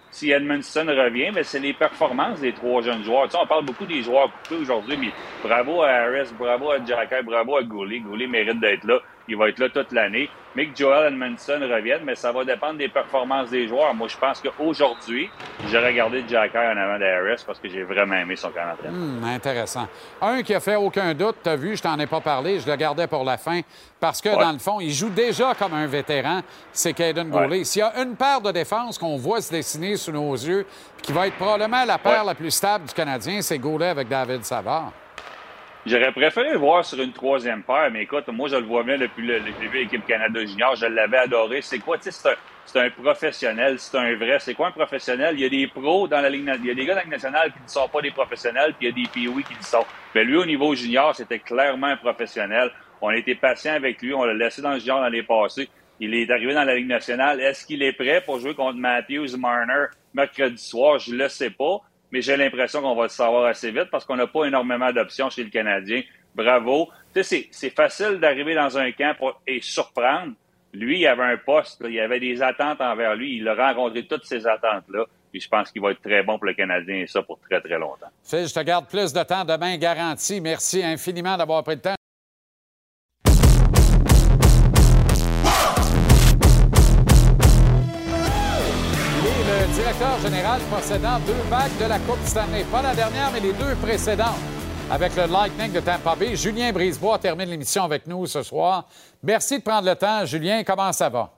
Speaker 23: si Edmondson revient, mais c'est les performances des trois jeunes joueurs. Tu sais, on parle beaucoup des joueurs coupés aujourd'hui, mais bravo à Harris, bravo à Jacky, bravo à Goulet. Goulet mérite d'être là. Il va être là toute l'année. Mais que Joel Edmondson revienne, mais ça va dépendre des performances des joueurs. Moi, je pense qu'aujourd'hui, j'ai regardé Jacky en avant d'Harris parce que j'ai vraiment aimé son camp d'entraînement.
Speaker 4: Hum, intéressant. Un qui a fait aucun doute, tu as vu, je t'en ai pas parlé, je le gardais pour la fin, parce que, ouais. dans le fond, il joue déjà comme un vétéran, c'est Caden Goulet. Ouais. S'il y a une paire de défense qu'on voit se dessiner sous nos yeux, qui va être probablement la paire ouais. la plus stable du Canadien, c'est Goulet avec David Savard.
Speaker 23: J'aurais préféré le voir sur une troisième paire, mais écoute, moi, je le vois bien depuis le début de l'équipe Canada Junior. Je l'avais adoré. C'est quoi? Tu sais, c'est un, c'est un professionnel, c'est un vrai. C'est quoi un professionnel? Il y a des pros dans la Ligue, il y a des gars dans la Ligue nationale qui ne sont pas des professionnels, puis il y a des P O I qui le sont. Mais lui, au niveau junior, c'était clairement un professionnel. On a été patient avec lui. On l'a laissé dans le junior l'année passée. Il est arrivé dans la Ligue nationale. Est-ce qu'il est prêt pour jouer contre Matthews Marner mercredi soir? Je le sais pas. Mais j'ai l'impression qu'on va le savoir assez vite parce qu'on n'a pas énormément d'options chez le Canadien. Bravo. Tu sais, c'est, c'est facile d'arriver dans un camp pour, et surprendre. Lui, il avait un poste, là, il y avait des attentes envers lui. Il a rencontré toutes ces attentes-là. Puis je pense qu'il va être très bon pour le Canadien et ça pour très, très longtemps.
Speaker 4: Phil, je te garde plus de temps demain garanti. Merci infiniment d'avoir pris le temps. Directeur général possédant deux bagues de la Coupe Stanley. Pas la dernière, mais les deux précédentes. Avec le Lightning de Tampa Bay, Julien Brisebois termine l'émission avec nous ce soir. Merci de prendre le temps. Julien, comment ça va?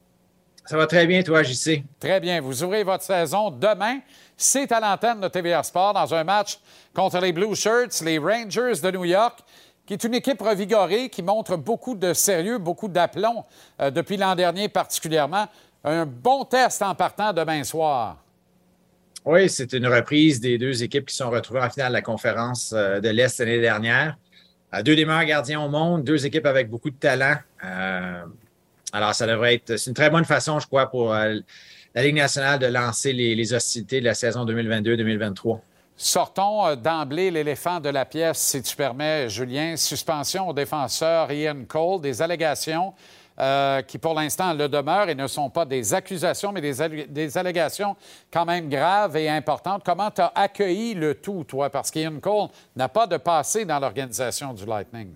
Speaker 1: Ça va très bien, toi, J C.
Speaker 4: Très bien. Vous ouvrez votre saison demain. C'est à l'antenne de T V R Sport dans un match contre les Blue Shirts, les Rangers de New York, qui est une équipe revigorée, qui montre beaucoup de sérieux, beaucoup d'aplomb euh, depuis l'an dernier particulièrement. Un bon test en partant demain soir.
Speaker 1: Oui, c'est une reprise des deux équipes qui sont retrouvées en finale de la conférence de l'Est l'année dernière. Deux des meilleurs gardiens au monde, deux équipes avec beaucoup de talent. Euh, alors, ça devrait être... C'est une très bonne façon, je crois, pour euh, la Ligue nationale de lancer les, les hostilités de la saison deux mille vingt-deux deux mille vingt-trois.
Speaker 4: Sortons d'emblée l'éléphant de la pièce, si tu permets, Julien. Suspension au défenseur Ian Cole, des allégations Euh, qui, pour l'instant, le demeurent et ne sont pas des accusations, mais des, all- des allégations quand même graves et importantes. Comment tu as accueilli le tout, toi? Parce qu'Ian Cole n'a pas de passé dans l'organisation du Lightning.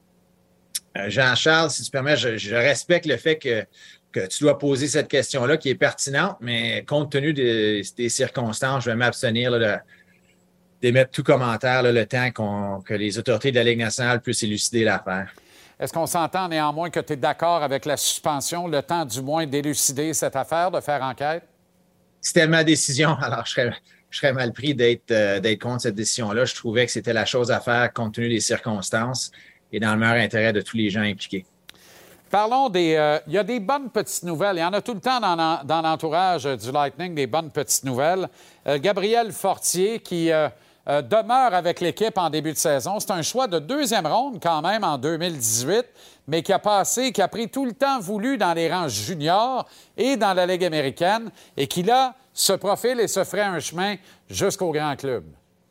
Speaker 1: Euh, Jean-Charles, si tu permets, je, je respecte le fait que, que tu dois poser cette question-là qui est pertinente, mais compte tenu des, des circonstances, je vais m'abstenir là, de, d'émettre tout commentaire là, le temps qu'on, que les autorités de la Ligue nationale puissent élucider l'affaire.
Speaker 4: Est-ce qu'on s'entend néanmoins que tu es d'accord avec la suspension, le temps du moins d'élucider cette affaire, de faire enquête?
Speaker 1: C'était ma décision, alors je serais, je serais mal pris d'être, euh, d'être contre cette décision-là. Je trouvais que c'était la chose à faire compte tenu des circonstances et dans le meilleur intérêt de tous les gens impliqués. Parlons
Speaker 4: des... Euh, il y a des bonnes petites nouvelles. Il y en a tout le temps dans, dans l'entourage du Lightning, des bonnes petites nouvelles. Euh, Gabriel Fortier qui... Euh, Euh, demeure avec l'équipe en début de saison. C'est un choix de deuxième ronde quand même en deux mille dix-huit, mais qui a passé, qui a pris tout le temps voulu dans les rangs juniors et dans la Ligue américaine et qui, là, se profile et se ferait un chemin jusqu'au grand club.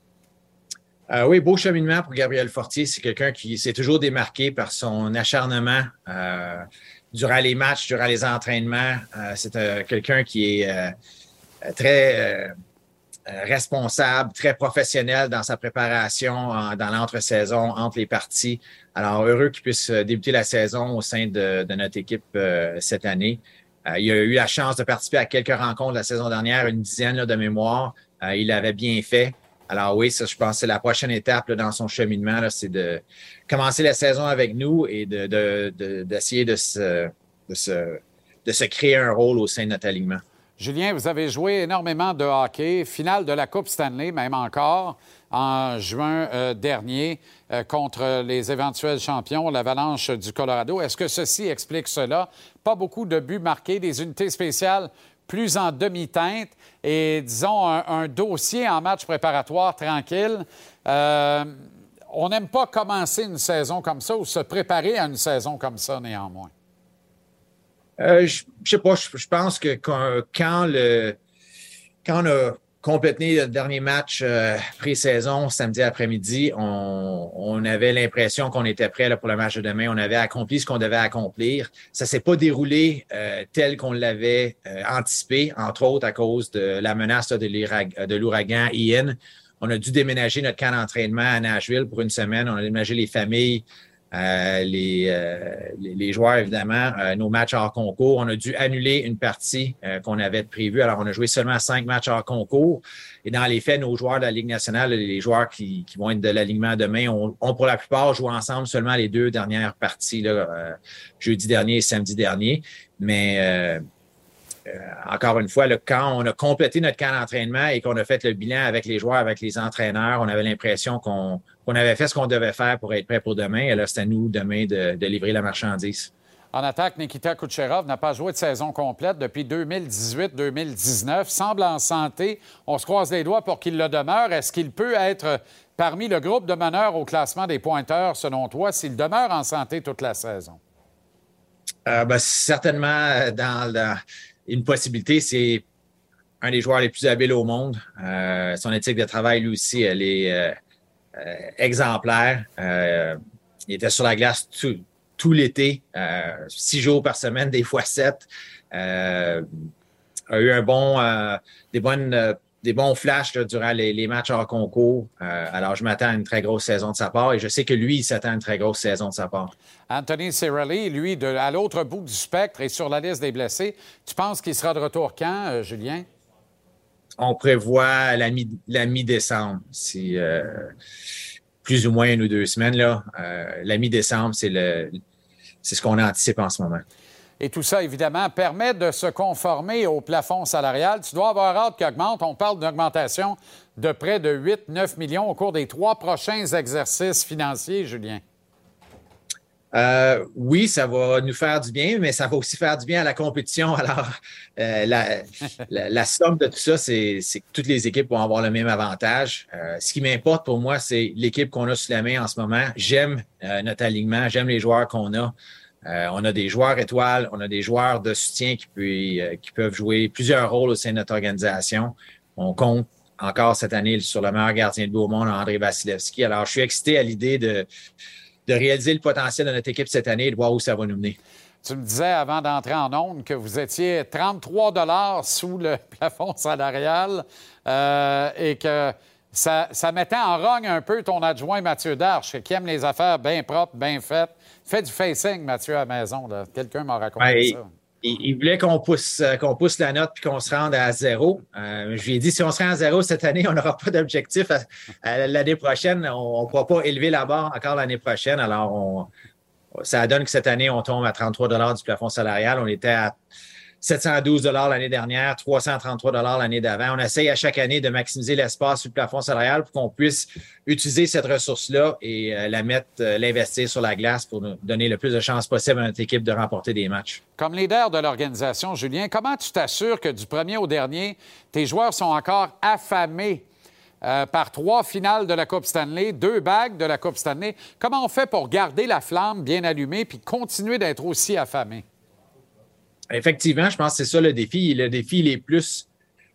Speaker 1: Euh, oui, beau cheminement pour Gabriel Fortier. C'est quelqu'un qui s'est toujours démarqué par son acharnement euh, durant les matchs, durant les entraînements. Euh, c'est euh, quelqu'un qui est euh, très... Euh, responsable, très professionnel dans sa préparation, en, dans l'entre-saison, entre les parties. Alors, heureux qu'il puisse débuter la saison au sein de, de notre équipe euh, cette année. Euh, il a eu la chance de participer à quelques rencontres la saison dernière, une dizaine là, de mémoire. Euh, il l'avait bien fait. Alors oui, ça, je pense que c'est la prochaine étape là, dans son cheminement, là, c'est de commencer la saison avec nous et de, de, de, d'essayer de se, de, se, de se créer un rôle au sein de notre alignement.
Speaker 4: Julien, vous avez joué énormément de hockey, finale de la Coupe Stanley, même encore, en juin euh, dernier, euh, contre les éventuels champions, l'Avalanche du Colorado. Est-ce que ceci explique cela? Pas beaucoup de buts marqués, des unités spéciales plus en demi-teinte et, disons, un, un dossier en match préparatoire tranquille. Euh, on n'aime pas commencer une saison comme ça ou se préparer à une saison comme ça, néanmoins.
Speaker 1: Euh, je ne sais pas, je, je pense que quand, quand, le, quand on a complété le dernier match euh, pré-saison samedi après-midi, on, on avait l'impression qu'on était prêt là, pour le match de demain. On avait accompli ce qu'on devait accomplir. Ça s'est pas déroulé euh, tel qu'on l'avait euh, anticipé, entre autres à cause de la menace là, de l'ouragan Ian. On a dû déménager notre camp d'entraînement à Nashville pour une semaine. On a déménagé les familles, euh, les, euh, les, les joueurs, évidemment, euh, nos matchs hors concours. On a dû annuler une partie euh, qu'on avait prévue. Alors, on a joué seulement cinq matchs hors concours. Et dans les faits, nos joueurs de la Ligue nationale, les joueurs qui, qui vont être de l'alignement demain, ont, ont pour la plupart joué ensemble seulement les deux dernières parties, là, euh, jeudi dernier et samedi dernier. Mais euh, Euh, encore une fois, là, quand on a complété notre camp d'entraînement et qu'on a fait le bilan avec les joueurs, avec les entraîneurs, on avait l'impression qu'on, qu'on avait fait ce qu'on devait faire pour être prêt pour demain. Et là, c'est à nous demain de, de livrer la marchandise.
Speaker 4: En attaque, Nikita Kucherov n'a pas joué de saison complète depuis deux mille dix-huit deux mille dix-neuf. Semble en santé. On se croise les doigts pour qu'il le demeure. Est-ce qu'il peut être parmi le groupe de meneurs au classement des pointeurs, selon toi, s'il demeure en santé toute la saison?
Speaker 1: Euh, ben, certainement, dans, dans une possibilité, c'est un des joueurs les plus habiles au monde. Euh, son éthique de travail, lui aussi, elle est euh, euh, exemplaire. Euh, il était sur la glace tout, tout l'été, euh, six jours par semaine, des fois sept. Euh, a eu un bon, euh, des bonnes, euh, des bons flashs là, durant les, les matchs hors concours. Euh, alors, je m'attends à une très grosse saison de sa part et je sais que lui, il s'attend à une très grosse saison de sa part.
Speaker 4: Anthony Cirelli, lui, de, à l'autre bout du spectre et sur la liste des blessés, tu penses qu'il sera de retour quand, euh, Julien?
Speaker 1: On prévoit la, mi- la mi-décembre. C'est euh, plus ou moins une ou deux semaines. Là. Euh, la mi-décembre, c'est, le, c'est ce qu'on anticipe en ce moment.
Speaker 4: Et tout ça, évidemment, permet de se conformer au plafond salarial. Tu dois avoir hâte qu'il augmente. On parle d'une augmentation de près de huit à neuf millions au cours des trois prochains exercices financiers, Julien.
Speaker 1: Euh, oui, ça va nous faire du bien, mais ça va aussi faire du bien à la compétition. Alors, euh, la, la, la somme de tout ça, c'est, c'est que toutes les équipes vont avoir le même avantage. Euh, ce qui m'importe pour moi, c'est l'équipe qu'on a sous la main en ce moment. J'aime euh, notre alignement, j'aime les joueurs qu'on a. Euh, on a des joueurs étoiles, on a des joueurs de soutien qui, peut, euh, qui peuvent jouer plusieurs rôles au sein de notre organisation. On compte encore cette année sur le meilleur gardien de but au monde, Andrei Vasilevskiy. Alors, je suis excité à l'idée de, de réaliser le potentiel de notre équipe cette année et de voir où ça va nous mener.
Speaker 4: Tu me disais avant d'entrer en ondes que vous étiez trente-trois dollars sous le plafond salarial euh, et que ça, ça mettait en rogne un peu ton adjoint Mathieu Darche, qui aime les affaires bien propres, bien faites. Fais du facing, Mathieu, à la maison. Là. Quelqu'un m'a raconté
Speaker 1: ouais,
Speaker 4: ça.
Speaker 1: Il, il voulait qu'on pousse, qu'on pousse la note puis qu'on se rende à zéro. Euh, je lui ai dit, si on se rend à zéro cette année, on n'aura pas d'objectif. À, à l'année prochaine, on ne pourra pas élever la barre encore l'année prochaine. Alors, on, ça donne que cette année, on tombe à trente-trois dollars du plafond salarial. On était à sept cent douze dollars l'année dernière, trois cent trente-trois dollars l'année d'avant. On essaye à chaque année de maximiser l'espace sur le plafond salarial pour qu'on puisse utiliser cette ressource-là et euh, la mettre, euh, l'investir sur la glace pour nous donner le plus de chances possible à notre équipe de remporter des matchs.
Speaker 4: Comme leader de l'organisation, Julien, comment tu t'assures que du premier au dernier, tes joueurs sont encore affamés euh, par trois finales de la Coupe Stanley, deux bagues de la Coupe Stanley? Comment on fait pour garder la flamme bien allumée puis continuer d'être aussi affamés?
Speaker 1: Effectivement, je pense que c'est ça le défi. Le défi, il est plus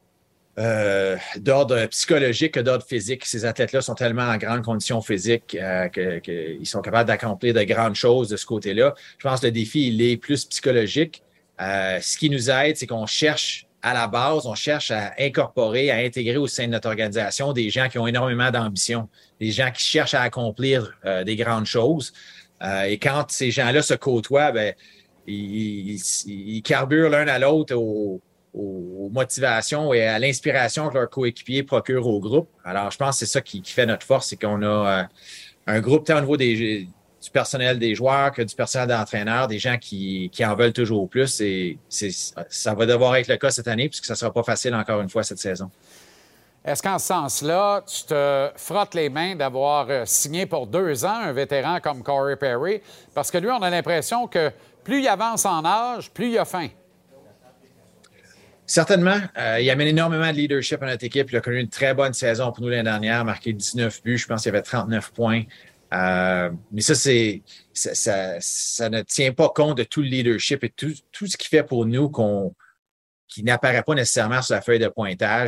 Speaker 1: euh, d'ordre psychologique que d'ordre physique. Ces athlètes-là sont tellement en grande condition physique euh, que, qu'ils sont capables d'accomplir de grandes choses de ce côté-là. Je pense que le défi, il est plus psychologique. Euh, ce qui nous aide, c'est qu'on cherche à la base, on cherche à incorporer, à intégrer au sein de notre organisation des gens qui ont énormément d'ambition, des gens qui cherchent à accomplir euh, des grandes choses. Euh, et quand ces gens-là se côtoient, ben Ils, ils, ils carburent l'un à l'autre aux, aux motivations et à l'inspiration que leurs coéquipiers procurent au groupe. Alors, je pense que c'est ça qui, qui fait notre force, c'est qu'on a euh, un groupe tant au niveau des, du personnel des joueurs que du personnel d'entraîneurs, des gens qui, qui en veulent toujours plus. Et c'est, ça va devoir être le cas cette année puisque ça ne sera pas facile encore une fois cette saison.
Speaker 4: Est-ce qu'en ce sens-là, tu te frottes les mains d'avoir signé pour deux ans un vétéran comme Corey Perry? Parce que lui, on a l'impression que plus il avance en âge, plus il a faim. Certainement. Euh, il amène énormément de leadership à notre équipe. Il a connu une très bonne saison pour nous l'année dernière, marqué dix-neuf buts. Je pense qu'il y avait trente-neuf points. Euh, mais ça, c'est ça, ça, ça ne tient pas compte de tout le leadership et tout, tout ce qu'il fait pour nous qu'on, qui n'apparaît pas nécessairement sur la feuille de pointage.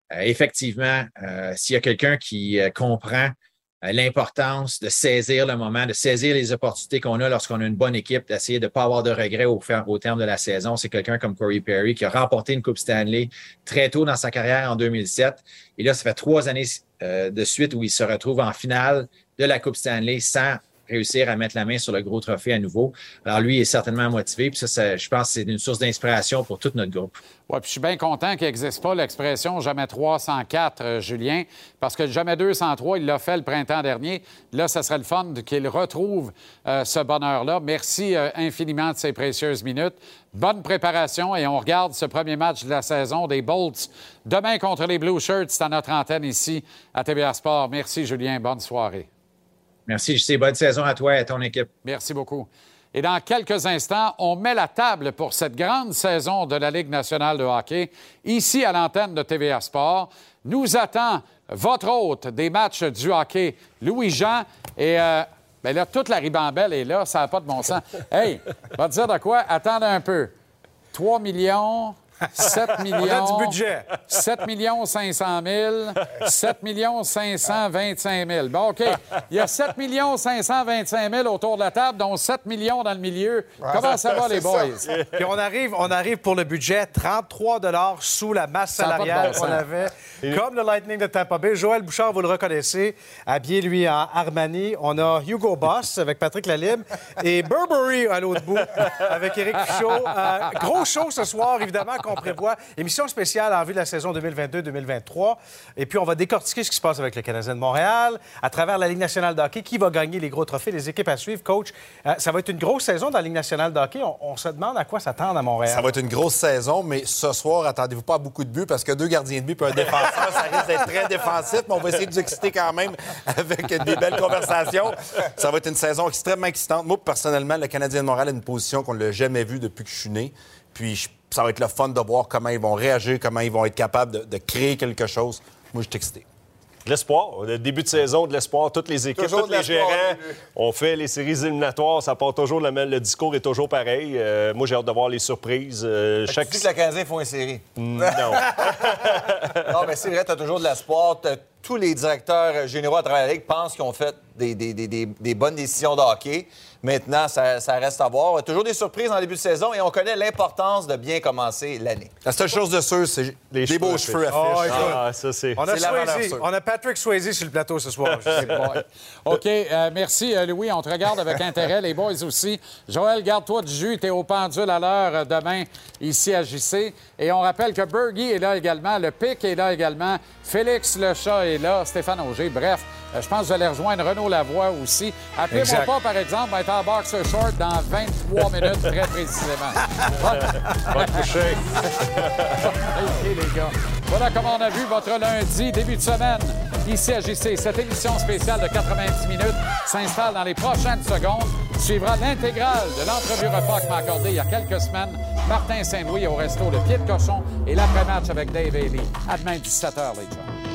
Speaker 1: Euh, effectivement, euh, s'il y a quelqu'un qui euh, comprend euh, l'importance de saisir le moment, de saisir les opportunités qu'on a lorsqu'on a une bonne équipe, d'essayer de ne pas avoir de regrets au, au terme de la saison, c'est quelqu'un comme Corey Perry qui a remporté une Coupe Stanley très tôt dans sa carrière en deux mille sept. Et là, ça fait trois années euh, de suite où il se retrouve en finale de la Coupe Stanley sans réussir à mettre la main sur le gros trophée à nouveau. Alors, lui, il est certainement motivé. Puis ça, ça je pense que c'est une source d'inspiration pour tout notre groupe.
Speaker 4: Oui, puis je suis bien content qu'il n'existe pas l'expression « jamais trois sans quatre », euh, Julien, parce que le « jamais deux sans trois », il l'a fait le printemps dernier. Là, ça serait le fun qu'il retrouve euh, ce bonheur-là. Merci euh, infiniment de ces précieuses minutes. Bonne préparation et on regarde ce premier match de la saison des Bolts. Demain contre les Blue Shirts, c'est à notre antenne ici à T V A Sport. Merci, Julien. Bonne soirée.
Speaker 1: Merci, J C. Bonne saison à toi et à ton équipe.
Speaker 4: Merci beaucoup. Et dans quelques instants, on met la table pour cette grande saison de la Ligue nationale de hockey. Ici, à l'antenne de T V A Sport, nous attend votre hôte des matchs du hockey, Louis-Jean. Et euh, bien là, toute la ribambelle est là, ça n'a pas de bon sens. Hey, va te dire de quoi? Attendez un peu. trois millions... sept millions.
Speaker 2: On a du budget.
Speaker 4: sept millions cinq cent mille. sept millions cinq cent vingt-cinq mille. Bon, OK. Il y a sept millions cinq cent vingt-cinq mille autour de la table, dont sept millions dans le milieu. Ouais, Comment ça va, les boys?
Speaker 2: Ça. Puis on arrive, on arrive pour le budget, trente-trois dollars sous la masse salariale qu'on avait. Comme le Lightning de Tampa Bay. Joël Bouchard, vous le reconnaissez, habillé, lui, en Armani. On a Hugo Boss avec Patrick Lalime et Burberry à l'autre bout avec Éric Fichaud. Euh, gros show ce soir, évidemment, qu'on prévoit. Émission spéciale en vue de la saison deux mille vingt-deux deux mille vingt-trois. Et puis, on va décortiquer ce qui se passe avec le Canadien de Montréal, à travers la Ligue nationale de hockey, qui va gagner les gros trophées, les équipes à suivre. Coach, euh, ça va être une grosse saison dans la Ligue nationale de hockey. On, on se demande à quoi s'attendre à Montréal.
Speaker 3: Ça va être une grosse saison, mais ce soir, attendez-vous pas à beaucoup de buts, parce que deux gardiens de but et un défenseur, ça risque d'être très défensif, mais on va essayer de vous exciter quand même avec des belles conversations. Ça va être une saison extrêmement excitante. Moi, personnellement, le Canadien de Montréal a une position qu'on ne l'a jamais vue depuis que je suis né. Puis, je ça va être le fun de voir comment ils vont réagir, comment ils vont être capables de, de créer quelque chose. Moi, je suis excité.
Speaker 17: De l'espoir. Le début de saison, de l'espoir. Toutes les équipes, tous les gérants ont fait les séries éliminatoires. Ça part toujours, le, le discours est toujours pareil. Euh, moi, j'ai hâte de voir les surprises. Euh, chaque...
Speaker 3: Tu dis que le Canadien font une série?
Speaker 17: Non.
Speaker 3: Non, mais c'est vrai, tu as toujours de l'espoir. Tous les directeurs généraux à travers la Ligue pensent qu'ils ont fait des, des, des, des, des bonnes décisions de hockey. Maintenant, ça, ça reste à voir. Toujours des surprises en début de saison et on connaît l'importance de bien commencer l'année. La seule chose de sûr, c'est les des beaux cheveux à fiche.
Speaker 2: Oh,
Speaker 3: ah,
Speaker 2: ça, c'est... On a, Swayze, on a Patrick Swayze sur le plateau ce soir.
Speaker 4: OK. Euh, merci, Louis. On te regarde avec intérêt. Les boys aussi. Joël, garde-toi du jus. T'es au pendule à l'heure demain ici à J C. Et on rappelle que Bergie est là également. Le Pic est là également. Félix Le Chat est là. Stéphane Auger. Bref, euh, je pense que vous allez rejoindre Renaud Lavoie aussi. Appelez-moi pas, par exemple, être en boxer short dans vingt-trois minutes, très précisément.
Speaker 17: Va te coucher.
Speaker 4: OK, les gars. Voilà comment on a vu votre lundi, début de semaine, ici à J C. Cette émission spéciale de quatre-vingt-dix minutes s'installe dans les prochaines secondes. Suivra l'intégrale de l'entrevue repas que m'a accordé il y a quelques semaines Martin Saint-Louis au resto Le Pied de Cochon et l'après-match avec Dave Haley. À demain, dix-sept heures, les gens.